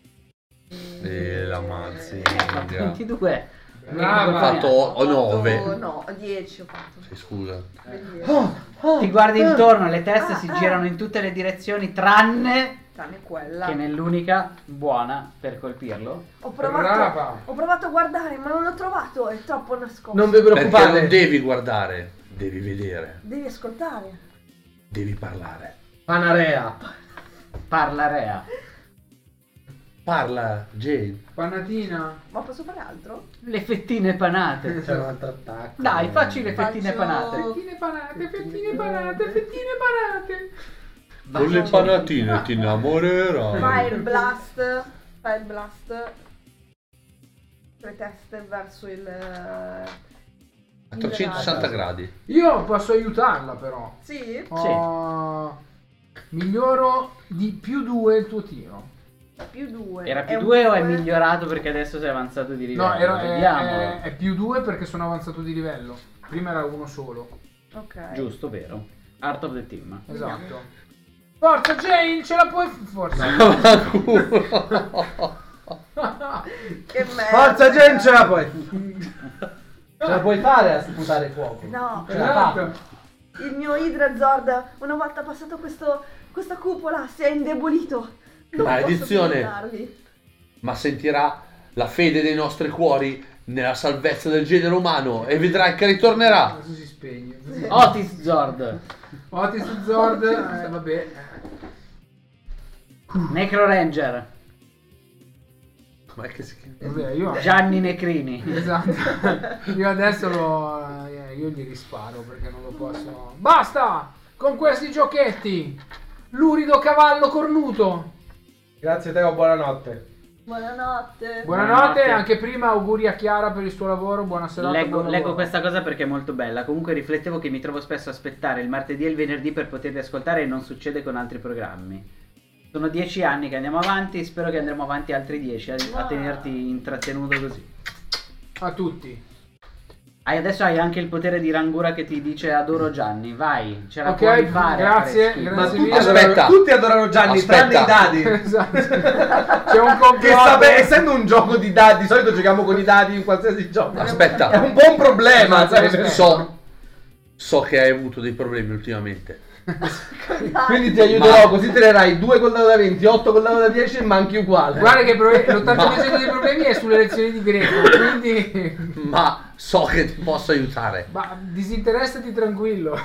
E la mazzi. ventidue. Brava. Ho fatto Ho nove. fatto- No, dieci ho fatto. Sì, scusa. dieci. Oh, oh, Ti guardi oh. intorno, le teste si Ah, ah. girano in tutte le direzioni tranne Tranne quella. che nell'unica buona per colpirlo. Ho provato, Brava. ho provato a guardare, ma non l'ho trovato, è troppo nascosto. Non vi Perché preoccupate. non devi guardare, devi vedere, Devi ascoltare. devi parlare. Panarea. Parla Rea. Parla, Jane. Panatina. Ma posso fare altro? Le fettine panate. C'è un altro attacco. Dai, facci le fettine Faccio- panate. Fettine panate, fettine panate, fettine panate. Con le panatine ti innamorerai. Fire Blast. Fire Blast. Tre teste verso il... A trecentosessanta gradi. Io posso aiutarla però. Sì? Ho... Miglioro di più due il tuo tiro. Più due. Era È più un due o è due. migliorato perché adesso sei avanzato di livello? No, era, è, Vediamo. è, è più due perché sono avanzato di livello. Prima era uno solo. Ok. Giusto, vero. Art of the Team. Esatto. Forza Jane, ce la puoi... Forza. Che merda. Forza, Jane, ce la puoi. Ce la puoi fare a sputare fuoco. No. Ce la fa. Esatto. Il mio Idra Zord, una volta passato questo, questa cupola, si è indebolito. Non Maledizione. posso più aiutarvi. Ma sentirà la fede dei nostri cuori nella salvezza del genere umano e vedrai che ritornerà. Adesso si spegne. Otis Zord. Otis Zord, eh, vabbè. Necro Ranger. Com'è che si chiama? Vabbè, io, Gianni Necrini. esatto. Io adesso lo, eh, io gli risparo perché non lo posso. Basta con questi giochetti. Lurido cavallo cornuto. Grazie Teo, buonanotte. Buonanotte. Buonanotte, Buonanotte. anche prima auguri a Chiara per il suo lavoro, buona serata. Leggo, buon leggo lavoro. questa cosa perché è molto bella. Comunque riflettevo che mi trovo spesso a aspettare il martedì e il venerdì per poterli ascoltare e non succede con altri programmi. Sono dieci anni che andiamo avanti, spero che andremo avanti altri dieci a, a tenerti intrattenuto così. A tutti. Hai, adesso hai anche il potere di Rangura che ti dice adoro Gianni, vai, ce la Ok, puoi fare. a grazie, fare schifo. Ma grazie tutti mille. adorano, Aspetta. tutti adorano Gianni, Aspetta. tranne i dadi. Esatto. C'è un Che complotto. sta bene, essendo un gioco di dadi, di solito giochiamo con i dadi in qualsiasi gioco. Aspetta. È un po' un problema, Esatto, sai? So, so che hai avuto dei problemi ultimamente. Quindi ti aiuterò, Ma- così tirerai due col dado da venti, otto col dado da dieci e manchi uguale. Guarda che pro- l'ottanta per cento dei problemi è sulle lezioni di greco, quindi Ma so che ti posso aiutare. ma disinteressati tranquillo.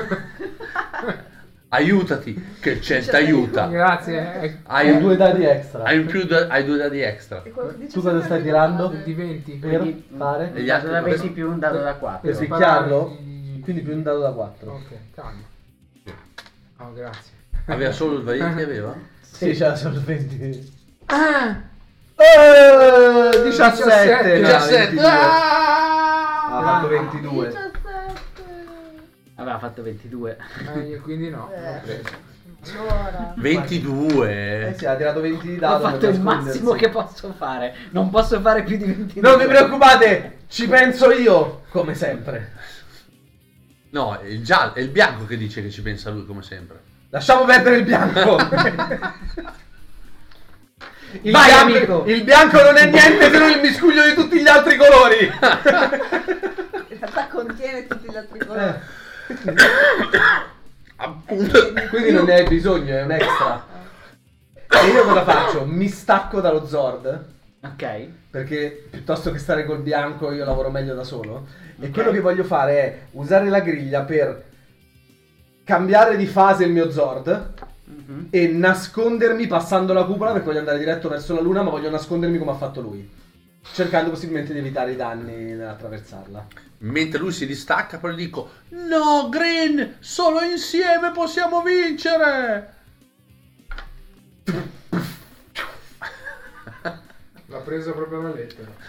Aiutati, che il cento aiuta. Grazie. eh. Hai Hai, due dadi extra. hai in più da- hai due dadi extra. Tu cosa stai tirando? Di venti. Per Quindi, fare? un E gli dado da altri- venti più un dado da quattro. Per picchiarlo? Quindi più un dado da quattro. Ok, calma. Oh, grazie. Aveva solo il venti, aveva? Sì, c'era solo venti. Ah, Eh, diciassette. no, diciassette. ventidue. ah, Ha fatto ventidue. diciassette. Aveva fatto ventidue. Eh, quindi no. Eh. Allora. ventidue. Eh sì, ha tirato venti di Ho dado. fatto per il massimo nascondersi. che posso fare. Non posso fare più di ventidue. Non vi preoccupate, ci penso io, come sempre. No, è il, giallo, è il bianco che dice che ci pensa lui, come sempre. Lasciamo perdere il bianco. Il, Vai, bianco amico. il bianco non è niente se non il miscuglio di tutti gli altri colori. In realtà contiene tutti gli altri colori. Appunto. Quindi non ne hai bisogno, è un extra. E io cosa faccio? Mi stacco dallo Zord. Ok. Perché piuttosto che stare col bianco io lavoro meglio da solo. E quello che voglio fare è usare la griglia per cambiare di fase il mio Zord Mhm. e nascondermi passando la cupola, perché voglio andare diretto verso la luna, ma voglio nascondermi come ha fatto lui, cercando possibilmente di evitare i danni nell'attraversarla. Mentre lui si distacca, poi gli dico: no, Green, solo insieme possiamo vincere. L'ha presa proprio la lettera.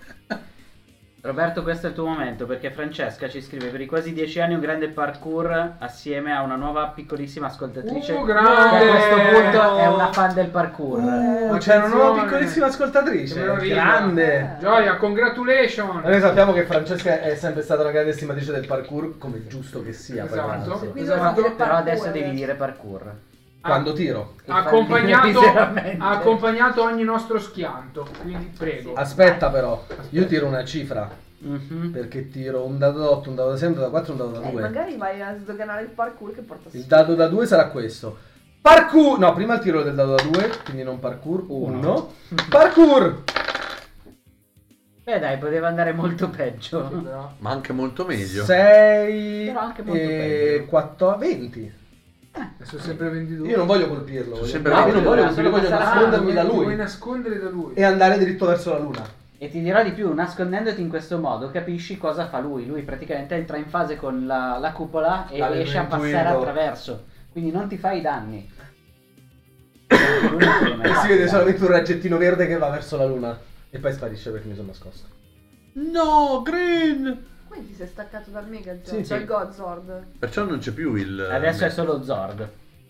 Roberto, questo è il tuo momento perché Francesca ci scrive: per i quasi dieci anni un grande parkour assieme a una nuova piccolissima ascoltatrice Uh, che grande! a questo punto è una fan del parkour. Uh, c'è una nuova Attenzione. piccolissima ascoltatrice, Che meraviglia. grande. Gioia, congratulations! Noi sappiamo che Francesca è sempre stata una grande estimatrice del parkour, come è giusto che sia. poi, Esatto. grazie. Quindi Esatto. devo dire Però parkour. adesso devi dire parkour. Quando tiro. Che Ha fa accompagnato, ridere miseramente. ha accompagnato ogni nostro schianto, quindi prego. Aspetta però, io tiro una cifra. Mhm. Perché tiro un dado da otto, un dado da sei, un dado da quattro, un dado da Eh, due. magari vai a sdoganare il parkour che porta Il dado da due sarà questo. Parkour! No, prima il tiro del dado da due, quindi non parkour. Uno. Parkour! Beh dai, poteva andare molto Sì, peggio. però. Ma anche molto meglio. sei Però anche molto e peggio. quattro, venti. Adesso sempre ventidue. Io non voglio colpirlo. Sono voglio- sempre no, io venti. non voglio Solo colpirlo, voglio passare- nascondermi Ah, da vuoi- Vuoi lui nascondere da lui. e andare dritto verso la luna. E ti dirò di più, nascondendoti in questo modo capisci cosa fa lui. Lui praticamente entra in fase con la, la cupola e L'avevo riesce a intuito. passare attraverso. Quindi non ti fai i danni. Lui non ti deve mai E si fare vede i solamente un raggettino verde che va verso la luna. E poi sparisce perché mi sono nascosto. No, Green. Quindi ti sei staccato dal Mega Sì, Zord, sì. dal Godzord. Perciò non c'è più il. danni. Adesso è solo Zord.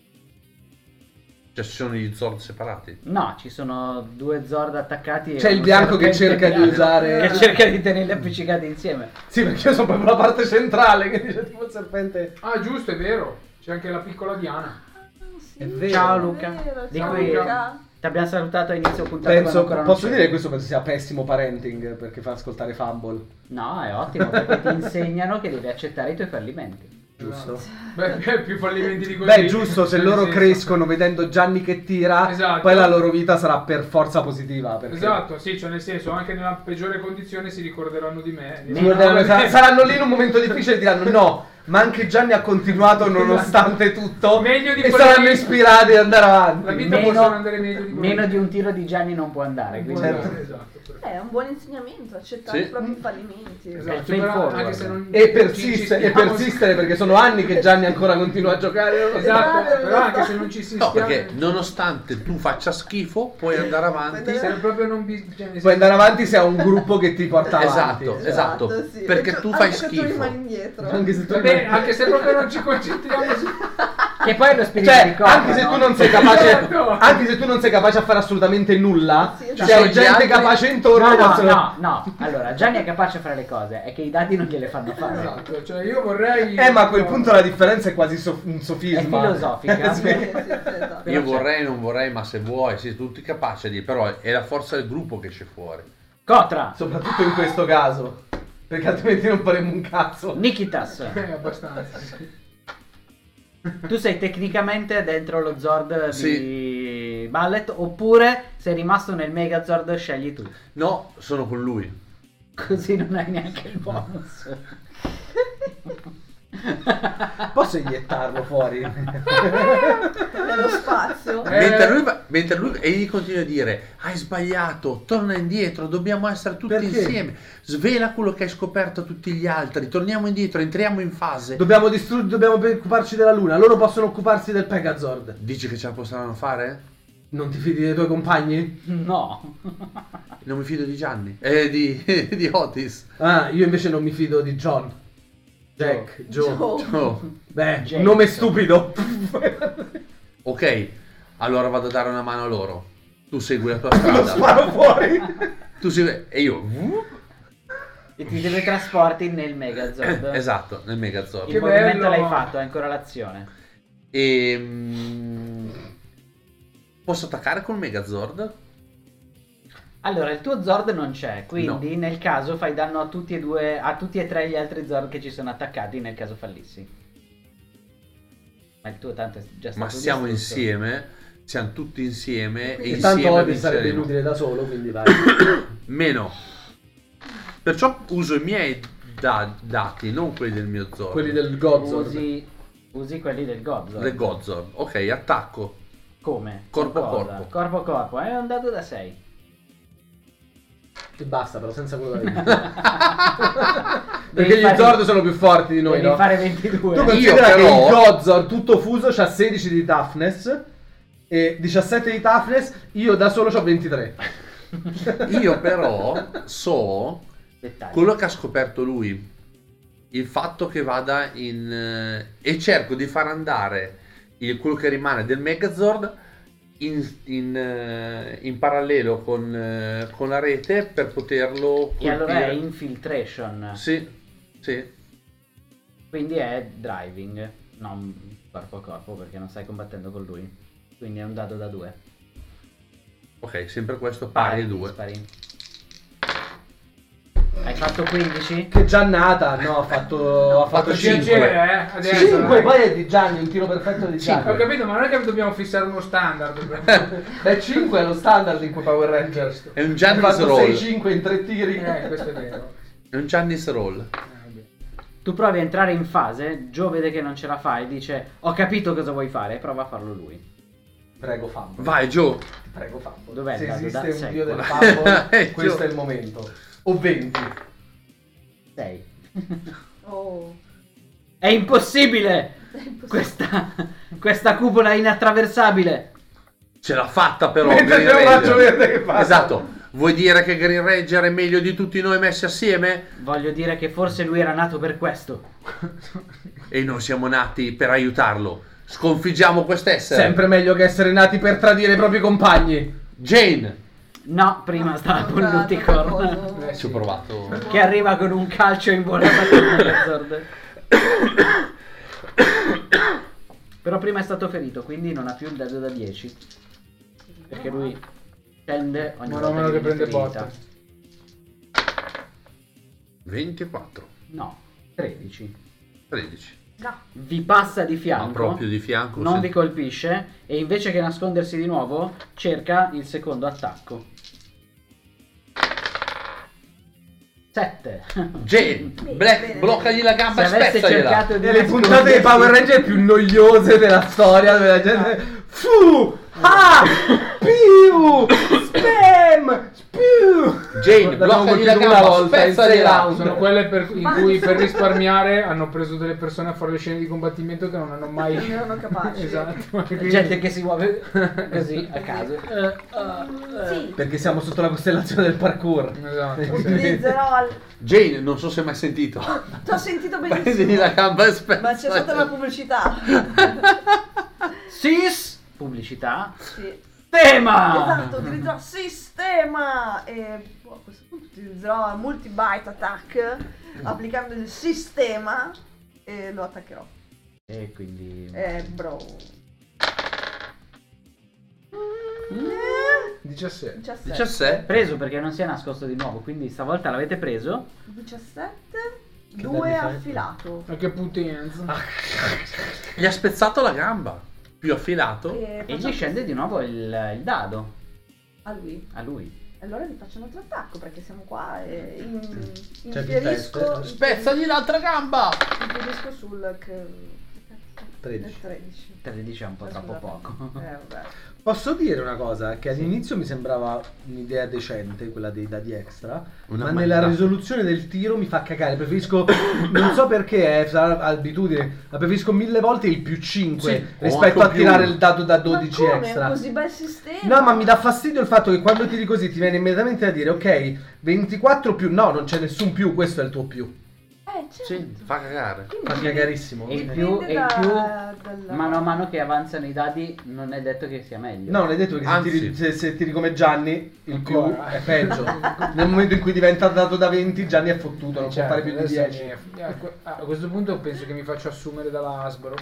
Cioè, ci sono gli Zord separati. No, ci sono due Zord attaccati. e C'è il uno bianco che serpente cerca di bianco usare- Che cerca di tenerli appiccicati insieme. Sì, perché io sono proprio la parte centrale che dice tipo il serpente. Ah, giusto, è vero. C'è anche la piccola Diana. È vero. Ciao Luca. È vero, Di ciao cui Luca. ti abbiamo salutato a inizio puntata. quando Penso, ancora non posso c'eri. dire che questo penso sia pessimo parenting perché fa ascoltare Fumble. No, è ottimo perché ti insegnano che devi accettare i tuoi fallimenti. Giusto? Beh, più fallimenti di così. Beh, giusto, se Nel loro senso- crescono vedendo Gianni che tira, Esatto. poi la loro vita sarà per forza positiva. Perché Esatto, sì, cioè nel senso, anche nella peggiore condizione si ricorderanno di me. si guarderanno- sar- saranno lì in un momento difficile e diranno no, ma anche Gianni ha continuato nonostante tutto. Meglio di e quello saranno di- ispirati ad andare avanti. La vita Meno- possono andare meglio di Meno di un tiro di Gianni non può andare. Quindi... Esatto, esatto. Eh, È un buon insegnamento, accettare Sì. i propri fallimenti. Esatto, È fail però forward. anche se non E ci persistere, e insistiamo- persistere perché sono anni che Gianni ancora continua a giocare. non lo so. Esatto, Esatto, però anche esatto. se non ci No, insistiamo, perché nonostante tu faccia schifo, puoi andare avanti. se proprio non bi- cioè, nel Puoi senso- andare avanti se ha un gruppo che ti porta avanti. Esatto, esatto, sì. perché E tu anche fai se tu schifo. rimani indietro. Anche se tu Va bene, anche se proprio non ci concentriamo su... Che poi è lo spirito Cioè, di Cobra, anche se no? tu non sei capace, Certo. anche se tu non sei capace a fare assolutamente nulla, Sì, se esatto. hai Ci sono gente gli altri- capace intorno, No, no, possono- no, no. Allora, Gianni è capace a fare le cose, è che i dati non gliele fanno fare. Esatto, cioè io vorrei... Eh, ma a quel punto la differenza è quasi sof- un sofisma. È filosofica. Sì. Sì, sì, sì, esatto. Però Io c'è. vorrei, non vorrei, ma se vuoi, siete tutti capaci di, però è la forza del gruppo che esce fuori. Cotra, Soprattutto in questo caso, perché altrimenti non faremo un cazzo. Nikitas, Eh, abbastanza, sì. tu sei tecnicamente dentro lo Zord di Sì. Ballet oppure sei rimasto nel Megazord, scegli tu. No, sono con lui. Così non hai neanche il bonus. Posso iniettarlo fuori? Nello spazio. Eh. Mentre lui, va- mentre lui e gli continua a dire: hai sbagliato, torna indietro, dobbiamo essere tutti Perché? insieme. Svela quello che hai scoperto a tutti gli altri. Torniamo indietro, entriamo in fase. Dobbiamo distruggere, dobbiamo occuparci della luna. Loro possono occuparsi del Pegazord. Dici che ce la potranno fare? Non ti fidi dei tuoi compagni? No. Non mi fido di Gianni. Eh, di, di Otis. Ah, io invece non mi fido di John. Jack, Joe. Joe. Oh, Beh, James. un nome stupido. ok, allora vado a dare una mano a loro. Tu segui la tua Lo strada. sparo fuori. Tu segui... E io... E ti teletrasporti nel Megazord. Eh, esatto, nel Megazord. Il Che movimento bello. l'hai fatto, è ancora l'azione. E... mm, posso attaccare col Megazord? Allora, il tuo Zord non c'è, quindi nel caso fai danno a tutti e due, a tutti e tre gli altri Zord che ci sono attaccati nel caso fallissi. Ma il tuo tanto è già stato Ma siamo distrutto. insieme, siamo tutti insieme e E tanto insieme Otis sarebbe vinceremo. inutile da solo, quindi vai. Meno. Perciò uso i miei da- dati, non quelli del mio Zord. Quelli del Godzord. Usi, usi quelli del Godzord. Del Godzord. Ok, attacco. Come? Corpo a Cosa? corpo. Corpo a corpo, è un dato da sei. E basta, però senza quello da vita. Perché Devi gli fare- Zord sono più forti di noi, Devi no? fare ventidue. Tu Io considera che però- il Godzord tutto fuso c'ha sedici di toughness e diciassette di toughness, io da solo c'ho ventitré. Io però so Dettagli. quello che ha scoperto lui. Il fatto che vada in... eh, e cerco di far andare il- quello che rimane del Megazord in, in, eh, in parallelo con, eh, con la rete per poterlo E allora è colpire. infiltration. Sì, sì. Quindi è driving, non corpo a corpo perché non stai combattendo con lui. Quindi è un dado da due. Ok, sempre questo pari a due. dispari. Hai fatto quindici? Che giannata, no, ha fatto, ha fatto fatto cinque. Piacere, eh? Adesso, cinque, dai. poi è di Gianni, un tiro perfetto di Sì, ho Gianni. capito, ma non è che dobbiamo fissare uno standard. Beh, cinque è lo standard in quei Power Rangers. È un Hai Giannis fatto roll. sei cinque in tre tiri. eh, questo è vero. È un Giannis roll. Eh, vabbè. Tu provi a entrare in fase, Joe vede che non ce la fai, dice ho capito cosa vuoi fare, prova a farlo lui. Prego, Fumble. Vai, Joe. Ti prego, Fumble. Dov'è il Se dado esiste da un sei? dio del Fumble, Eh, questo Gio. è il momento. O venti. sei. Oh. È impossibile! È impossibile. Questa, questa cupola è inattraversabile. Ce l'ha fatta però Mentre Green c'è un Ranger. raggio verde che passa. Esatto. Vuoi dire che Green Ranger è meglio di tutti noi messi assieme? Voglio dire che forse lui era nato per questo. E noi siamo nati per aiutarlo. Sconfiggiamo quest'essere. Sempre meglio che essere nati per tradire i propri compagni. Jane. No, prima stava con Luticorn. Eh, Ci sì. ho provato. Che arriva con un calcio in buona Megazord. Però prima è stato ferito, quindi non ha più il dado da dieci. Perché lui scende ogni Ma volta non meno che viene prende ferita. botte. ventiquattro. No, tredici. tredici. No. Vi passa di Ma fianco, proprio di fianco. non sì. vi colpisce e invece che nascondersi di nuovo cerca il secondo attacco. sette. Jane, Black, bene, bloccagli la gamba Se e avesse spezzagliela. cercato di Le puntate dei Power Ranger più noiose della storia, dove la gente fu, ah, più, spam, più. Jane, L'abbiamo bloccagli la colpito una gamba, volta in sei spezzagliela. round. Sono quelle per, in cui per risparmiare hanno preso delle persone a fare le scene di combattimento che non hanno mai... Non erano capaci. Esatto. Quindi- gente che si muove così a caso. Eh, eh, Sì, Perché siamo sotto la costellazione del parkour. Esatto. sì. utilizzerò... il- Jane, non so se hai mai sentito. Ti ho sentito Prendili benissimo. la gamba e spezzagliela. Ma c'è stata una pubblicità. Sis, pubblicità. Sì. Tema. Esatto, utilizzerò sistema e boh, a questo punto utilizzerò multi-byte attack applicando il sistema e lo attaccherò. E quindi Eh, bro. diciassette. diciassette. diciassette. preso perché non si è nascosto di nuovo, quindi stavolta l'avete preso. diciassette. Che due danni fai? affilato. Ma che potenza. Gli ha spezzato la gamba. Più affilato. E, E faccio- gli scende di nuovo il, il dado a lui. a lui. Allora gli faccio un altro attacco perché siamo qua e in, C'è infierisco, più teste. Spezzagli l'altra gamba. infierisco sul che, tredici. tredici. tredici è un po' troppo poco. Eh, vabbè. Posso dire una cosa? Che all'inizio mi sembrava un'idea decente, quella dei dadi extra, Una ma maldà. nella risoluzione del tiro mi fa cagare. Preferisco, non so perché, eh, sarà abitudine, ma preferisco mille volte il più cinque Sì, o rispetto anche a più. tirare il dado da dodici Ma come? È extra. un così bel sistema. No, ma mi dà fastidio il fatto che quando tiri così ti viene immediatamente da dire, ok, ventiquattro più, no, non c'è nessun più, questo è il tuo più. Eh, certo. Sì. Fa cagare. Quindi Fa cagarissimo. E il dipende più, e il da- più dalla- mano a mano che avanzano i dadi non è detto che sia meglio. No, non hai detto che se Anzi. tiri, se, se tiri come Gianni, il più Ancora. è peggio. Nel momento in cui diventa dato da venti, Gianni è fottuto, non Certo, può fare più di adesso dieci. mi- a que- a questo punto penso che mi faccio assumere dalla Hasbro.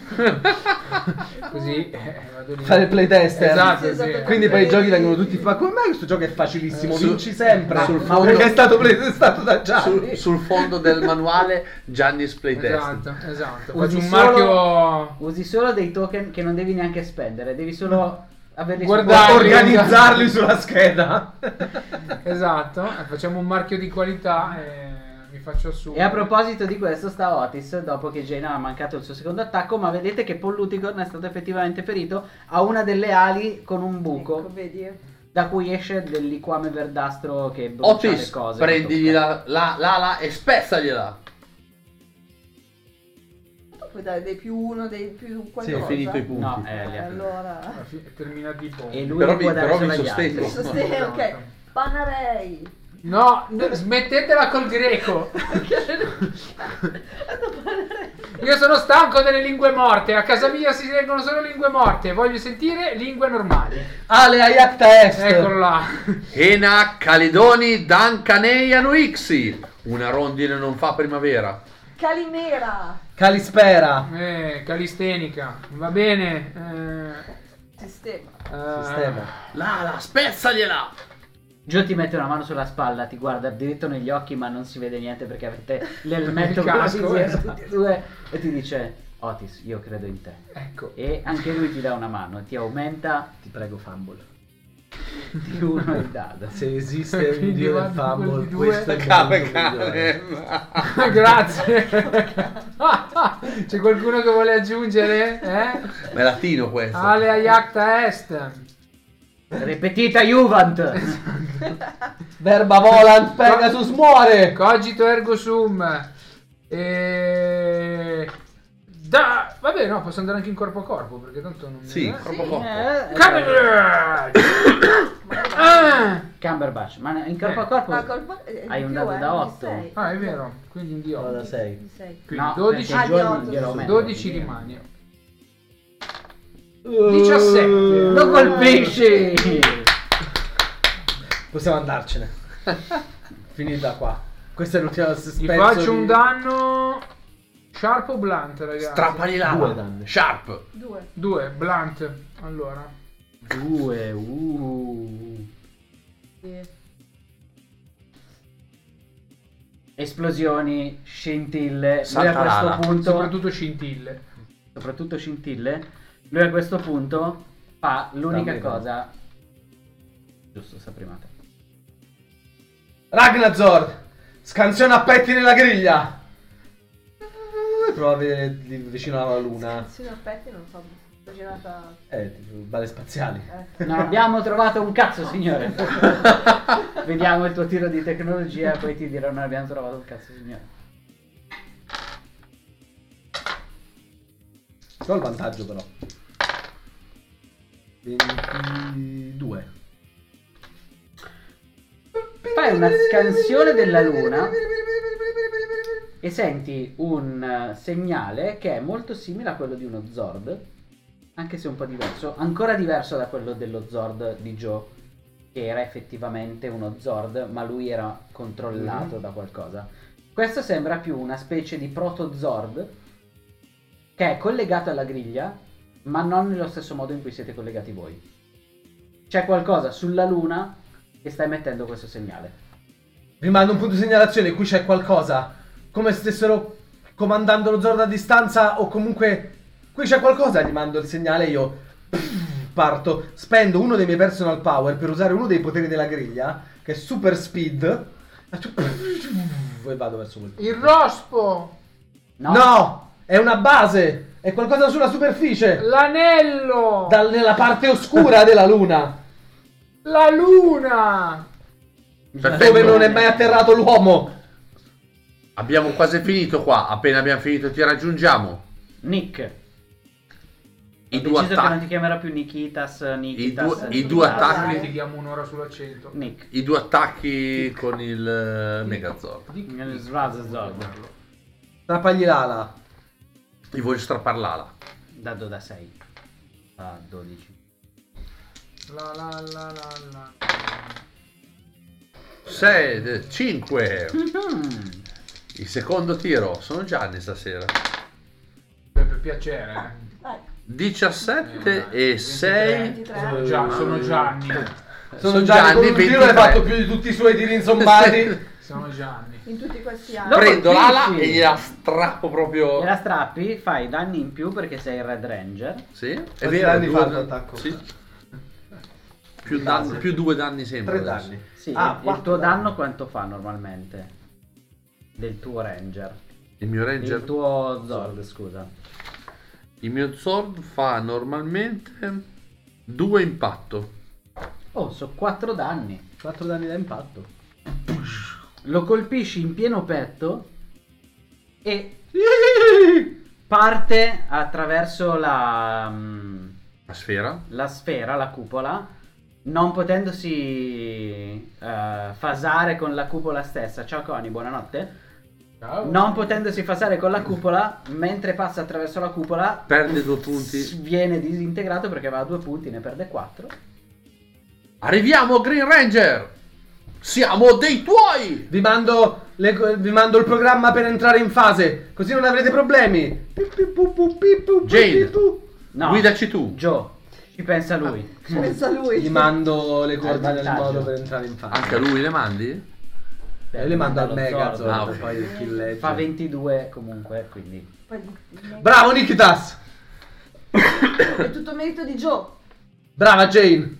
Così eh, vado lì. Fare il playtester. Esatto, Sì, sì. esatto. Quindi poi i giochi vengono tutti. Ma come mai questo gioco è facilissimo? Eh, sul- Vinci sempre. sul Ma fondo- perché è stato playtestato da Gianni. Sul, sul fondo del manuale Gianni's Playtest. Esatto, esatto. Usi Faccio un solo- marchio... Usi solo dei token che non devi neanche spendere, devi solo averli Guardare. su- Organizzarli sulla scheda. Esatto, eh, facciamo un marchio di qualità e mi faccio assumere. E a proposito di questo sta Otis, dopo che Jaina ha mancato il suo secondo attacco, ma vedete che Paul Luticorn è stato effettivamente ferito, ha una delle ali con un buco, Ecco, vedi? da cui esce del liquame verdastro che brucia le Otis, cose. prendigli la, la, l'ala e spezzagliela. Tu puoi dare dei più uno, dei più qualcosa. Ho finito i punti. No, eh, Eh, li ha- allora... Alla fine termina di po'. E lui Però li può vi- dare però vi solo agli sostengo. altri. Sostiene, ok. Panarei. No, n- smettetela col greco. Io sono stanco delle lingue morte. A casa mia si leggono solo lingue morte. Voglio sentire lingue normali. Ale Ayakta Est. Eccolo là. Ena Calidoni Dancaneiano Ixi. Una rondine non fa primavera. Calimera. Calispera. Eh, calistenica. Va bene. Eh, Sistema. eh, Sistema. L'ala, spezzagliela. Gio ti mette una mano sulla spalla, ti guarda diritto negli occhi ma non si vede niente perché avete l'elmetto Il con la casco, visiera esatto. tutti e due e ti dice Otis, io credo in te. Ecco. E anche lui ti dà una mano, ti aumenta Ti prego, fumble. di uno il dado. Se esiste un Quindi dio del guarda, fumble, quelli due. questo è il Cave momento migliore. cane. Grazie. C'è qualcuno che vuole aggiungere? Eh? Ma è latino questo. Ale Ayakta Est. Ripetita Juvent! Verba volant, Pegasus muore. Cogito ergo sum. E... Da... Vabbè, no, posso andare anche in corpo a corpo perché tanto non... Sì, eh? corpo a corpo. Eh, Cumberbatch! Ah! Cumberbatch, ma in corpo a corpo Ah, colpa- eh, hai di un più, dado eh, da di otto. sei. Ah, è vero, quindi in Vado da D otto. sei. Di sei. Quindi No, dodici, perché i Ah, giorni di glielo otto, metto, dodici quindi- rimani. Uh, diciassette. Lo colpisci! Possiamo andarcene. Finita qua. Questa è l'ultima Gli spezzo faccio di- un danno sharp o blunt, ragazzi? Strappagli Due l'ala. danni. Sharp. Due. Due, blunt. Allora. Due, uh. Sì. Esplosioni, scintille. Lui a Saltarala. questo punto, Soprattutto scintille. soprattutto scintille, lui a questo punto fa l'unica Dammi, cosa. Giusto, sta prima te. Ragnazord, Scansiona a petti nella griglia. E prova a vedere lì vicino alla luna. Sì, a petti non so, immaginata... Eh, tipo balle spaziali. Eh. Non abbiamo trovato un cazzo, signore. Vediamo il tuo tiro di tecnologia e poi ti dirò non abbiamo trovato un cazzo, signore. Ho il vantaggio però. ventidue. Fai una scansione della luna e senti un eh, segnale che è molto simile a quello di uno Zord, anche se un po' diverso, ancora diverso da quello dello Zord di Joe, che era effettivamente uno Zord, ma lui era controllato mm. da qualcosa. Questo sembra più una specie di proto-Zord che è collegato alla griglia, ma non nello stesso modo in cui siete collegati voi. C'è qualcosa sulla luna che sta emettendo questo segnale. Vi mando un punto di segnalazione, qui c'è qualcosa. Come se stessero comandando lo Zord a distanza o comunque... Qui c'è qualcosa, gli mando il segnale, io parto, spendo uno dei miei personal power per usare uno dei poteri della griglia, che è super speed, e vado verso quel punto. Il rospo! No, No! È una base! È qualcosa sulla superficie! L'anello! Dal, nella parte oscura della luna! La luna! Perfetto. Dove non è mai atterrato l'uomo! Abbiamo quasi finito qua. Appena abbiamo finito ti raggiungiamo. Nick. I Ho due deciso che non ti attacchi. chiamerà più Nikitas, Nikitas. due- i due Nikitas. attacchi. Ti chiamo un'ora sull'accento. Nick. I due attacchi con il eh, Megazord. Nel Svazazord. Strappagli l'ala. Ti voglio strappare l'ala. Dado da sei a dodici. La la la la la. sei, cinque. Mhm. Il secondo tiro. Sono Gianni stasera. Per, per piacere, eh. Dai, diciassette Eh, e sei. ventitré. Sono, Gia- sono Gianni. Sono Sono Gianni, con Gianni, un tiro hai ventitré. fatto più di tutti i suoi tiri insommati. Sono Gianni. In tutti questi anni. No. Prendo colpisci. l'ala e gliela strappo proprio. Gliela strappi, fai danni in più perché sei il Red Ranger. Sì, è Quanti vero. danni due fa dan- l'attacco? Sì. Più, Base. danni, più due danni sempre. Tre adesso. danni. Sì, Ah, il quattro tuo danni. danno quanto fa normalmente? Del tuo Ranger. Il mio Ranger. Il tuo Zord, scusa. Il mio Zord fa normalmente due impatto. Oh, sono quattro danni. quattro danni da impatto. Lo colpisci in pieno petto e parte attraverso la, mm, La sfera. la sfera, la cupola, non potendosi eh, fasare con la cupola stessa. Ciao Connie, buonanotte. Ciao. Non potendosi fasare con la cupola, mentre passa attraverso la cupola, Perde due punti. s- viene disintegrato perché aveva due punti, ne perde quattro. Arriviamo Green Ranger. Siamo dei tuoi. Vi mando, le- vi mando il programma per entrare in fase, così non avrete problemi. Jane. No, Guidaci tu. Joe, ci pensa lui. Ci pensa lui. Gli mando le coordinate del vantaggio. modo per entrare in fase. Anche a lui le mandi? Beh, Io le mando al lo Megazord, Zord, Ah, ok. poi il kill legge. fa ventidue comunque, quindi Poi- Bravo Nikitas! È tutto merito di Joe. Brava Jane!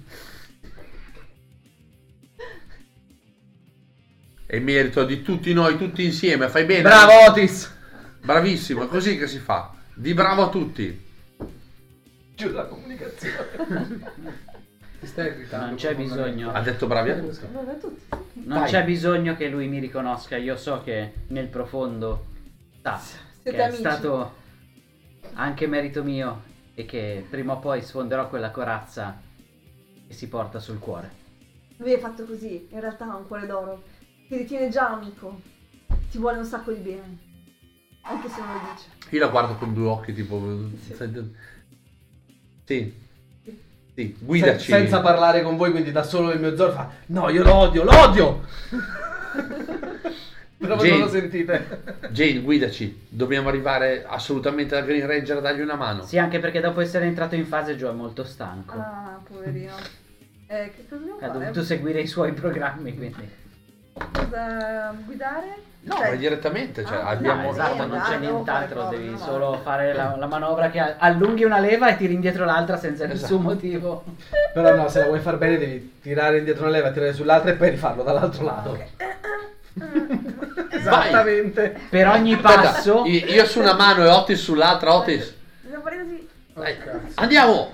È merito di tutti noi, tutti insieme. Fai bene. Bravo Otis! Bravissimo, è così che si fa. Di bravo a tutti. Giù la comunicazione. Ti stai irritando? non c'è bisogno. Ha detto bravi a tutti. Non è tutti. Non Vai. c'è bisogno che lui mi riconosca, io so che nel profondo sa Siete che è amici. stato anche merito mio e che prima o poi sfonderò quella corazza che si porta sul cuore. Lui è fatto così, in realtà ha un cuore d'oro. Ti ritiene già amico. Ti vuole un sacco di bene. Anche se non lo dice. Io la guardo con due occhi tipo... Sì. Sì, guidaci. Sen- senza parlare con voi, quindi da solo il mio Zord fa: no, io lo odio, lo odio! Però voi non lo Jane. sentite. Jane, guidaci. Dobbiamo arrivare assolutamente da Green Ranger a dargli una mano. Sì, anche perché dopo essere entrato in fase Joe è molto stanco. Ah, poverino. Eh, che cosa dobbiamo Ha fare? dovuto seguire i suoi programmi, quindi... Cosa guidare? No, Cioè, ma direttamente, cioè Ah, abbiamo... No, esatto, eh, non dai, c'è devo nient'altro, fare devi proprio, solo no. fare la, la manovra che a- allunghi una leva e tiri indietro l'altra senza nessun Esatto. motivo. Però no, se la vuoi far bene devi tirare indietro una leva, tirare sull'altra e poi rifarlo dall'altro lato. Ok. Esattamente. Per ogni Aspetta, passo... io io su una mano e Otis sull'altra. Otis, Bisogna fare così. dai, cazzo. andiamo.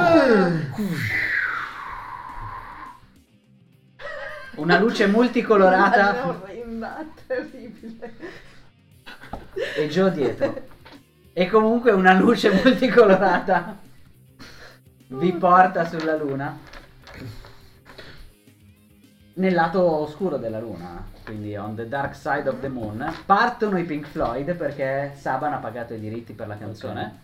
Una luce multicolorata No, terribile. e Joe dietro. E comunque una luce multicolorata vi porta sulla luna. Nel lato oscuro della luna, quindi on the dark side of the moon, partono i Pink Floyd perché Saban ha pagato i diritti per la canzone.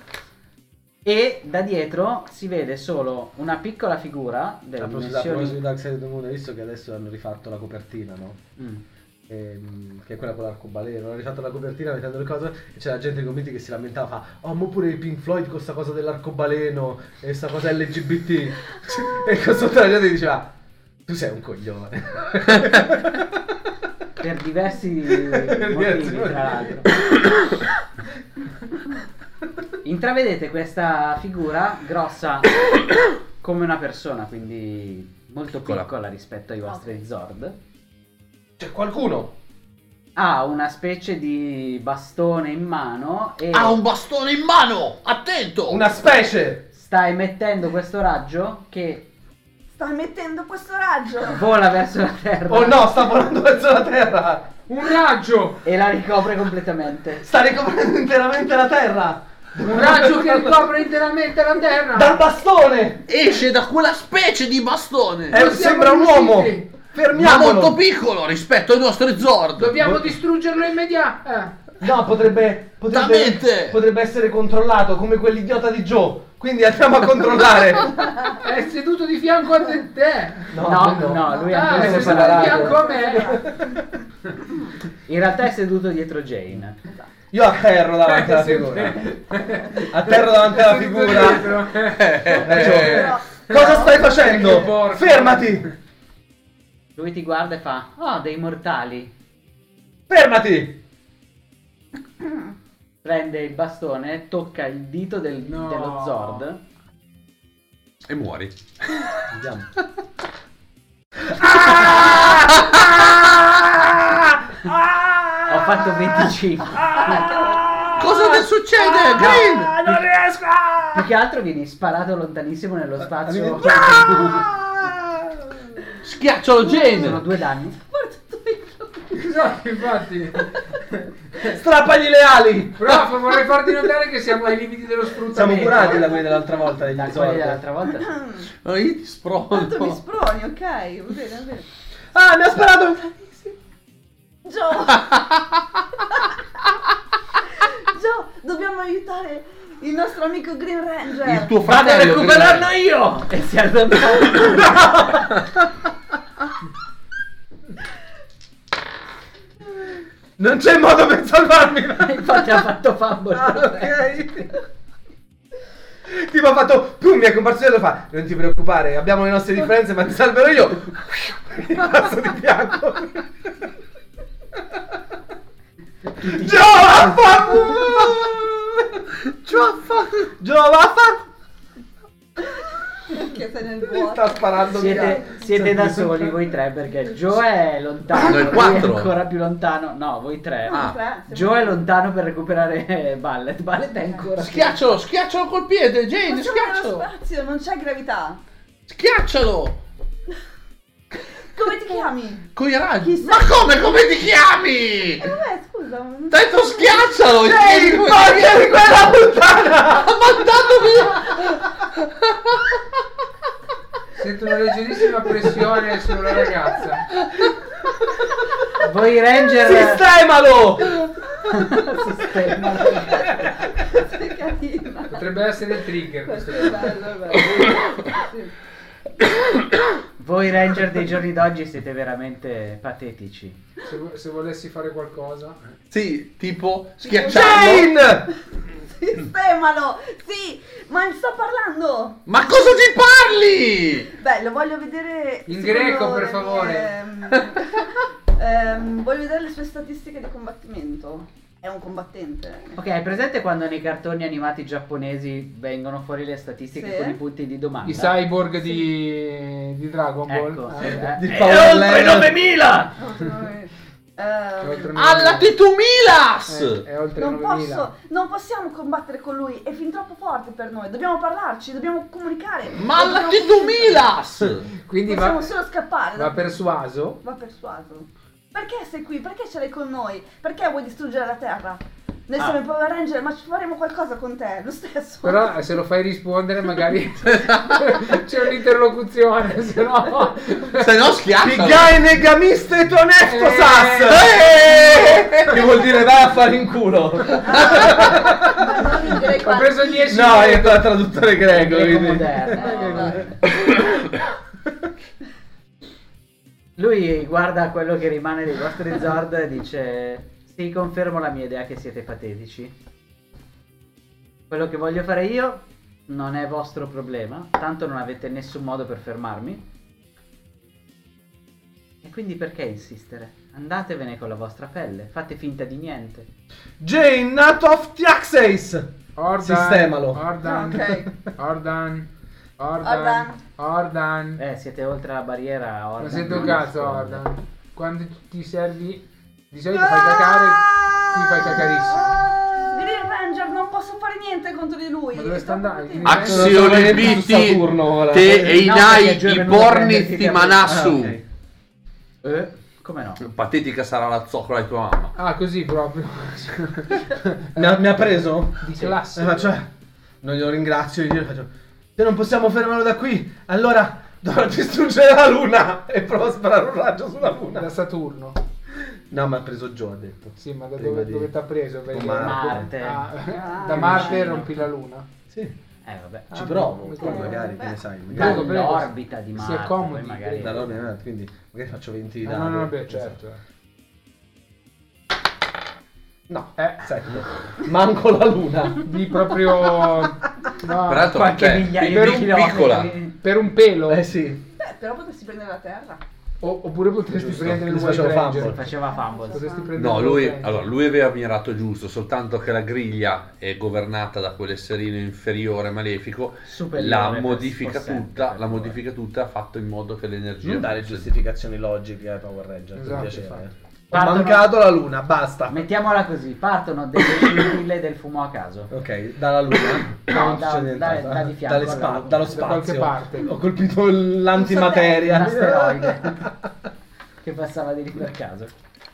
E da dietro si vede solo una piccola figura delle A proposito a proposito dimensioni... di Dark Side of the Moon, hai visto che adesso hanno rifatto la copertina, no? Mm. Ehm, che è quella con l'arcobaleno, hanno rifatto la copertina mettendo le cose e c'era gente nei commenti che si lamentava, fa oh ma pure i Pink Floyd con sta cosa dell'arcobaleno e sta cosa L G B T e con sotto la gente diceva tu sei un coglione. Per diversi diversi motivi, motivi. tra l'altro. Intravedete questa figura grossa come una persona, quindi molto Piccola. piccola rispetto ai vostri Zord. C'è qualcuno? Ha una specie di bastone in mano e Ha un bastone in mano, attento. Una specie! sta emettendo questo raggio che Sta emettendo questo raggio. vola verso la terra Oh no, sta volando verso la terra! Un raggio! e la ricopre completamente. Sta ricoprendo interamente la terra! Un raggio che ricopre interamente la terra! Dal bastone! Esce da quella specie di bastone. Eh, siamo sembra un riusciti. uomo! Ma Fermiamolo! molto piccolo rispetto ai nostri Zord. Dobbiamo distruggerlo immediatamente! No, potrebbe, potrebbe, Veramente? potrebbe essere controllato come quell'idiota di Joe. Quindi andiamo a controllare. È seduto di fianco a te! No, quello no, lui è Ah, ancora è seduto di separato. fianco a me! In realtà è seduto dietro Jane. Io atterro davanti alla Eh, figura. sempre. Atterro davanti alla Seduto figura. dietro. Eh, Cosa stai facendo? Che porco. Fermati! Lui ti guarda e fa: oh, dei mortali. Fermati! Prende il bastone, tocca il dito del- No. dello Zord. E muori. Andiamo. Ho fatto venticinque. Cosa ti succede, Green? non riesco! Più che altro vieni sparato lontanissimo nello spazio. Schiaccialo, Sono Jane. due danni. Esatto, infatti. Strappagli le ali! Prof, vorrei farti notare che siamo ai limiti dello Siamo sfruttamento. curati da quelli dell'altra volta degli Da quelli Zord. dell'altra volta. No, io ti Quanto mi sprono. sproni, ok? Va bene, va bene. Ah, mi ha sparato! Joe! Joe, dobbiamo aiutare il nostro amico Green Ranger. Il tuo Vado a fratello. recuperarlo Green. io! E si allontana. Non c'è modo per salvarmi! Infatti ha fatto fumble. Ah, ok. Tipo ha fatto, tu mi hai comparso e lo fa, non ti preoccupare, abbiamo le nostre differenze ma ti salverò io. Mi passo di fianco. Gio vaffanculo! Gio vaffanculo! Gio vaffanculo! Che sei nel Mi vuoto. sta sparando via. Siete, siete da soli voi tre perché Joe è lontano. Noi lui quattro. è ancora più lontano. No, voi tre. Ah. Tre, siamo- Joe è lontano per recuperare Ballet. Ballet è ancora. Schiaccialo, schiaccialo col piede, Jane, Ma siamo nello schiaccialo. spazio, non c'è gravità. Schiaccialo. Come ti chiami? Con i raggi. Chi sei? Ma come, come ti chiami? Eh vabbè, scusa. non- Dai, tu schiaccialo. Ehi, Come- porca di quella puttana! Ha mandato via. Sento una leggerissima pressione sulla ragazza. Voi Ranger. Sistemalo! Sistema. Sei carina. Potrebbe essere il trigger questo. Questo è bello, è bello. Sì. Voi Ranger dei giorni d'oggi siete veramente patetici. Se, vo- se volessi fare qualcosa. Sì, tipo schiacciarlo. Jane! Sistemalo! Sì, ma sto parlando! Ma cosa ti parli? Beh, lo voglio vedere... In secondo greco, per le favore. mie- ehm, voglio vedere le sue statistiche di combattimento. È un combattente. Ok, hai presente quando nei cartoni animati giapponesi vengono fuori le statistiche Sì. con i punti di domanda? I cyborg di, di Dragon Ball. Ecco, Ah, sì, eh. Di È Power oltre Level. novemila! Ehm, oltre Alla Titumilas! Eh, è oltre non novemila. posso, non possiamo combattere con lui, è fin troppo forte per noi. Dobbiamo parlarci, dobbiamo comunicare. Ma alla Dobbiamo Titumilas! Quindi Possiamo va, solo scappare. va persuaso. Va persuaso. Perché sei qui? Perché ce l'hai con noi? Perché vuoi distruggere la terra? Noi siamo Ah. i Power Ranger, ma ci faremo qualcosa con te, lo stesso. Però se lo fai rispondere magari c'è un'interlocuzione, se no... Se no schiaccia! Pigai negamiste tonesto Eh. sas! Eh! Che vuol dire vai a fare in culo. Ma non in greco. Ho preso dieci No, è minuti. il traduttore greco. Greco quindi. moderno. Eh, Lui guarda quello che rimane dei vostri Zord e dice: sì, confermo la mia idea che siete patetici. Quello che voglio fare io non è vostro problema, tanto non avete nessun modo per fermarmi. E quindi perché insistere? Andatevene con la vostra pelle, fate finta di niente. Jane, nato of Tiaxeis! Ordan, Sistemalo. Ordan, Ok. Ordan, Ordan, Ordan. Ordan. Eh, siete oltre la barriera. Non Ordan, sento non cazzo, risponde. Ordan. Quando ti servi, di solito fai cacare, qui fai cacarissimo. Green Ranger, non posso fare niente contro di lui. Ma dove sta andando? È Azioni Sono su Saturno, ora. biti te No, einai perché Gio è i venuto a borni prenderti ti i capelli. manassu. Ah, ok. Eh, come no? Patetica sarà la zoccola di tua mamma. Ah, così proprio. Mi ha, mi ha preso? Di E classe. faccio, eh, non glielo ringrazio, io gli faccio, se non possiamo fermarlo da qui, allora dovrò distruggere la luna. E provo a sparare un raggio sulla Da luna. Saturno. No, ma ha preso Joe, ha detto. Sì, ma da Prima dove, di- dove t'ha preso? Perché- Marte. Ah, Ah, da Marte vicino. rompi la luna. Sì, Eh vabbè. ci Ah, provo, beh, poi beh, magari, beh. che ne sai. Prego, Magari, prego. Dall'orbita di Si Marte, accomodi, poi magari... prego. da allora, quindi magari faccio venti di Ah, dadi. no, no, beh, certo. No, Eh, sette. Manco la luna. di proprio... No, Peraltro, Qualche cioè, migliaio per di un chilometri. piccola. per un pelo. Eh sì. Beh, però potresti prendere la terra. O- oppure potresti Giusto, prendere il che White faceva Ranger. fumble. Faceva fumble. Potresti prendere No, il lui, White Ranger. allora, lui aveva mirato giusto, soltanto che la griglia è governata da quell'esserino inferiore malefico, Superiore la per modifica possente, tutta, per la favore. modifica tutta ha fatto in modo che l'energia... Non dare giustificazioni logiche ai Power Ranger, Esatto, per piacere. infatti. Ho Partono- mancato la luna, basta. Mettiamola così, partono delle scintille del fumo a caso. Ok, dalla luna. Non da- succede da- niente. da di fianco Dalle alla spa- luna. dallo Da qualche spazio. parte. Ho colpito l'antimateria. Un asteroide che passava di lì per caso.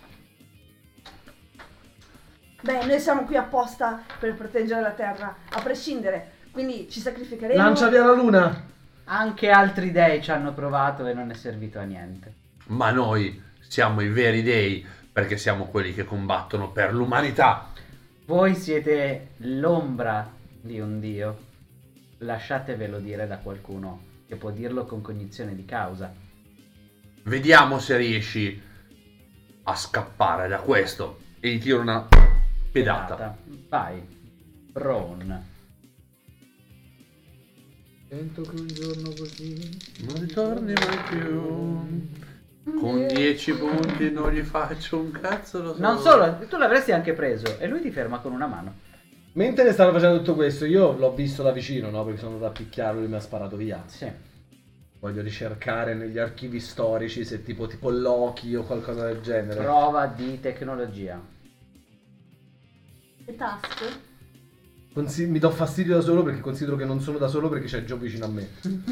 Beh, noi siamo qui apposta per proteggere la terra, a prescindere. Quindi ci sacrificheremo. Lancia via la luna. Anche altri dei ci hanno provato e non è servito a niente. Ma noi siamo i veri dei, perché siamo quelli che combattono per l'umanità. Voi siete l'ombra di un dio. Lasciatevelo dire da qualcuno che può dirlo con cognizione di causa. Vediamo se riesci a scappare da questo. E gli tiro una pedata. Vai. Braun. Sento che un giorno così... Non ritorni mai più. Con dieci punti non gli faccio un cazzo, lo so. Non solo, tu l'avresti anche preso e lui ti ferma con una mano. Mentre stanno facendo tutto questo, io l'ho visto da vicino, no? Perché sono andato a picchiarlo e mi ha sparato via. Sì. Voglio ricercare negli archivi storici se tipo tipo Loki o qualcosa del genere. Prova di tecnologia. E task? Consi- mi do fastidio da solo perché considero che non sono da solo perché c'è Joe vicino a me.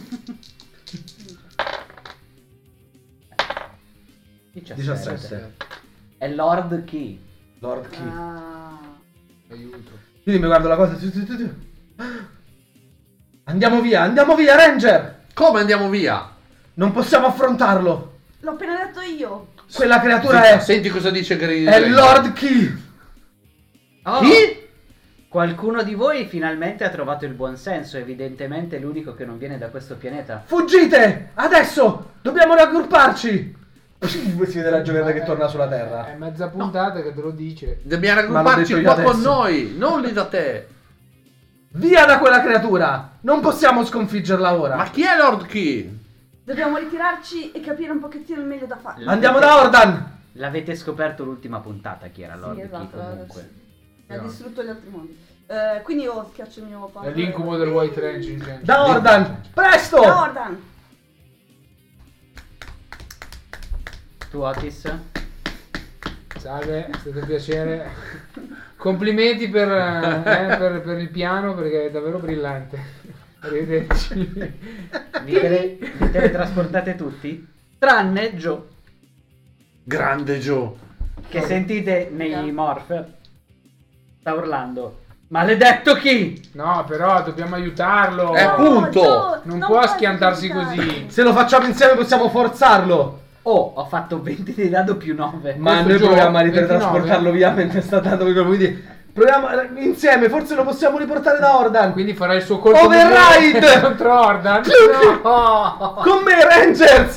diciassette. diciassette. È Lord Key. Lord Key. Ah. Aiuto. Quindi mi guardo la cosa. tu, tu, tu, tu. Andiamo via, andiamo via, Ranger! Come andiamo via? Non possiamo affrontarlo. L'ho appena detto io. Quella creatura Zitta, è. senti cosa dice Green È Ranger. Lord Key! Oh, Chi? qualcuno di voi finalmente ha trovato il buon senso, evidentemente l'unico che non viene da questo pianeta. Fuggite! Adesso! Dobbiamo raggrupparci! Si vede la giovane che torna sulla terra. È mezza puntata che te lo dice. Dobbiamo Ma l'ho raggrupparci detto qua io con adesso. noi, non lì da te. Via da quella creatura! Non possiamo sconfiggerla ora! Ma chi è Lord Key? Dobbiamo ritirarci e capire un pochettino il meglio da fare. Andiamo da Ordan! L'avete scoperto l'ultima puntata chi era Lord Sì, Key esatto, comunque. sì. Mi ha distrutto gli altri mondi. Eh, quindi io schiaccio il mio È power. l'incubo del White Ranger. in genere. Da Ordan! Presto! Da Ordan! Tu Otis? Salve, è stato un piacere. Complimenti per, eh, per, per il piano perché è davvero brillante. Arrivederci. Vi, tele- vi teletrasportate tutti? Tranne Joe, Grande Joe. che sentite nei morph. Sta urlando. Maledetto chi? No, però dobbiamo aiutarlo. Eh, appunto. Joe, Non, non può puoi schiantarsi sacrificare. così. Se lo facciamo insieme possiamo forzarlo. Oh, ho fatto venti di dado più nove. Ma Questo noi Joe, proviamo a ventinove. ritrasportarlo via mentre sta dando i quindi proviamo insieme, forse lo possiamo riportare da Ordan. Quindi farà il suo colpo Override! di contro Ordan. No. Con me Rangers!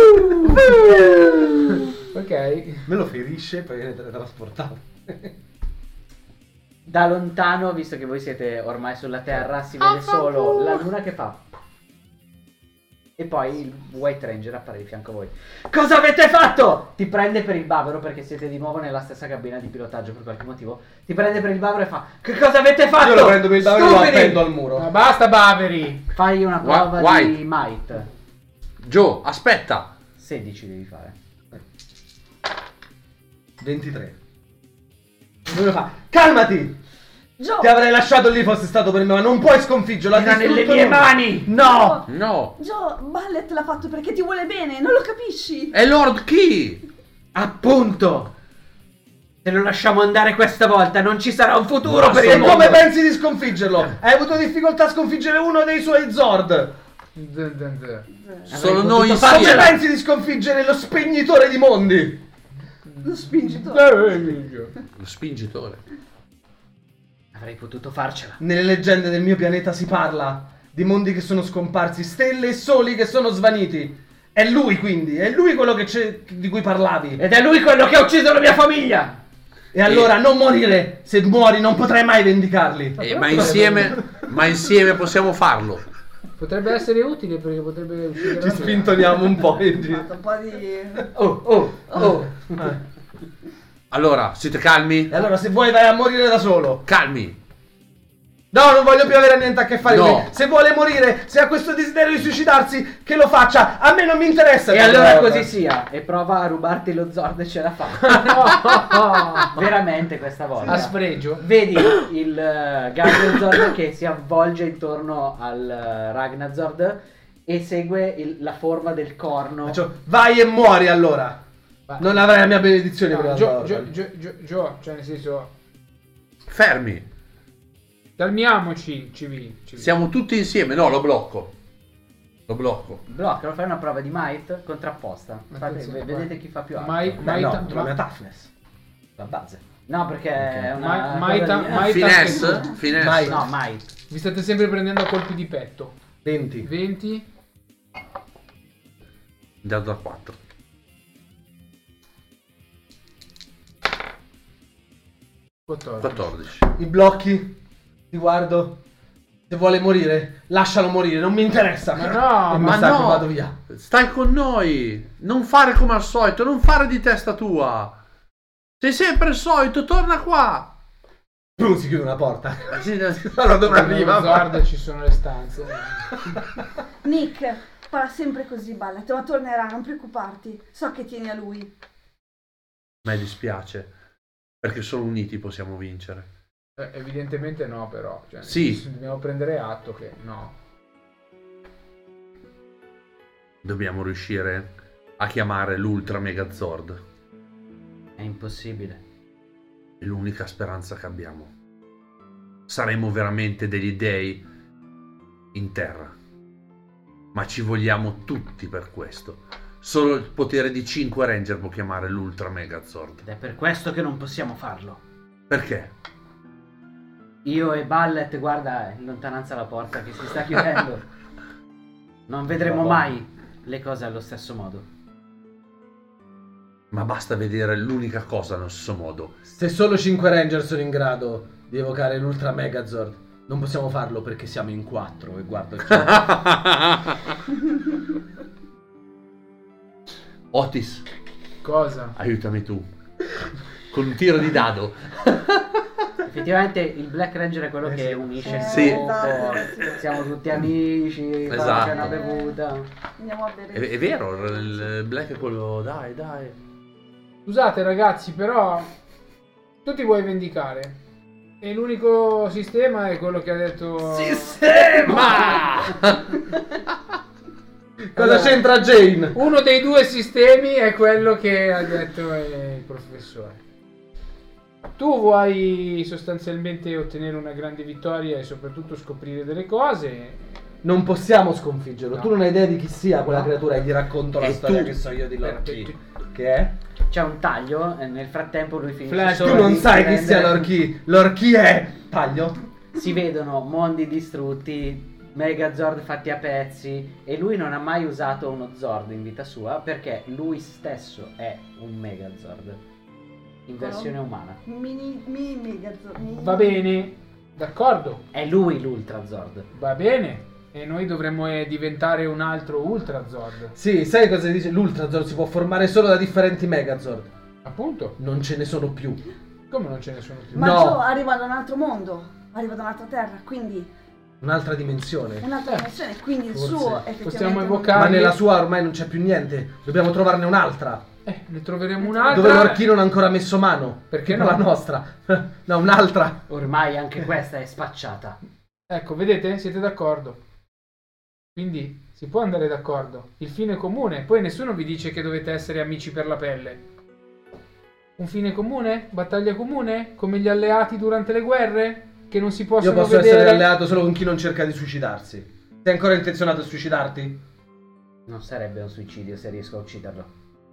Ok. Me lo ferisce poi viene teletrasportato. Da lontano, visto che voi siete ormai sulla terra, si vede solo la luna che fa. E poi il White Ranger appare di fianco a voi. Cosa avete fatto? Ti prende per il bavero, perché siete di nuovo nella stessa cabina di pilotaggio per qualche motivo. Ti prende per il bavero e fa: che cosa avete fatto? Io lo prendo per il bavero e lo Stupidi! appendo al muro. Ma basta baveri. Fai una Wha- prova White. di might. Joe, aspetta. sedici devi fare. ventitré. Lui lo fa: calmati! Joe, Ti avrei lasciato lì fosse stato per me, ma non puoi sconfiggerlo. ha Era nelle distrutto mie tutto. mani! No! No. Joe, Ballet l'ha fatto perché ti vuole bene, non lo capisci? È Lord Key. Appunto! Se lo lasciamo andare questa volta, non ci sarà un futuro Ma per E il mondo. come pensi di sconfiggerlo? Hai avuto difficoltà a sconfiggere uno dei suoi Zord. Zun, zun, zun. Solo Avrei noi potuto Come insieme. farcela. pensi di sconfiggere lo spegnitore di mondi? Lo spingitore. Lo spingitore. Avrei potuto farcela. Nelle leggende del mio pianeta si parla di mondi che sono scomparsi, stelle e soli che sono svaniti. È lui quindi, è lui quello che c'è, di cui parlavi. Ed è lui quello che ha ucciso la mia famiglia! E allora non morire, se muori non potrai mai vendicarli. Eh, ma insieme, ma insieme possiamo farlo. Potrebbe essere utile perché potrebbe uscire Ci la sera. spintoniamo un po' in giro. Un po' di... Oh, oh, oh. Allora, siete calmi? E allora se vuoi vai a morire da solo. Calmi. No, non voglio più avere niente a che fare No. con me. Se vuole morire, se ha questo desiderio di suicidarsi, che lo faccia. A me non mi interessa. E quando allora lo- così sia. E prova a rubarti lo Zord e ce la fa. Veramente questa volta. A spregio. Vedi il uh, Gabriel Zord che si avvolge intorno al uh, Ragnazord e segue il- la forma del corno. Faccio, vai e muori allora. Va. Non avrai la mia benedizione per No, la Gio, tua Gio, ordine. Gio, Gio, Gio, cioè nel senso, Fermi. calmiamoci, C V. C V. Siamo tutti insieme. No, lo blocco. Lo blocco. Bloccalo, fai una prova di might contrapposta. Fate- Attenzione, vedete qua. chi fa più alto. Mai, Beh, mai, no, ta- la mia ma- toughness. La base. No, perché è una Mai- mai cosa ta- di- mai- Finesse? tanto- Finesse? Mai. No, might. vi state sempre prendendo a colpi di petto. venti. venti. Dato da quattro. quattordici. quattordici. I blocchi. Ti guardo. Se vuole morire, lascialo morire, non mi interessa. Ma no, e ma mi sta no. che vado via. Stai con noi. Non fare come al solito. Non fare di testa tua. Sei sempre il solito. Torna qua. Boom, si chiude una porta. Sì, Allora dove Nello arriva? Zord ci sono le stanze. Nick, farà sempre così Ballet, ma tornerà, non preoccuparti. So che tieni a lui. Mi dispiace. Perché solo uniti possiamo vincere. Eh, evidentemente no, però. Cioè, Sì. dobbiamo prendere atto che no. Dobbiamo riuscire a chiamare l'Ultra Megazord. È impossibile. È l'unica speranza che abbiamo. Saremo veramente degli dei in terra. Ma ci vogliamo tutti per questo. Solo il potere di cinque Ranger può chiamare l'Ultra Megazord. Ed è per questo che non possiamo farlo. Perché? Io e Ballet, guarda in lontananza la porta che si sta chiudendo. Non vedremo mai le cose allo stesso modo. Ma basta vedere l'unica cosa allo stesso modo. Se solo cinque Ranger sono in grado di evocare l'Ultra Megazord, non possiamo farlo perché siamo in quattro e guardo il cielo. Otis, Cosa? aiutami tu. Con un tiro di dado. Effettivamente il Black Ranger è quello che unisce il Sì. gruppo. Esatto. Siamo tutti amici, poi Esatto. c'è una bevuta. Andiamo a bere. È, è vero, il Black è quello... Dai, dai. Scusate ragazzi, però tu ti vuoi vendicare. E l'unico sistema è quello che ha detto... Sistema! Cosa Allora, c'entra Jane? uno dei due sistemi è quello che ha detto il professore. Tu vuoi sostanzialmente ottenere una grande vittoria e soprattutto scoprire delle cose. Non possiamo sconfiggerlo. No. Tu non hai idea di chi sia quella No. creatura e gli racconto la E storia tu- che so io di Lord Eh, Key. tu- Che è? C'è un taglio e nel frattempo lui finisce Flash, solo Tu non di sai chi sia prendere- Lord Key. Lord Key è... Taglio? Si vedono mondi distrutti, Megazord fatti a pezzi e lui non ha mai usato uno Zord in vita sua perché lui stesso è un Megazord in versione umana. Mini, mini Megazord. mini- Va bene, d'accordo, È lui l'Ultra Zord. va bene. E noi dovremmo eh, diventare un altro Ultra Zord. Sì, sai cosa dice? L'Ultrazord si può formare solo da differenti Megazord. Appunto. Non ce ne sono più. Come non ce ne sono più? Ma No. Joe arriva da un altro mondo, arriva da un'altra terra, quindi Un'altra dimensione. un'altra dimensione, quindi il Forse. suo effettivamente... Possiamo non- evocare- Ma nella sua ormai non c'è più niente. Dobbiamo trovarne un'altra. Eh, ne troveremo un'altra. Dove Lord Key non ha ancora messo mano. Perché Tipo no? la nostra. No, un'altra. Ormai anche questa è spacciata. Ecco, vedete? Siete d'accordo. Quindi si può andare d'accordo. Il fine comune. Poi nessuno vi dice che dovete essere amici per la pelle. Un fine comune? Battaglia comune? Come gli alleati durante le guerre? Che non si possono Io posso vedere? essere alleato solo con chi non cerca di suicidarsi. Sei ancora intenzionato a suicidarti? Non sarebbe un suicidio se riesco a ucciderlo.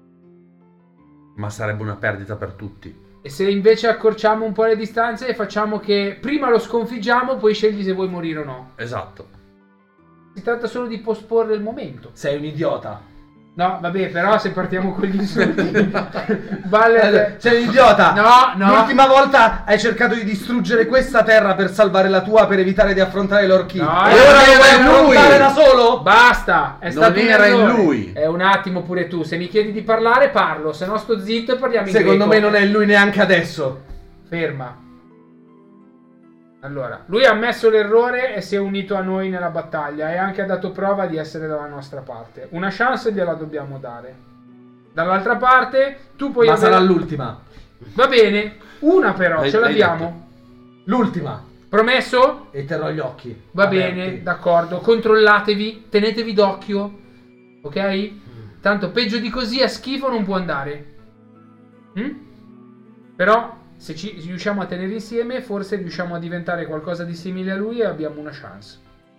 Ma sarebbe una perdita per tutti. E se invece accorciamo un po' le distanze e facciamo che prima lo sconfiggiamo, poi scegli se vuoi morire o no. Esatto. Si tratta solo di posporre il momento. Sei un idiota. No, vabbè, però se partiamo con gli insulti... vale... Sei un idiota. No, no. L'ultima volta hai cercato di distruggere questa terra per salvare la tua, per evitare di affrontare Lord Key. No, e non ora lo era vuoi lui. affrontare da solo? Basta, è Non stato un era in errore. lui. È un attimo pure tu, se mi chiedi di parlare parlo, se no sto zitto e parliamo in Secondo greco. me non è lui neanche adesso. Ferma. Allora, lui ha ammesso l'errore e si è unito a noi nella battaglia e anche ha dato prova di essere dalla nostra parte. Una chance gliela dobbiamo dare. Dall'altra parte, tu puoi Ma avere... sarà l'ultima. Va bene, una però, L'hai- ce l'hai l'abbiamo. L'ultima. Promesso? E terrò gli occhi. Va aperti. bene, d'accordo. Controllatevi, tenetevi d'occhio. Ok? Tanto peggio di così a schifo non può andare. Mm? Però se ci riusciamo a tenere insieme, forse riusciamo a diventare qualcosa di simile a lui e abbiamo una chance.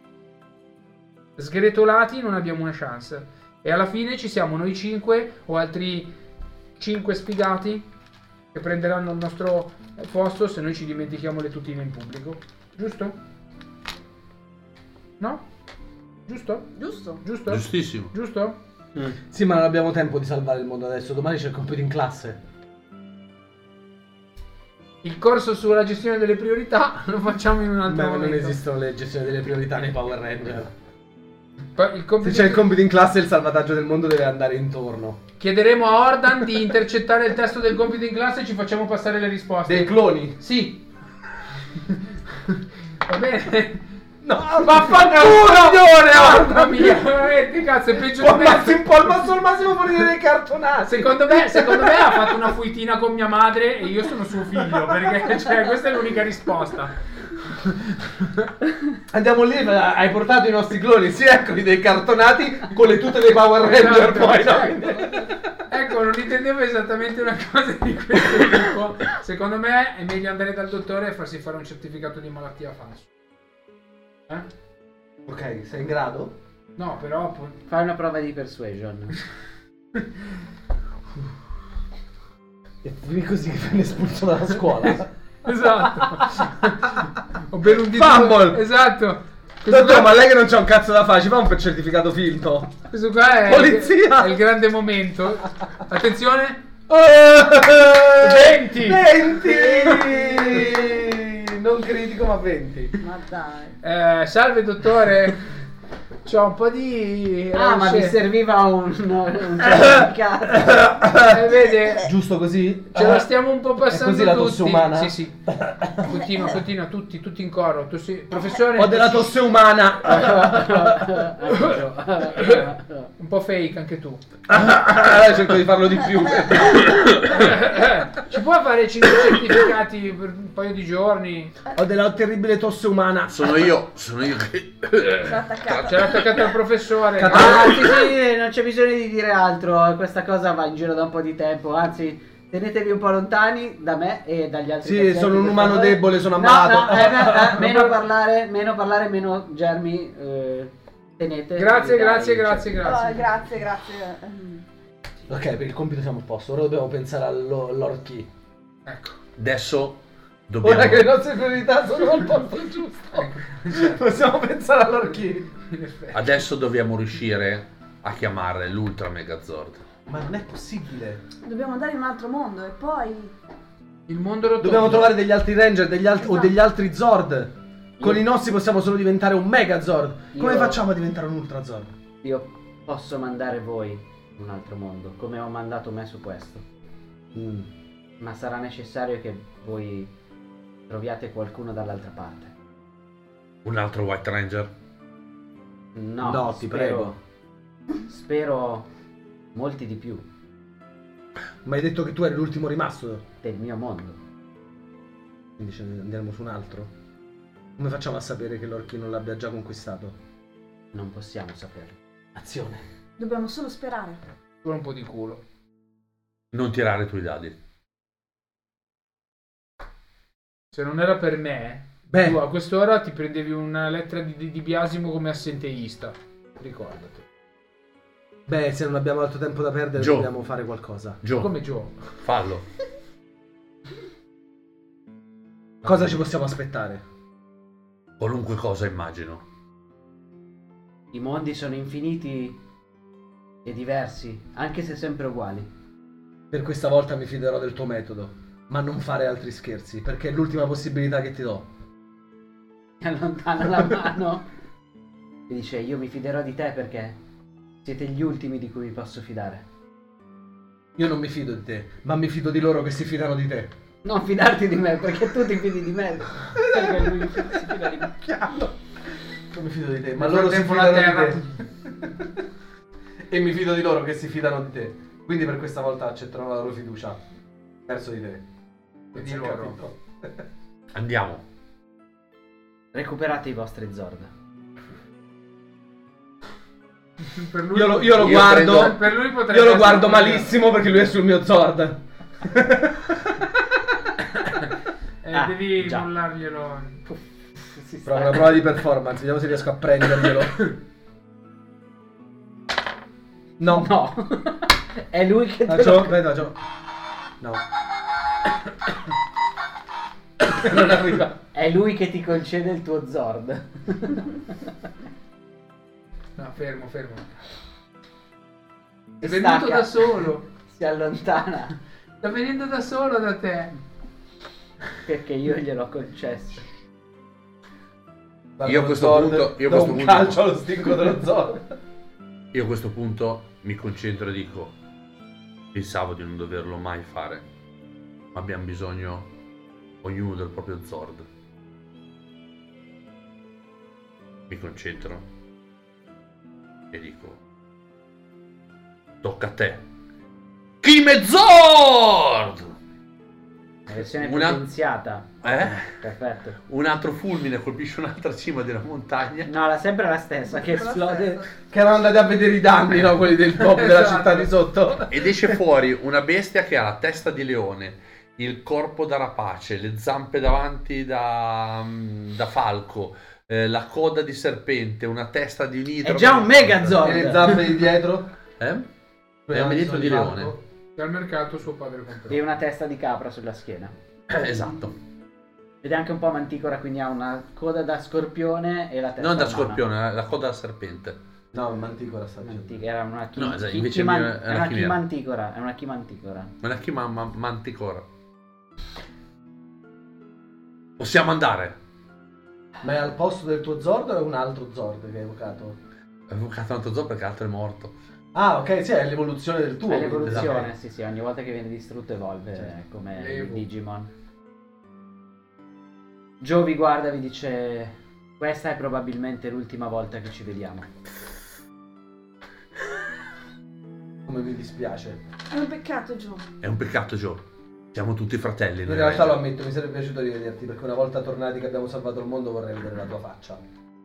Sgretolati non abbiamo una chance. E alla fine ci siamo noi cinque o altri cinque sfigati che prenderanno il nostro posto se noi ci dimentichiamo le tutine in pubblico. Giusto? No? Giusto? Giusto? Giusto? Giustissimo. Giusto? Sì, ma non abbiamo tempo di salvare il mondo adesso. Domani c'è il compito in classe. Il corso sulla gestione delle priorità lo facciamo in un altro Beh, momento. non esistono le gestioni delle priorità nei Power Ranger. Poi il compito- Se c'è il compito in classe, il salvataggio del mondo deve andare intorno. Chiederemo a Ordan di intercettare il testo del compito in classe e ci facciamo passare le risposte. Dei cloni? Sì. Va bene. No, Vaffanculo, signore! Mamma mia, veramente, cazzo, è peggio di me. un po' al massimo, al massimo fuori dei cartonati. Secondo me, secondo me ha fatto una fuitina con mia madre e io sono suo figlio, perché cioè, questa è l'unica risposta. Andiamo lì, ma hai portato i nostri cloni, sì, eccoli dei cartonati con le tute dei Power Ranger Esatto, poi, cioè, no? ecco, non intendevo esattamente una cosa di questo tipo. Secondo me è meglio andare dal dottore e farsi fare un certificato di malattia falso. Eh? Ok, sei in grado? No, però pu- Fai una prova di persuasion. E dimmi così che viene espulso dalla scuola. esatto. Ho ben un dito. Fumble! Esatto. Questo Dottor, qua, ma lei che non c'ha un cazzo da fare, ci fa un certificato finto. questo qua è, Polizia! è il grande momento. Attenzione. venti! venti! Non critico, ma venti. Ma dai. Eh, salve dottore. C'ho un po' di... Ah, ma vi rosce. serviva un, un certificato. Eh, vede, Giusto così? ce la stiamo un po' È passando così la tutti. tosse umana? Sì, sì. Continua, continua, tutti, tutti in coro. Tossi... Professore... Ho della tosse umana. Un po' fake anche tu. Allora cerco di farlo di più. Ci può fare cinque certificati per un paio di giorni? Ho della terribile tosse umana. Sono io, sono io che... Sono attaccata. Ce l'ha attaccato al professore. Cat- Ah, sì, sì, non c'è bisogno di dire altro. Questa cosa va in giro da un po' di tempo. Anzi, tenetevi un po' lontani da me e dagli altri. Sì, pazienti, sono un per umano favore. debole, sono No, ammalato. no, eh, eh, eh, meno parlare, meno parlare, meno germi. Eh, tenete. Grazie, dai, grazie, cioè- grazie, Oh, grazie. grazie, grazie. Mm. Ok, per il compito siamo a posto. Ora dobbiamo pensare all'Lord Key. Ecco. Adesso dobbiamo... Ora che le nostre priorità sono al posto giusto, possiamo pensare all'Lord Key. In effetti. Adesso dobbiamo riuscire a chiamare l'Ultra Megazord. Ma non è possibile. Dobbiamo andare in un altro mondo e poi... Il mondo rotondo. Dobbiamo trovare degli altri Ranger degli alt- o Esatto. degli altri Zord. Con Io- i nostri possiamo solo diventare un Megazord. Come Io- facciamo a diventare un Ultra Zord? Io posso mandare voi in un altro mondo, come ho mandato me su questo. Mm. Ma sarà necessario che voi troviate qualcuno dall'altra parte. Un altro White Ranger? No, No, ti spero, spero molti di più Ma hai detto che tu eri l'ultimo rimasto. del mio mondo. Quindi ce ne andiamo su un altro. Come facciamo a sapere che l'Lord Key non l'abbia già conquistato? Non possiamo saperlo. Azione. Dobbiamo solo sperare. Solo un po' di culo. Non tirare tu i dadi. Se non era per me, Beh. tu a quest'ora ti prendevi una lettera di, di, di biasimo come assenteista. Ricordati. Beh, se non abbiamo altro tempo da perdere Gio. dobbiamo fare qualcosa. Gio, Come Joe. fallo. Cosa ci possiamo aspettare? Qualunque cosa immagino. I mondi sono infiniti e diversi, anche se sempre uguali. Per questa volta mi fiderò del tuo metodo. Ma non fare altri scherzi, perché è l'ultima possibilità che ti do. Mi allontana la mano e dice: io mi fiderò di te perché siete gli ultimi di cui mi posso fidare. Io non mi fido di te, ma mi fido di loro che si fidano di te. Non fidarti di me perché tu ti fidi di me. Perché lui si fida di me. Chiaro. Non mi fido di te, ma Nel loro si frattempo la fidano di te. E mi fido di loro che si fidano di te. Quindi per questa volta accetterò la loro fiducia verso di te. Quindi Ce ho l'ho. capito. Andiamo. Recuperate i vostri Zord. Per lui, Io lo, io lo Io guardo. prendo- per lui potrebbe Io lo essere guardo un- malissimo perché lui è sul mio Zord. Eh, Ah, devi già. mollarglielo. Si sta- Prova una prova di performance, vediamo se riesco a prenderglielo. No. No. È lui che te Faccio, lo... aspetta, faccio. No. Non arriva. È lui che ti concede il tuo Zord. No, fermo, fermo. È Si venuto stacca. da solo. Si allontana Sta venendo da solo da te. perché io gliel'ho concesso. Guarda Io a lo questo Zord, punto- io a do questo un punto- calcio allo stinco dello Zord. Io a questo punto mi concentro e dico: pensavo di non doverlo mai fare, ma abbiamo bisogno ognuno del proprio Zord. Mi concentro e dico: tocca a te, Kime Zord! La versione Una- potenziata. Eh? Perfetto. Un altro fulmine colpisce un'altra cima della montagna. No, la sempre la stessa che Sempre la esplode. stessa. Che erano andati a vedere i danni, no? Quelli del pop della Esatto. città di sotto. Ed esce fuori una bestia che ha la testa di leone, il corpo da rapace, le zampe davanti da, da falco, eh, la coda di serpente, una testa di un idro. È già un Megazord. E le zampe di dietro. Eh? È un dietro di leone. Dal mercato suo padre comprò. E una testa di capra sulla schiena. Eh, esatto. Ed è anche un po' manticora, quindi ha una coda da scorpione e la testa Non da umana. scorpione, la coda da serpente. No, manticora sta Mantic- Era una chi, No, esatto, chi- invece chi è man- una è una chimera. chimanticora, è una chimanticora. Ma la chima ma- manticora. Possiamo andare. Ma è al posto del tuo Zord o è un altro Zord che hai evocato? Avevo evocato un altro zoo perché l'altro è morto. Ah, ok, sì, è l'evoluzione del tuo. È quindi, l'evoluzione, esatto. sì, sì, ogni volta che viene distrutto evolve, Sì. come Evo. il Digimon. Joe vi guarda e vi dice: questa è probabilmente l'ultima volta che ci vediamo. Come mi dispiace. È un peccato, Joe. È un peccato, Joe. Siamo tutti fratelli. In noi realtà lo Ranger. ammetto, mi sarebbe piaciuto rivederti perché una volta tornati che abbiamo salvato il mondo vorrei vedere la tua faccia.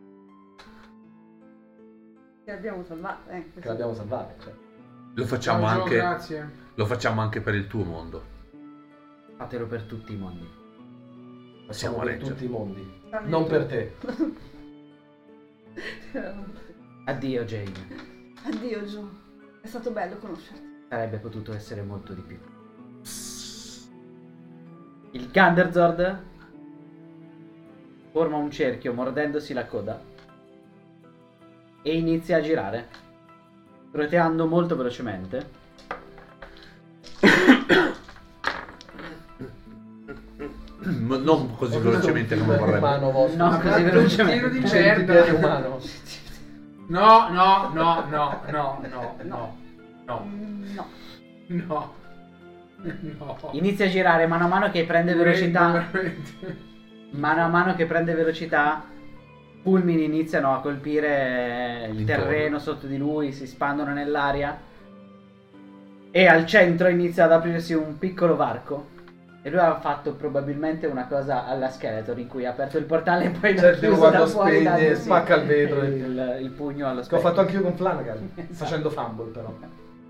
Che l'abbiamo salvata, eh. Che l'abbiamo salvata, cioè. Lo facciamo Ciao, Joe, anche. grazie. Lo facciamo anche per il tuo mondo. Fatelo per tutti i mondi. Facciamo Siamo per Ranger. tutti i mondi. Tranne Non tu. per te. Addio Jane. Addio, Joe. È stato bello conoscerti. Sarebbe potuto essere molto di più. Il Ganderzord forma un cerchio mordendosi la coda e inizia a girare, roteando molto velocemente. M- non così Ho visto velocemente un come film vorremmo. umano vostro. No, Ha così fatto un velocemente. tiro di Un merda. centipiede umano. No, no, no, no, no, no, no, no, Mm, no. no, no. Inizia a girare mano a mano che prende velocità. Veramente. Mano a mano che prende velocità, fulmini iniziano a colpire il Intorno. terreno sotto di lui, si spandono nell'aria e al centro inizia ad aprirsi un piccolo varco. E lui aveva fatto probabilmente una cosa alla Skeletor in cui ha aperto il portale e poi l'ha Cioè, tipo chiuso quando da fuori spegne, dandosi spacca il vetro. il, il pugno allo Che ho specchio. fatto anch'io con Flanagan, Esatto. facendo fumble però.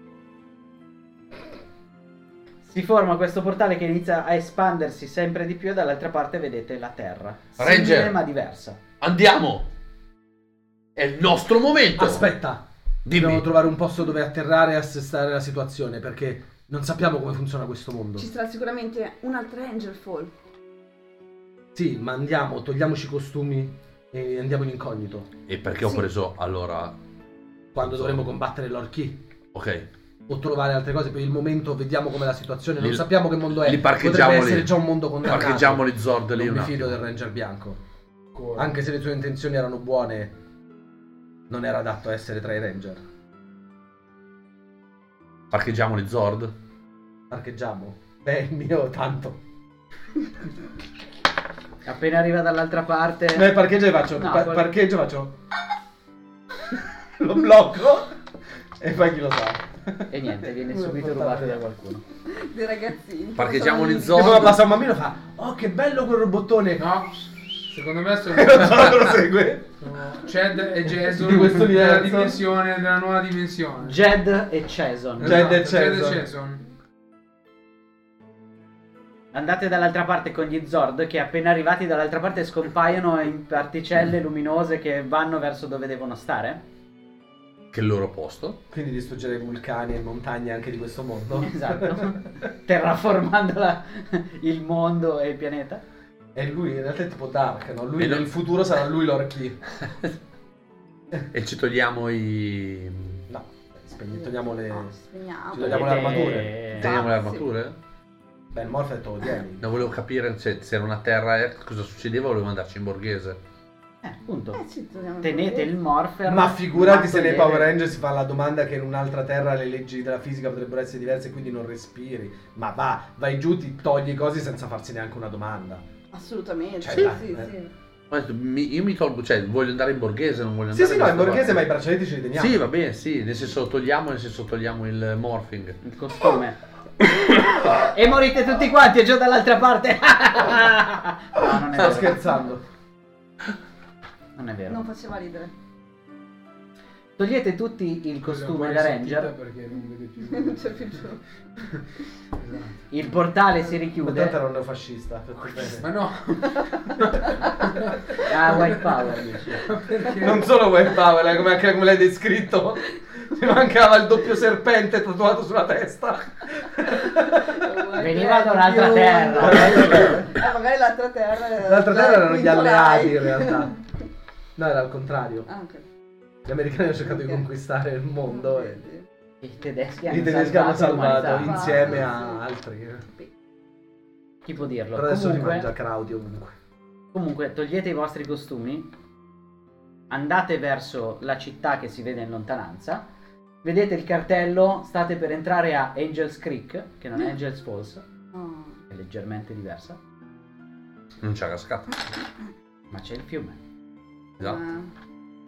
Si forma questo portale che inizia a espandersi sempre di più e dall'altra parte vedete la terra. Ranger. Simile ma diversa. Andiamo! È il nostro momento! Aspetta, Dimmi. dobbiamo trovare un posto dove atterrare e assestare la situazione perché non sappiamo come funziona questo mondo. Ci sarà sicuramente un'altra Angel Fall. Sì, ma andiamo, togliamoci i costumi e andiamo in incognito. E perché ho Sì. preso allora... Quando So. dovremo combattere l'Orchi Ok. o trovare altre cose, per il momento vediamo com'è la situazione, non Li- sappiamo che mondo è. li parcheggiamo Potrebbe lì. essere già un mondo condannato. Parcheggiamo gli Zord lì Non un mi fido attimo. del Ranger bianco. Ancora. Anche se le tue intenzioni erano buone, non era adatto a essere tra i Ranger. Parcheggiamo gli Zord? Parcheggiamo. Beh, il mio tanto. Appena arriva dall'altra parte... Beh, parcheggio e faccio. No, pa- quel- Parcheggio e faccio. Lo blocco e poi chi lo sa. E niente, viene Come subito portare rubato via. da qualcuno. Dei ragazzini. Parcheggiamo Sono gli amici. zoo. E poi passa un bambino e fa: oh, che bello quel robottone! No, secondo me sono, E lo zoo lo segue. sono Chad e Jason Di questo della universo. dimensione, della nuova dimensione. Jed e Chason. Jed e Esatto, Chad Jason. Jason. Andate dall'altra parte con gli Zord che appena arrivati dall'altra parte scompaiono in particelle luminose che vanno verso dove devono stare. Che è il loro posto. Quindi distruggere i vulcani e montagne anche di questo mondo. Esatto. Terraformando la- il mondo e il pianeta. E lui in realtà è tipo Dark, no? Lui E nel non- futuro sarà lui l'Orchi. E ci togliamo i... No, spegni- togliamo le. No, spegniamo. Ci togliamo le Avete- armature. Teniamo le Ah, sì. armature? Beh, il morph te lo tieni. Non volevo capire se, se era una terra e cosa succedeva, volevo andarci in borghese. Eh, appunto. Eh, sì, togliamo Tenete il Morpher. Ma figurati ma se nei togliete- Power Ranger si fa la domanda che in un'altra terra le leggi della fisica potrebbero essere diverse e quindi non respiri. Ma va, vai giù, ti togli cose senza farsi neanche una domanda. Assolutamente. Cioè, sì, dai, sì, eh. sì. Ho detto, mi- io mi tolgo, cioè voglio andare in borghese, non voglio Sì, andare sì, no, in questa borghese, ma i parte. braccialetti ce li teniamo. Sì, va bene, sì, nel senso lo togliamo, nel senso togliamo il morphing. Il costume. E morite tutti quanti, è già dall'altra parte. No, non è Sto vero. scherzando. Non è vero. Non faceva ridere. Togliete tutti il costume da Ranger. Perché non vede più. Non c'è più giù. Esatto. Il portale si Ma tanto richiude. era un neofascista. fatto bene. Ma no, Ah, White Power dici. perché Non solo White Power, eh, come, anche come l'hai descritto. Ci mancava il doppio serpente tatuato sulla testa. Veniva da un'altra Più- terra. Eh, magari l'altra terra. era- L'altra terra erano gli Quinto alleati Reich. in realtà. No, era al contrario. Ah, ok. Gli americani hanno cercato di Ok. conquistare il mondo e I tedeschi hanno i tedeschi hanno salvato salvato l'umanità. insieme Sì, a sì. altri. Chi può dirlo? Però adesso si Comunque, mangia crauti ovunque. comunque, togliete i vostri costumi andate verso la città che si vede in lontananza, vedete il cartello, state per entrare a Angels Creek, che non è Angels Falls, Oh. è leggermente diversa, Non c'è cascata. ma c'è il fiume. Esatto. Eh,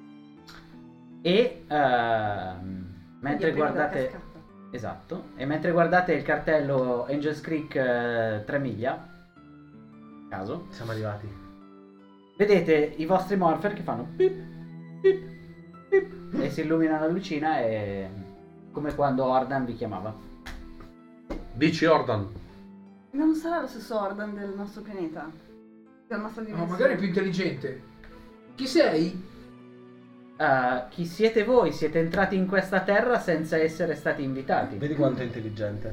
E ehm, mentre prima della guardate... cascata. Esatto, e mentre guardate il cartello Angels Creek eh, tre miglia, caso, Siamo arrivati. vedete i vostri morpher che fanno pip, pip, pip, e si illumina la lucina, e come quando Ordan vi chiamava. Dici Ordan. Non sarà lo stesso Ordan del nostro pianeta? Della nostra No, dimensione? magari più intelligente. Chi sei? Uh, chi siete voi? Siete entrati in questa terra senza essere stati invitati. Vedi quanto è intelligente.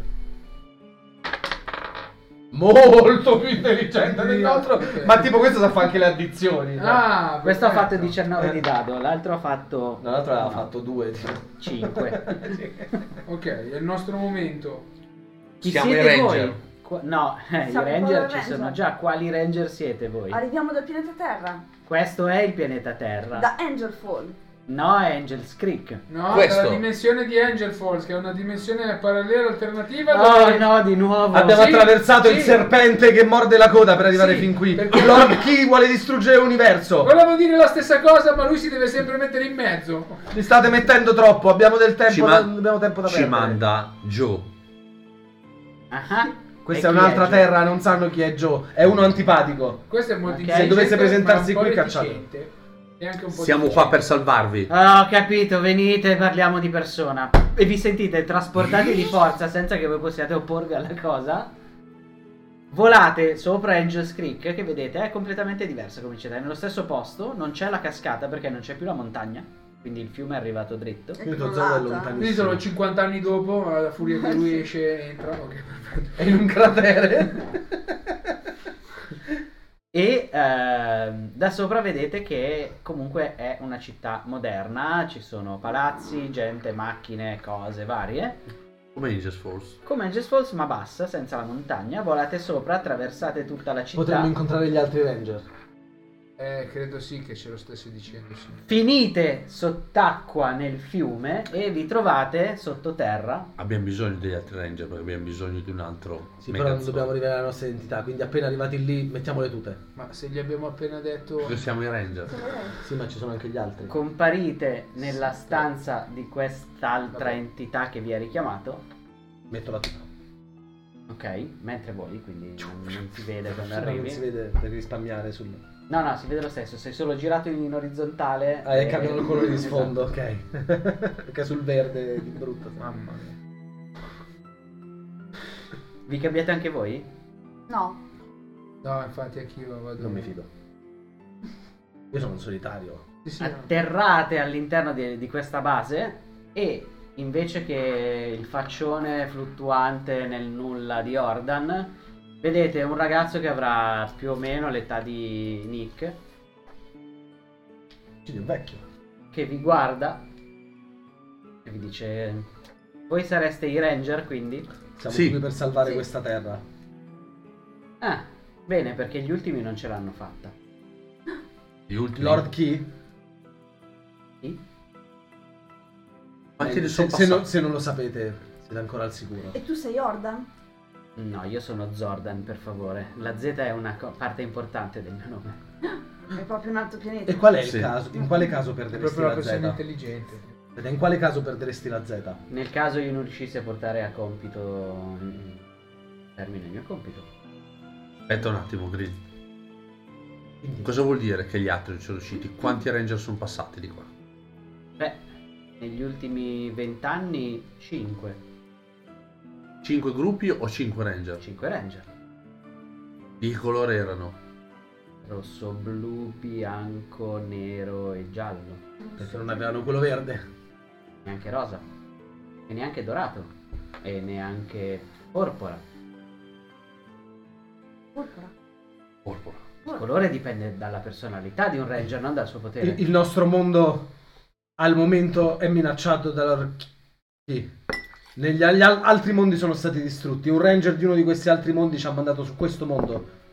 Molto più intelligente del nostro. Ma tipo questo sa fare anche le addizioni. Ah, Questo ha perfetto. fatto diciannove di dado, l'altro ha fatto L'altro aveva fatto due. cinque. Ok, è il nostro momento. Chi Siamo siete i voi? Ranger. Qua- no, eh, i Siamo Ranger proprio ci Ranger. sono già. Quali Ranger siete voi? Arriviamo dal pianeta Terra, Questo è il pianeta Terra. da Angel Fall. No, è Angels Creek. No, Questo. dalla dimensione di Angel Falls, che è una dimensione parallela alternativa. Oh dove- no, di nuovo. Abbiamo Sì, attraversato il sì. serpente che morde la coda per arrivare Sì, fin qui. perché- Lord Key vuole distruggere l'universo. Volevo dire la stessa cosa, ma lui si deve sempre mettere in mezzo. Mi state mettendo troppo. Abbiamo del tempo, Ci, da, man- abbiamo tempo da ci perdere. manda Joe. Ah, Questa e è chi un'altra Joe? terra, non sanno chi è Joe. È uno antipatico. Questo è molto Ok. intelligente, Se dovesse presentarsi ma un po' qui, cacciato. reticente. E anche un po' Siamo deficiente. qua per salvarvi. Ah, ho capito, venite, parliamo di persona. E vi sentite trasportati di forza senza che voi possiate opporvi alla cosa. Volate sopra Angels Creek, che vedete è completamente diversa come città. È nello stesso posto, non c'è la cascata perché non c'è più la montagna. Quindi il fiume è arrivato dritto. È Quindi lo zoo è crollata. lontanissimo. Quindi sono cinquanta anni dopo, alla furia che lui esce e entra. Ok, perfetto. È in un cratere. E ehm, da sopra vedete che comunque è una città moderna, ci sono palazzi, gente, macchine, cose varie. Come Angels Force. Come Angels Falls ma bassa, senza la montagna, volate sopra, attraversate tutta la città. Potremmo incontrare gli altri ranger. Eh, credo sì che ce lo stessi dicendo, sì. Finite sott'acqua nel fiume e vi trovate sottoterra. Abbiamo bisogno degli altri ranger perché abbiamo bisogno di un altro. Sì, però non megazord. dobbiamo rivelare la nostra identità. Quindi appena arrivati lì, mettiamo le tute. Ma se gli abbiamo appena detto... Noi siamo i ranger. Sì, ma ci sono anche gli altri. Comparite nella stanza di quest'altra entità che vi ha richiamato. Metto la tuta. Ok, mentre voli, quindi non, non si vede quando Se no arrivi. non si vede per risparmiare sul... No, no, si vede lo stesso. Sei solo girato in orizzontale. Ah, e cambiano il colore di Esatto. sfondo, ok. Perché sul verde di brutto. Mamma mia. Vi cambiate anche voi? No, No, infatti anch'io vado... Non mi fido. Io sono un solitario. Sì, sì, no. Atterrate all'interno di, di questa base e invece che il faccione fluttuante nel nulla di Ordan, vedete un ragazzo che avrà più o meno l'età di Nick, Quindi è un vecchio. che vi guarda e vi dice: voi sareste i Ranger, quindi? Siamo Sì. qui per salvare Sì. questa terra. Ah, bene, perché gli ultimi non ce l'hanno fatta. Gli ultimi. Lord Key? Sì? Quanti ne Eh, sono se, se, non, passati? se non lo sapete, siete ancora al sicuro. e tu sei Ordan? No, io sono Zordan, per favore. La Z è una co- parte importante del mio nome. È proprio un altro pianeta. E qual è Sì. il caso? In quale caso È perderesti proprio una la persona Z? intelligente. Ed è in quale caso perderesti la Z? Nel caso io non riuscissi a portare a compito in termine il mio compito. Aspetta un attimo, Green. Quindi, Cosa vuol dire che gli altri non sono riusciti? Quanti ranger sono passati di qua? Beh, negli ultimi vent'anni cinque. Cinque gruppi o cinque ranger? cinque Ranger. Di che colore erano? Rosso, blu, bianco, nero e giallo. perché non avevano quello verde? Neanche rosa. E neanche dorato. E neanche porpora. Purpura. Porpora. Il colore dipende dalla personalità di un Ranger, non dal suo potere. Il, il nostro mondo al momento è minacciato dalla... Sì. Negli agli al- altri mondi sono stati distrutti. Un ranger di uno di questi altri mondi ci ha mandato su questo mondo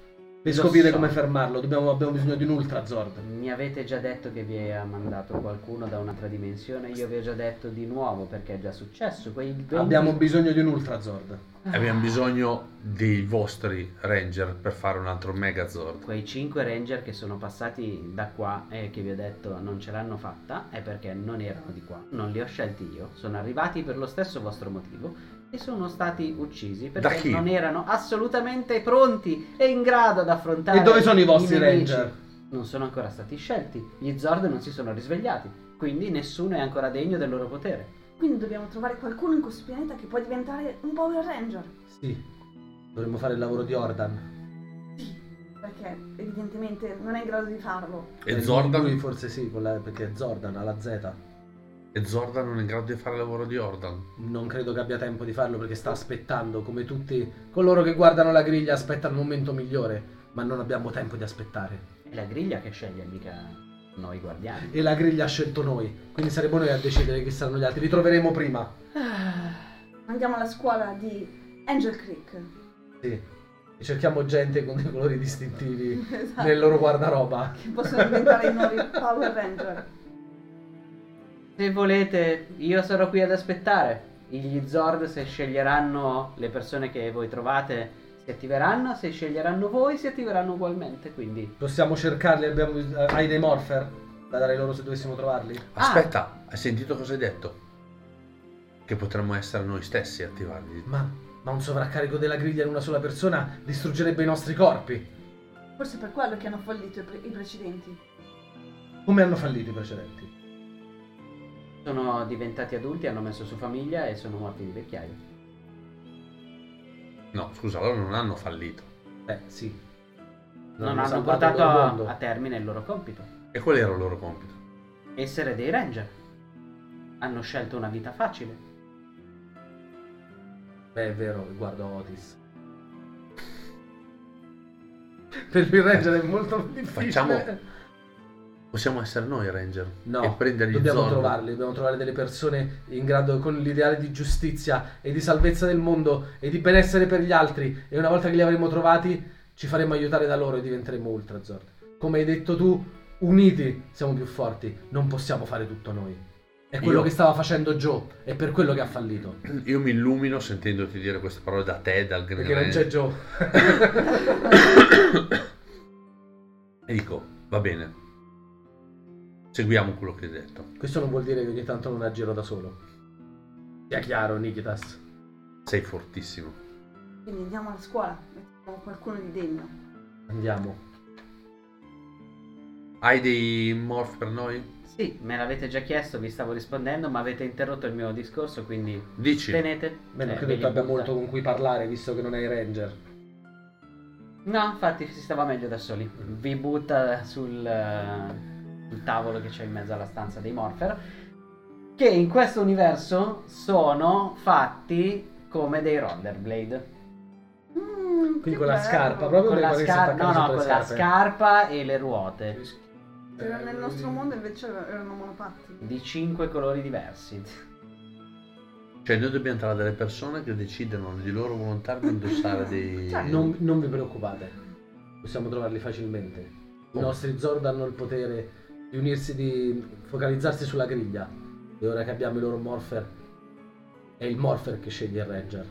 Per Lo scoprire so. come fermarlo, dobbiamo, abbiamo bisogno di un Ultrazord. Mi avete già detto che vi ha mandato qualcuno da un'altra dimensione, io vi ho già detto di nuovo perché è già successo. Quei venti Abbiamo bisogno di un Ultrazord. Abbiamo bisogno dei vostri ranger per fare un altro Megazord. Quei cinque ranger che sono passati da qua e che vi ho detto non ce l'hanno fatta è perché non erano di qua, non li ho scelti io, sono arrivati per lo stesso vostro motivo e sono stati uccisi Da perché chi? non erano assolutamente pronti e in grado ad affrontare E dove sono i vostri nemici. ranger? Non sono ancora stati scelti, gli Zord non si sono risvegliati, quindi nessuno è ancora degno del loro potere. Quindi dobbiamo trovare qualcuno in questo pianeta che può diventare un Power Ranger. Sì, dovremmo fare il lavoro di Ordan. Sì, perché evidentemente non è in grado di farlo. E Eh, Zordan? Lui forse sì, con la- perché è Zordan, ha la Z. E Zordan non è in grado di fare il lavoro di Ordan. Non credo che abbia tempo di farlo perché sta aspettando, come tutti coloro che guardano la griglia aspettano il momento migliore, ma non abbiamo tempo di aspettare. È la griglia che sceglie, mica noi guardiani. E la griglia ha scelto noi, quindi saremo noi a decidere chi saranno gli altri. Li troveremo prima. Andiamo alla scuola di Angel Creek. Sì. E cerchiamo gente con dei colori distintivi Esatto. nel loro guardaroba. Che possono diventare i nuovi Power Ranger. Se volete, io sarò qui ad aspettare. Gli Zord, se sceglieranno le persone che voi trovate, si attiveranno. Se sceglieranno voi, si attiveranno ugualmente. Quindi, Possiamo cercarli, abbiamo, hai dei morpher da dare loro se dovessimo trovarli? Aspetta, hai sentito cosa hai detto? Che potremmo essere noi stessi a attivarli. Ma, ma un sovraccarico della griglia in una sola persona distruggerebbe i nostri corpi. Forse è per quello che hanno fallito i, pre- i precedenti. Come hanno fallito i precedenti? sono diventati adulti, hanno messo su famiglia e sono morti di vecchiaia. No, scusa, loro non hanno fallito. Eh, sì. Non hanno salvato portato il loro a, mondo. a termine il loro compito. E qual era il loro compito? Essere dei ranger. Hanno scelto una vita facile. Beh, è vero, guardo Otis. Per lui Ranger è molto difficile. Facciamo- Possiamo essere noi Ranger No, e prendergli dobbiamo Zord. trovarli, dobbiamo trovare delle persone in grado con l'ideale di giustizia e di salvezza del mondo e di benessere per gli altri, e una volta che li avremo trovati ci faremo aiutare da loro e diventeremo Ultrazord. Come hai detto tu, uniti siamo più forti, non possiamo fare tutto noi. È quello Io- che stava facendo Joe, è per quello che ha fallito. Io mi illumino sentendoti dire queste parole da te, dal Green Perché non c'è Joe. E dico, va bene. Seguiamo quello che hai detto. Questo non vuol dire che ogni tanto non agirò da solo. Sia chiaro, Nikitas. Sei fortissimo. Quindi andiamo alla scuola, mettiamo qualcuno di degno. Andiamo. Hai dei morph per noi? Sì, me l'avete già chiesto, vi stavo rispondendo, ma avete interrotto il mio discorso, quindi Dici. tenete. Beh, non Eh, credo ve tu li abbia butta. molto con cui parlare, visto che non hai Ranger. No, infatti si stava meglio da soli. Vi butta sul, eh, sul tavolo che c'è in mezzo alla stanza dei Morpher, che in questo universo sono fatti come dei Rollerblade. Mm, Quindi che con la bello. scarpa, proprio Con la, quelli che si scar- attaccano no, no, sotto le con la scarpe. scarpa e le ruote Era nel nostro mondo invece erano monopattini. di cinque colori diversi. Cioè noi dobbiamo trovare delle persone che decidono di loro volontà di indossare dei... Cioè, Non, non vi preoccupate, possiamo trovarli facilmente. I Oh. nostri Zord hanno il potere di unirsi, di focalizzarsi sulla griglia. E ora che abbiamo i loro Morpher, è il Morpher che sceglie il Ranger.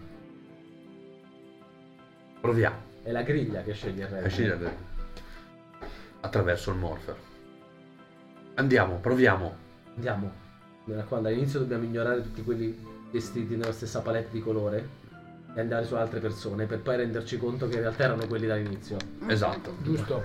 Proviamo È la griglia che sceglie il a Ranger. scegliere attraverso il morpher. Andiamo, proviamo. Andiamo. Mi raccomando, all'inizio dobbiamo ignorare tutti quelli vestiti nella stessa palette di colore e andare su altre persone per poi renderci conto che in realtà erano quelli dall'inizio. Esatto. Giusto.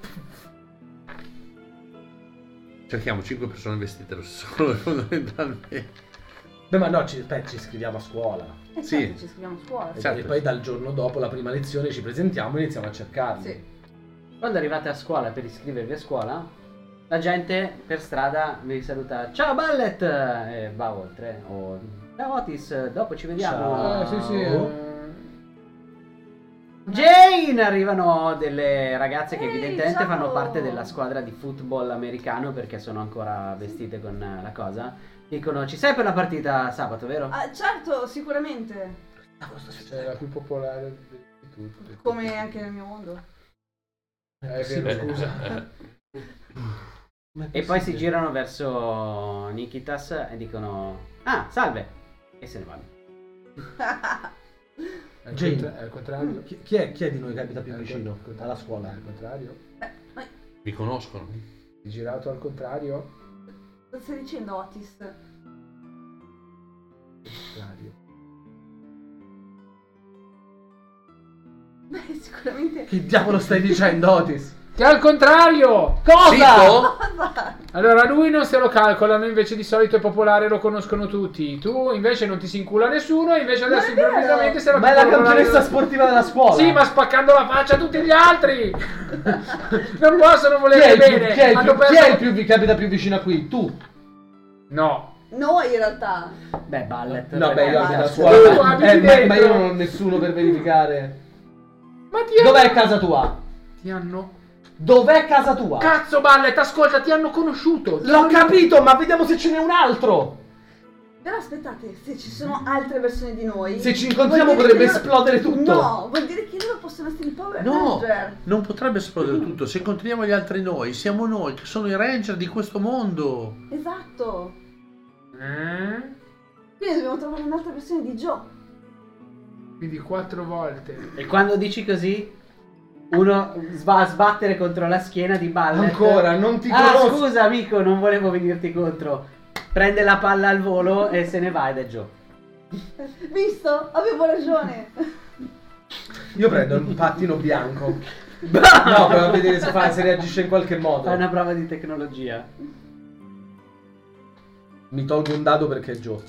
Cerchiamo cinque persone vestite lo stesso colore fondamentalmente. Beh, ma no, ci, aspetta, ci iscriviamo a scuola. E Sì. certo, ci scriviamo a scuola. E, Certo. e poi dal giorno dopo la prima lezione ci presentiamo e iniziamo a cercarli. Sì. Quando arrivate a scuola per iscrivervi a scuola, la gente per strada vi saluta "Ciao Ballet!" e va oltre. O "Ciao Otis, dopo ci vediamo." Ciao. Eh, sì, sì. Oh. eh. Jane! Arrivano delle ragazze che Ehi, evidentemente ciao! fanno parte della squadra di football americano perché sono ancora vestite con eh, la cosa. Dicono: "Ci sei per la partita sabato, vero?" Ah, certo, sicuramente. Cioè, la più popolare di tutti. Come anche nel mio mondo. Eh, è vero, scusa. E poi si girano verso Nikitas e dicono: ah, salve! E se ne vanno. È il Jane. contra- è il contrario. Chi, chi è, chi è di noi che abita più È il vicino con- alla scuola? È il contrario. Mi conoscono? Hai girato al contrario? Cosa stai dicendo, Otis? Contrario. Beh, sicuramente... Che diavolo stai dicendo, Otis? Che è al contrario! Zitto? Allora, lui non se lo calcolano, invece di solito è popolare, lo conoscono tutti. Tu invece non ti si incula nessuno, invece adesso Non è vero! improvvisamente se lo Ma è la calcolano. campionessa sportiva della scuola! Sì, ma spaccando la faccia a tutti gli altri! Non possono chi è, volere il più, bene! chi è il Hanno più, chi perso- è il più vi- che abita più vicino a qui? Tu? No. Noi in realtà. Beh, Ballet. No, beh, io abito ma- alla Tu scuola. abiti Eh, ma, dentro. ma io non ho nessuno per verificare. Ma ti Dov'è hanno... casa tua? Ti hanno... Dov'è casa tua? Cazzo, Ballet, ascolta, ti hanno conosciuto! Ti L'ho hanno- capito, ma vediamo se ce n'è un altro! Però aspettate, se ci sono altre versioni di noi... Se ci incontriamo vuol dire potrebbe che loro- esplodere tutto. No, vuol dire che loro possono essere i Power No, Ranger. non potrebbe esplodere tutto. Se incontriamo gli altri noi, siamo noi che sono i ranger di questo mondo. Esatto. Eh? Quindi dobbiamo trovare un'altra versione di Joe. Quindi quattro volte. E quando dici così, uno va a sbattere contro la schiena di Ballet. Ancora, non ti Ah, conosco. scusa amico, non volevo venirti contro. Prende la palla al volo e se ne va ed è Joe. Visto? Avevo ragione. Io prendo un pattino bianco. No, per vedere se, fa, se reagisce in qualche modo. Fai una prova di tecnologia. Mi tolgo un dado perché è Joe.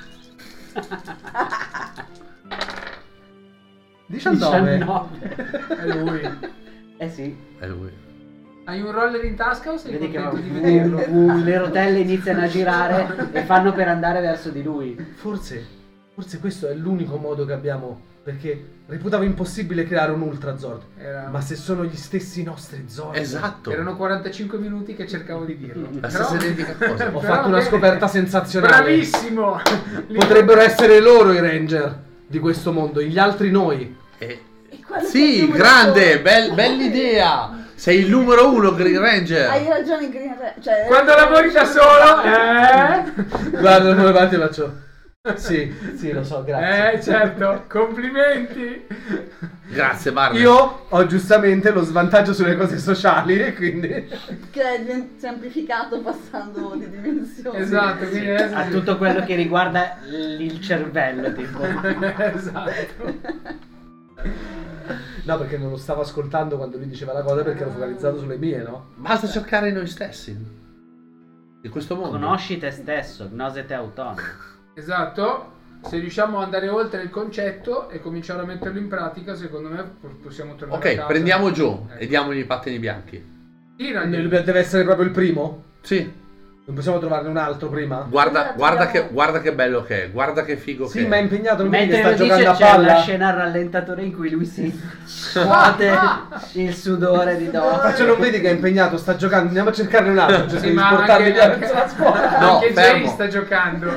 diciannove. diciannove. È lui. Eh sì. È lui. Hai un roller in tasca o sei Vedi che contento di vederlo? uh, le rotelle iniziano a girare e fanno per andare verso di lui. Forse, forse questo è l'unico modo che abbiamo. Perché reputavo impossibile creare un Ultra Zord. Era- Ma se sono gli stessi nostri Zord. Esatto. Erano quarantacinque minuti che cercavo di dirlo. La Però- stessa identica cosa. Ho Però fatto una bene. scoperta sensazionale. Bravissimo! Potrebbero essere loro i Ranger di questo mondo, gli altri noi. E- E quello che Sì, abbiamo grande, detto- bel- bella idea. Sei il numero uno, Green Ranger. Hai ragione, Green Ranger. Cioè, Quando lavori da solo, eh? Guarda come avanti faccio. Sì, sì, lo so, grazie. Eh, certo, complimenti. Grazie, Barney. Io ho giustamente lo svantaggio sulle cose sociali e quindi. Che è diven- semplificato passando di dimensioni. Esatto, quindi adesso A sì. tutto quello che riguarda il cervello, tipo. Esatto. No, perché non lo stavo ascoltando quando lui diceva la cosa perché ero focalizzato sulle mie, no? Basta cercare noi stessi. Di questo mondo. Conosci te stesso, gnosete autonomo. Esatto. Se riusciamo ad andare oltre il concetto e cominciare a metterlo in pratica, secondo me po- possiamo tornare a Ok, casa. prendiamo Joe Ecco. e diamogli i pattini bianchi. Tiragli. Deve essere proprio il primo? Sì. Non possiamo trovarne un altro prima? Guarda, Allora, guarda, troviamo- che, guarda che bello che è. Guarda che figo Sì, che ma è è. impegnato, non vedi che Mentre sta lo dice giocando a c'è la palla? scena al rallentatore in cui lui si scuote il sudore di dosso. Faccio, non vedi che è impegnato, sta giocando, andiamo a cercarne un altro, cerca Sì, di ma portarli anche, via anche, verso la scuola. No, anche fermo. Jay sta giocando.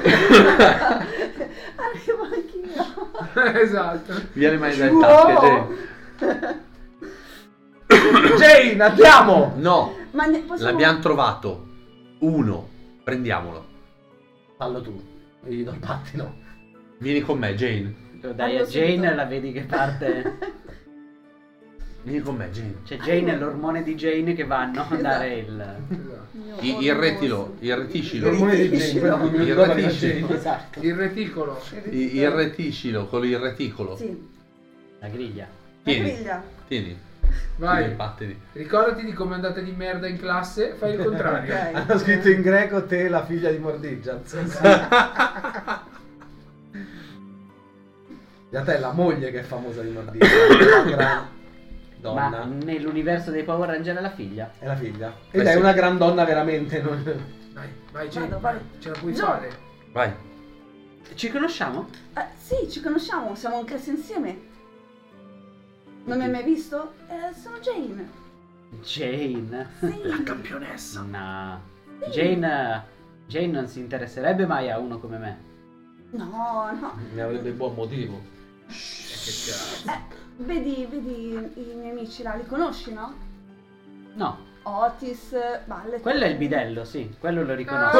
Arrivo anch'io. Esatto. Via le mani dalle Wow. tasche, Jay. Jane, andiamo! No, Ma ne- possiamo... l'abbiamo trovato. Uno. Prendiamolo. Fallo tu, e gli do il pattino. Vieni con me, Jane. Lo dai a Fallo Jane subito. e la vedi che parte. Vieni con me, Jane. C'è Jane e l'ormone di Jane che vanno a dare il. Esatto. Io I- ho Irretilo, il irreticilo. L'ormone di Jane, quello che mi ricorda di Irretisci. Jane. Esatto. Il reticolo. I- Irreticilo, con il reticolo. Sì, La griglia. la Tieni, griglia. tieni. Vai. I pattini. Ricordati di come andate di merda in classe, fai il contrario. Ok. Hanno scritto in greco te la figlia di Mordiggians. In realtà è la moglie che è famosa di Mordiggians, la gran donna. Ma nell'universo dei Power Ranger è la figlia. È la figlia. Beh, Ed è sì. una gran donna veramente. Non... Vai, vai, Jay, Vado, vai. vai. Ce la puoi No. fare. Vai. Ci conosciamo? Eh, sì, ci conosciamo, siamo in classe insieme. Non mi hai mai visto? Eh, sono Jane. Jane. Sì. La campionessa. No. Jane. Jane non si interesserebbe mai a uno come me. No, no. Ne avrebbe buon motivo. Eh, vedi, vedi i miei amici là, li conosci, no? No, Otis, Ballet. quello è il bidello, sì, quello lo riconosco.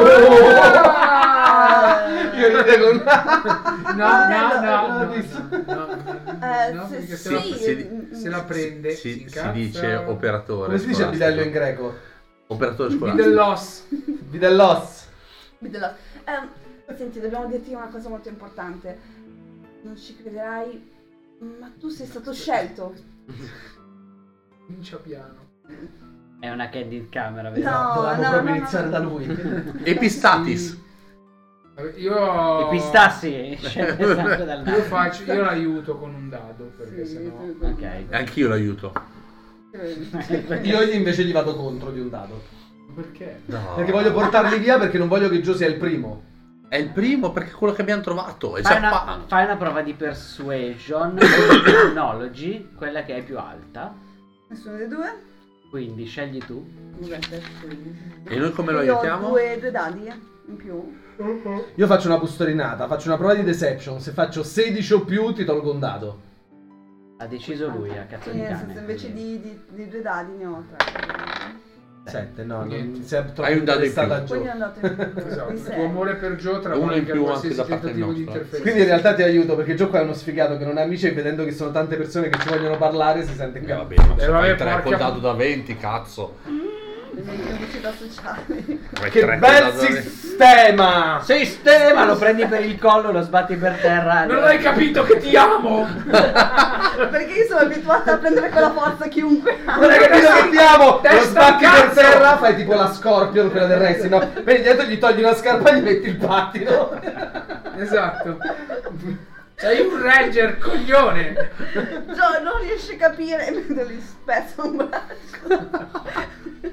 Ah! Io ride con... No, no, no, no, Otis. no, no, Eh, no, se- perché se, sì, la, si- se la prende, si, Si, si incazza. dice operatore. Come si dice scolastico. bidello in greco? Operatore scolastico. Bidellos. Bidellos. Bidello. Ehm, senti, dobbiamo dirti una cosa molto importante. Non ci crederai, ma tu sei stato scelto. Comincia piano. È una candid camera, vero? No, Dovevamo no, proprio no, iniziare no. da lui. Epistatis. Vabbè, Io... I pistassi scende sempre dal Io naso. faccio, io l'aiuto con un dado, perché Sì, sennò... tu- Ok. Anch'io l'aiuto. Io gli invece gli vado contro di un dado. Perché? No. Perché voglio portarli via perché non voglio che Joe sia il primo. È il primo perché è quello che abbiamo trovato. È Fai già una, qua. fai una prova di persuasion o di technology, quella che è più alta. Nessuno dei due? Quindi scegli tu. E noi come lo Io ho aiutiamo? due, due dadi in più. Io faccio una pustolinata, faccio una prova di deception. Se faccio sedici o più ti tolgo un dado. Ha deciso lui, a cazzo di Quindi nel cane. senso, invece di, di, di due dadi ne ho tre. sette, no, non Niente. si è troppo Hai un dado in interessata a Quindi è Joe. andato in Esatto, di il sei. tuo amore per Joe Uno travolge in più anche qualsiasi da parte tentativo di nostra. interferenza. Quindi in realtà ti aiuto perché Joe qua è uno sfigato che non ha amici e vedendo che ci sono tante persone che ci vogliono parlare si sente in Eh, capo. vabbè, ma se Eh, vabbè, fai tre porca- col dado da venti, cazzo. Le mie pubblicità sociali. Fai Che tre col bel dado da venti. sistema! Sistema, lo prendi per il collo, lo sbatti per terra. Non hai capito che ti amo! Perché io sono abituata a prendere con la forza chiunque ha. Non hai capito che ti amo! Lo Testa sbatti al per cazzo! terra, fai tipo la Scorpion, quella del wrestling, no? Vedi dietro gli togli una scarpa e gli metti il pattino. Esatto. Sei un ranger, coglione! Joe non riesce a capire e mentre gli spezza un braccio.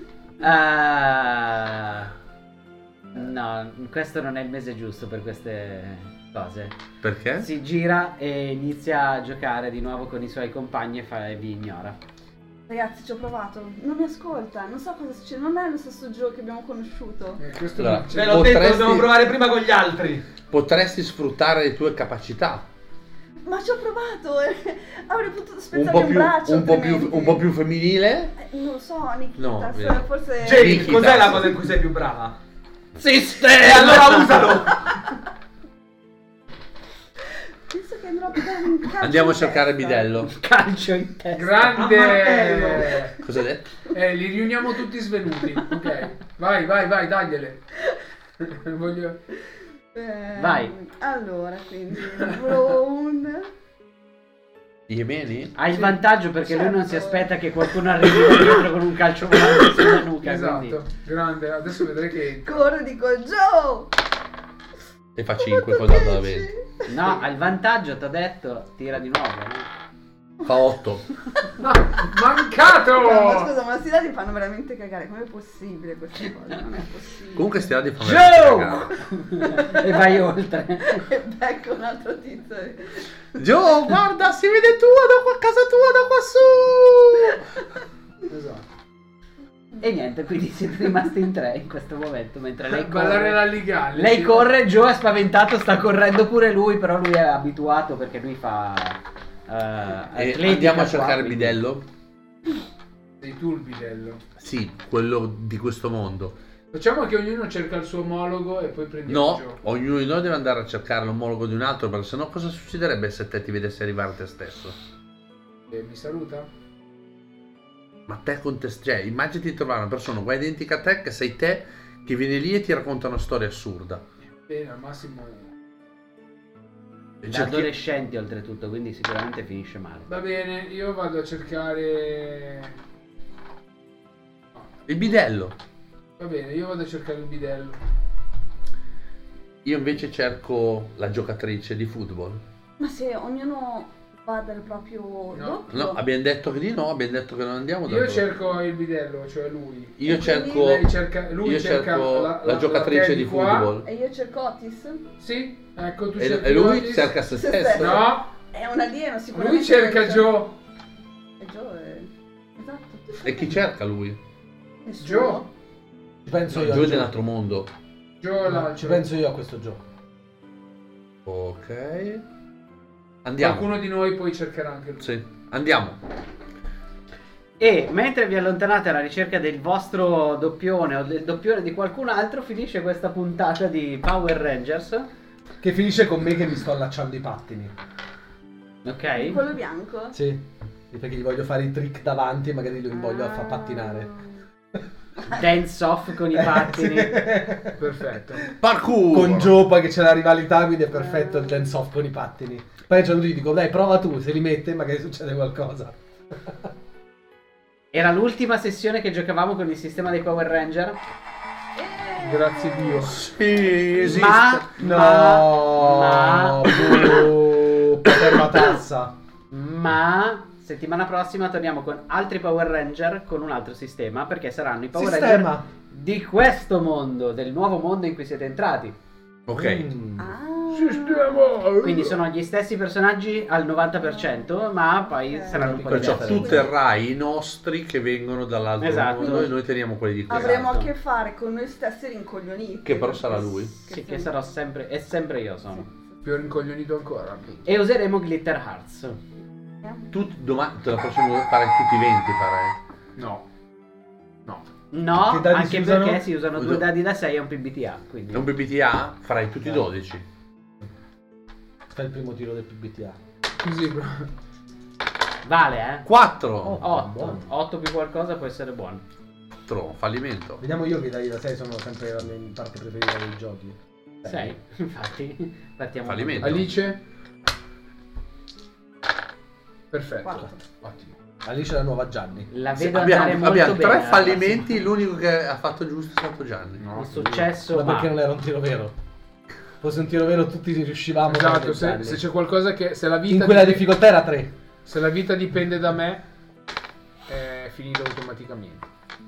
Ah, no, questo non è il mese giusto per queste cose. Perché? Si gira e inizia a giocare di nuovo con i suoi compagni e, fa, e vi ignora. Ragazzi, ci ho provato. Non mi ascolta, non so cosa succede. Non è lo stesso Joe che abbiamo conosciuto. Eh, questo Allora, non Ve c'è. l'ho detto, Potresti- dobbiamo provare prima con gli altri. Potresti sfruttare le tue capacità. Ma ci ho provato. eh. Avrei potuto Un spezzarmi po' un, più, braccio. un po' più, altrimenti. un po' più femminile. Eh, non lo so, Nikita. No, se- vero. forse. Jake, Nikita. cos'è la cosa in cui sei più brava? Sistema! E allora usalo! Penso che andrò a dare un calcio Andiamo a in cercare testa. Bidello. Calcio in testa. Grande! Cosa hai detto? Eh, li riuniamo tutti svenuti. Ok. Vai, vai, vai, dagliele. Voglio... Eh, Vai. Allora, quindi Brown. Yemeni? Hai il vantaggio perché lui non si Certo. aspetta che qualcuno arrivi da dietro con un calcio volante sulla nuca. Esatto, Quindi. grande. Adesso vedrai che... Corro e dico Joe. E fa cinque col dado da venti. No, hai il vantaggio, ti ho detto, tira di nuovo. no? Fa otto. No, mancato! No, ma scusa, ma sti dati fanno veramente cagare. Com'è possibile questa cosa? Non è possibile. Comunque sti dadi fanno veramente Joe! cagare. E vai oltre. E becco un altro tizio. Joe, guarda, si vede tu da qua, casa tua da qua su. Esatto. E niente, quindi siete rimasti in tre in questo momento mentre lei Ballare corre. la Ligalli. Lei corre, Joe è spaventato, sta correndo pure lui, però lui è abituato perché lui fa eh, E atletica andiamo a qua, cercare il quindi- bidello? Sei tu il bidello. Sì, quello di questo mondo. Facciamo che ognuno cerca il suo omologo e poi prendiamo No, Joe. ognuno di noi deve andare a cercare l'omologo di un altro, perché sennò cosa succederebbe se te ti vedessi arrivare te stesso? E mi saluta? Ma te con te, cioè, immaginati di trovare una persona uguale identica a te, che sei te, che viene lì e ti racconta una storia assurda. Bene, al massimo... E Da cerchi- adolescenti oltretutto, quindi sicuramente finisce male. Va bene, io vado a cercare... No, Il bidello. va bene, io vado a cercare il bidello. Io invece cerco la giocatrice di football. Ma se ognuno va dal proprio No. doppio. No, abbiamo detto che di no, abbiamo detto che non andiamo da Io dove. cerco il bidello, cioè lui. Io E cerco, Lei cerca, lui io cerca cerco la, la, giocatrice Teddy di qua. football. E io cerco Otis. Sì, ecco tu E, cerchi e lui Otis. cerca se Se stesso. stesso. No, È un alieno sicuramente. lui cerca Joe. Joe. E Joe è... Esatto. tu E cerchi chi cerca lui? nessuno. Joe. Ci penso io. a Giù Joe. nell'altro mondo. Joe No, l'altro. ci penso io a questo gioco. Ok. Andiamo. Qualcuno di noi poi cercherà anche lui. Sì, andiamo. E mentre vi allontanate alla ricerca del vostro doppione o del doppione di qualcun altro, finisce questa puntata di Power Rangers. Che finisce con me che mi sto allacciando i pattini. Ok? Quello bianco? Sì. Perché gli voglio fare i trick davanti e magari li voglio far pattinare. Dance off con i pattini. Perfetto. Parkour! Con Joe poi che c'è la rivalità, quindi è perfetto il dance off con i pattini. Poi c'è gli dico, dai, prova tu, se li mette magari succede qualcosa. Era l'ultima sessione che giocavamo con il sistema dei Power Ranger. Grazie Dio. Sì, esiste. Ma, No, ma, buh, per la tazza. ma settimana prossima torniamo con altri Power Ranger con un altro sistema, perché saranno i Power Sistema. Ranger di questo mondo, del nuovo mondo in cui siete entrati. Ok. Mm. Ah. Sistema. Quindi sono gli stessi personaggi al novanta per cento, ma poi Ok. saranno un po' Perciò diversi. tu terrai i nostri che vengono dall'altro Esatto. mondo e noi teniamo quelli di qui. Avremo Esatto. a che fare con noi stessi rincoglioniti. Che però sarà lui. Sì, che sarò sempre, e sempre io sono. Più rincoglionito ancora. E useremo Glitter Hearts. Tu domani te la prossima fare tutti i venti farai. No. No. No, Che dadi anche si usano? perché si usano due Uso- dadi da sei e un P B T A. Quindi. E un P B T A farai tutti i dodici. Fai il primo tiro del P B T A. Così, bro. Vale, eh? quattro. Oh. otto. buono. otto più qualcosa può essere buono. quattro. Fallimento. Vediamo io che dai da sei sono sempre la mia parte preferita dei giochi. sei. Infatti, partiamo. Fallimento. Alice. Perfetto. Quattro. Ottimo. Alice è la nuova Gianni. La Sì, vedo andare abbiamo molto abbiamo bene. tre la fallimenti, l'unico che ha fatto giusto è stato Gianni. prossima. No. Un successo, Ma ma perché non era un tiro vero? Fosse un tiro vero tutti riuscivamo a Esatto, se, Gianni. se c'è qualcosa che... Se la vita In quella dipende- difficoltà era tre. Se la vita dipende da me, è finita automaticamente.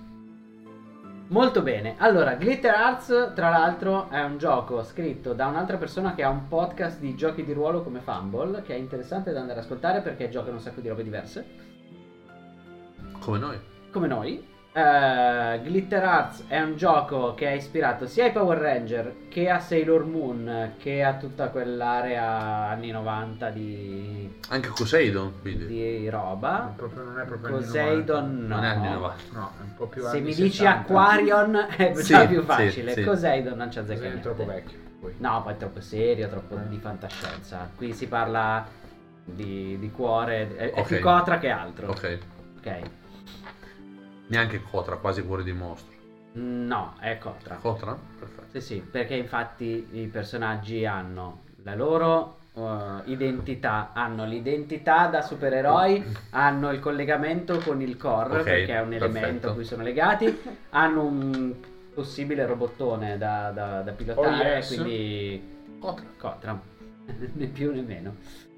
molto bene. Allora, Glitter Hearts, tra l'altro, è un gioco scritto da un'altra persona che ha un podcast di giochi di ruolo come Fumble, che è interessante da andare ad ascoltare perché giocano un sacco di robe diverse. Come noi. Come noi. Eh, Glitter Hearts è un gioco che è ispirato sia ai Power Ranger che a Sailor Moon che a tutta quell'area anni novanta di, Anche Poseidon, quindi. di roba. Non, proprio, non è proprio anni Poseidon no. Non è anni novanta. novanta. No, è un po' più Se anni mi dici settanta. Aquarion è Sì, già più sì, facile. sì. Poseidon non ci azzecca Cos'è niente. troppo vecchio. Poi. No, poi è troppo serio, troppo Eh. di fantascienza. Qui si parla di, di cuore, è, è Ok. più Cotra che altro. Ok. Ok. Neanche Cotra, quasi cuore di mostro. No, è Cotra. Cotra? Perfetto. Sì, sì, perché infatti i personaggi hanno la loro uh, identità, hanno l'identità da supereroi, hanno il collegamento con il core, Ok, perché è un elemento perfetto. a cui sono legati, hanno un possibile robottone da, da, da pilotare, Oh, yes. quindi Cotra. Cotra, né più né meno.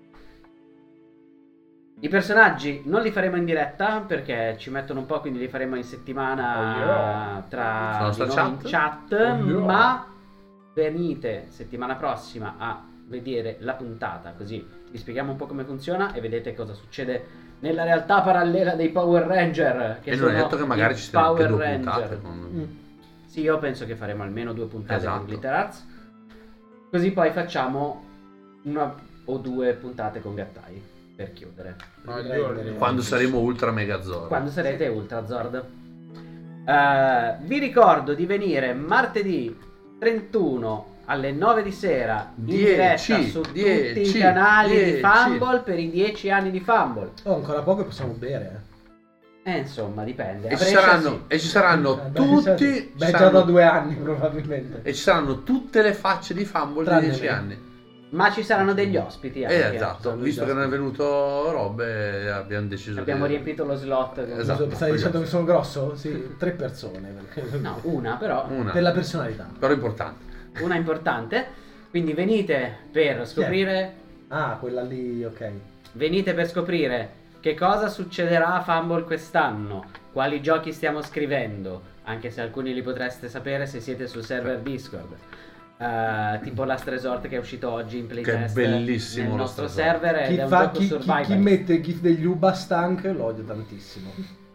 I personaggi non li faremo in diretta perché ci mettono un po', quindi li faremo in settimana Oh, yeah. tra Sulla di nostra noi in chat. chat, Oh, yeah. ma venite settimana prossima a vedere la puntata, così vi spieghiamo un po' come funziona e vedete cosa succede nella realtà parallela dei Power Ranger, che E sono non è detto che magari i ci stiamo anche Power due Ranger. puntate. Con... Mm. Sì, io penso che faremo almeno due puntate Esatto. con Glitter Hearts, così poi facciamo una o due puntate con Gattai per chiudere. No, io- Quando saremo ultra megazord. Quando sarete Ultra Zord. Eh, vi ricordo di venire martedì trentuno alle nove di sera in Dieci, diretta su tutti dieci, i canali di dieci. Fumble per i dieci anni di Fumble. Oh, ancora poco e possiamo bere. Eh, insomma, dipende. E A ci Brescia saranno, sì. e ci saranno Eh. tutti. Beh, ci già saranno- da due anni probabilmente. E ci saranno tutte le facce di Fumble di Tranne dieci me. anni. Ma ci saranno degli ospiti Eh, anche. esatto, sono visto gli che non è ospiti. venuto Robbe, abbiamo deciso Abbiamo di... riempito lo slot. con- Esatto. Stai dicendo che sono grosso? Sì, tre persone. perché- No, una però. Una, Per la personalità. però importante. Una importante. Quindi venite per scoprire. Ah, quella lì, ok. Venite per scoprire che cosa succederà a Fumble quest'anno, quali giochi stiamo scrivendo, anche se alcuni li potreste sapere se siete sul server Discord. Eh, tipo Last Resort che è uscito oggi in playtest Che bellissimo nel Last nostro Resort. server ed Chi, è un fa, gioco chi, chi, survival. chi mette gif degli Ubastank lo odio tantissimo.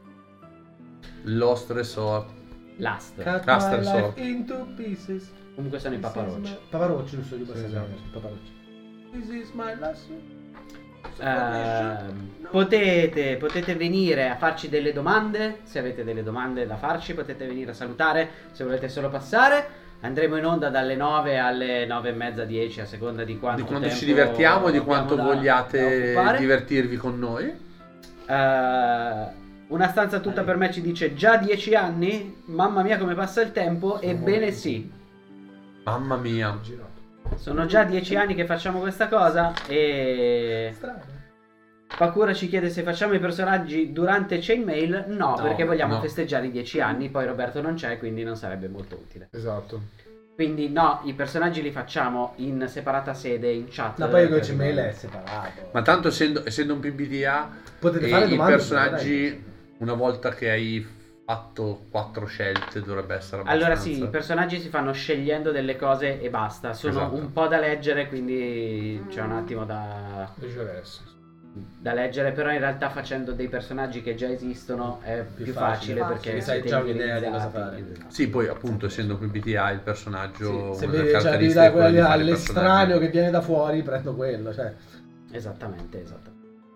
Lost Resort. Last. Cut Cast my and life sword. into pieces. Comunque sono i paparocci. Paparocci, giusto? Gli Ubastank. Sì, esatto. Paparocci. This is my last one. Eh, potete, potete venire a farci delle domande, se avete delle domande da farci potete venire a salutare, se volete solo passare. Andremo in onda dalle nove alle nove e mezza, dieci a seconda di quanto, Di quanto tempo ci divertiamo e di abbiamo quanto da- vogliate da occupare. divertirvi con noi. Eh, una stanza tutta per me ci dice già dieci anni? Mamma mia come passa il tempo. Ebbene sì, Mamma mia. Girato. sono già dieci anni che facciamo questa cosa e... Strano. Pakura ci chiede se facciamo i personaggi durante Chainmail. No, No, perché vogliamo no. festeggiare i dieci anni. Poi Roberto non c'è, quindi non sarebbe molto utile. Esatto. Quindi no, i personaggi li facciamo in separata sede, in chat. Ma poi con per- Gmail è separato. Ma tanto essendo, essendo un P B D A, Potete e fare i domande. personaggi, una volta che hai fatto quattro scelte, dovrebbe essere abbastanza. Allora sì, i personaggi si fanno scegliendo delle cose e basta. Sono Esatto. un po' da leggere, quindi c'è un attimo da... Leggerezza. da leggere, però in realtà facendo dei personaggi che già esistono è più, Più facile, facile, perché perché sai siete già un'idea di cosa indirizzati. fare. Sì, poi appunto essendo P B T A il personaggio, Se una delle vedi, cioè, devi caratteristiche dare è quella di quelli fare i all'estraneo personaggi. che viene da fuori, prendo quello, cioè. Esattamente, esattamente.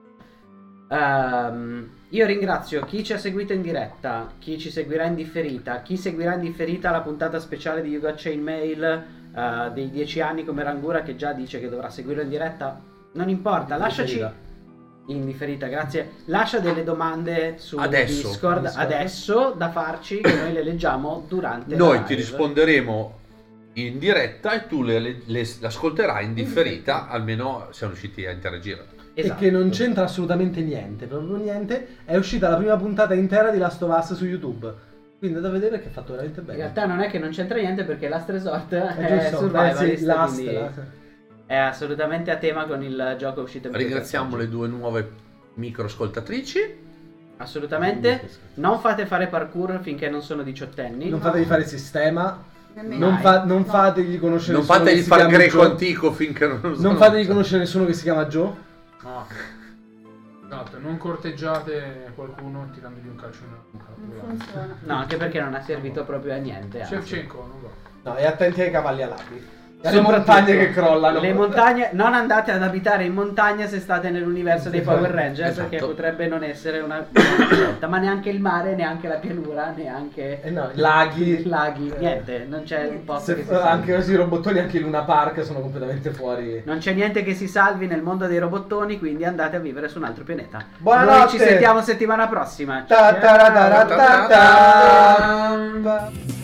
Ehm, io ringrazio chi ci ha seguito in diretta, chi ci seguirà in differita, chi seguirà in differita la puntata speciale di You Got Chainmail eh, dei dieci anni come Rangura, che già dice che dovrà seguirlo in diretta. Non importa, lasciaci Differita. in differita, grazie. Lascia delle domande su Adesso. Discord, Discord. adesso da farci, che noi le leggiamo durante Noi la ti live. risponderemo in diretta e tu le, le- le ascolterai in differita, almeno siamo riusciti a interagire. Esatto. E che non c'entra assolutamente niente, proprio niente. È uscita la prima puntata intera di Last of Us su YouTube. Quindi da vedere che è fatto veramente In bene. realtà non è che non c'entra niente, perché Last Resort è è giusto, survivalist, eh sì, Last, quindi Last. è assolutamente a tema con il gioco uscito in Ringraziamo le quest'oggi. due nuove micro ascoltatrici. Assolutamente. Non fate fare parkour finché non sono diciottenni. Non fategli fare sistema. Nemmeno. Non, fa- non No. fategli conoscere Non nessuno fategli che si fare chiama greco Joe. antico finché non lo Non fategli conoscere nessuno che si chiama Joe. No. Esatto, non corteggiate qualcuno tirandogli un calcio in Non una funziona. No, anche perché non ha servito proprio a niente. anzi. Shevchenko non va. No, e attenti ai cavalli alati. E alle Soprattutto montagne che crollano. Le montagne, non andate ad abitare in montagna se state nell'universo dei Power Ranger, Esatto. perché potrebbe non essere una buona scelta. Ma neanche il mare, neanche la pianura, neanche Eh no, laghi. i laghi, Eh. niente, non c'è un posto Se- che si salvi. anche così i robottoni, anche i Luna Park sono completamente fuori. Non c'è niente che si salvi nel mondo dei robottoni, quindi andate a vivere su un altro pianeta. Buonanotte! Noi ci sentiamo settimana prossima. Ta ta ra ta ra ta ta.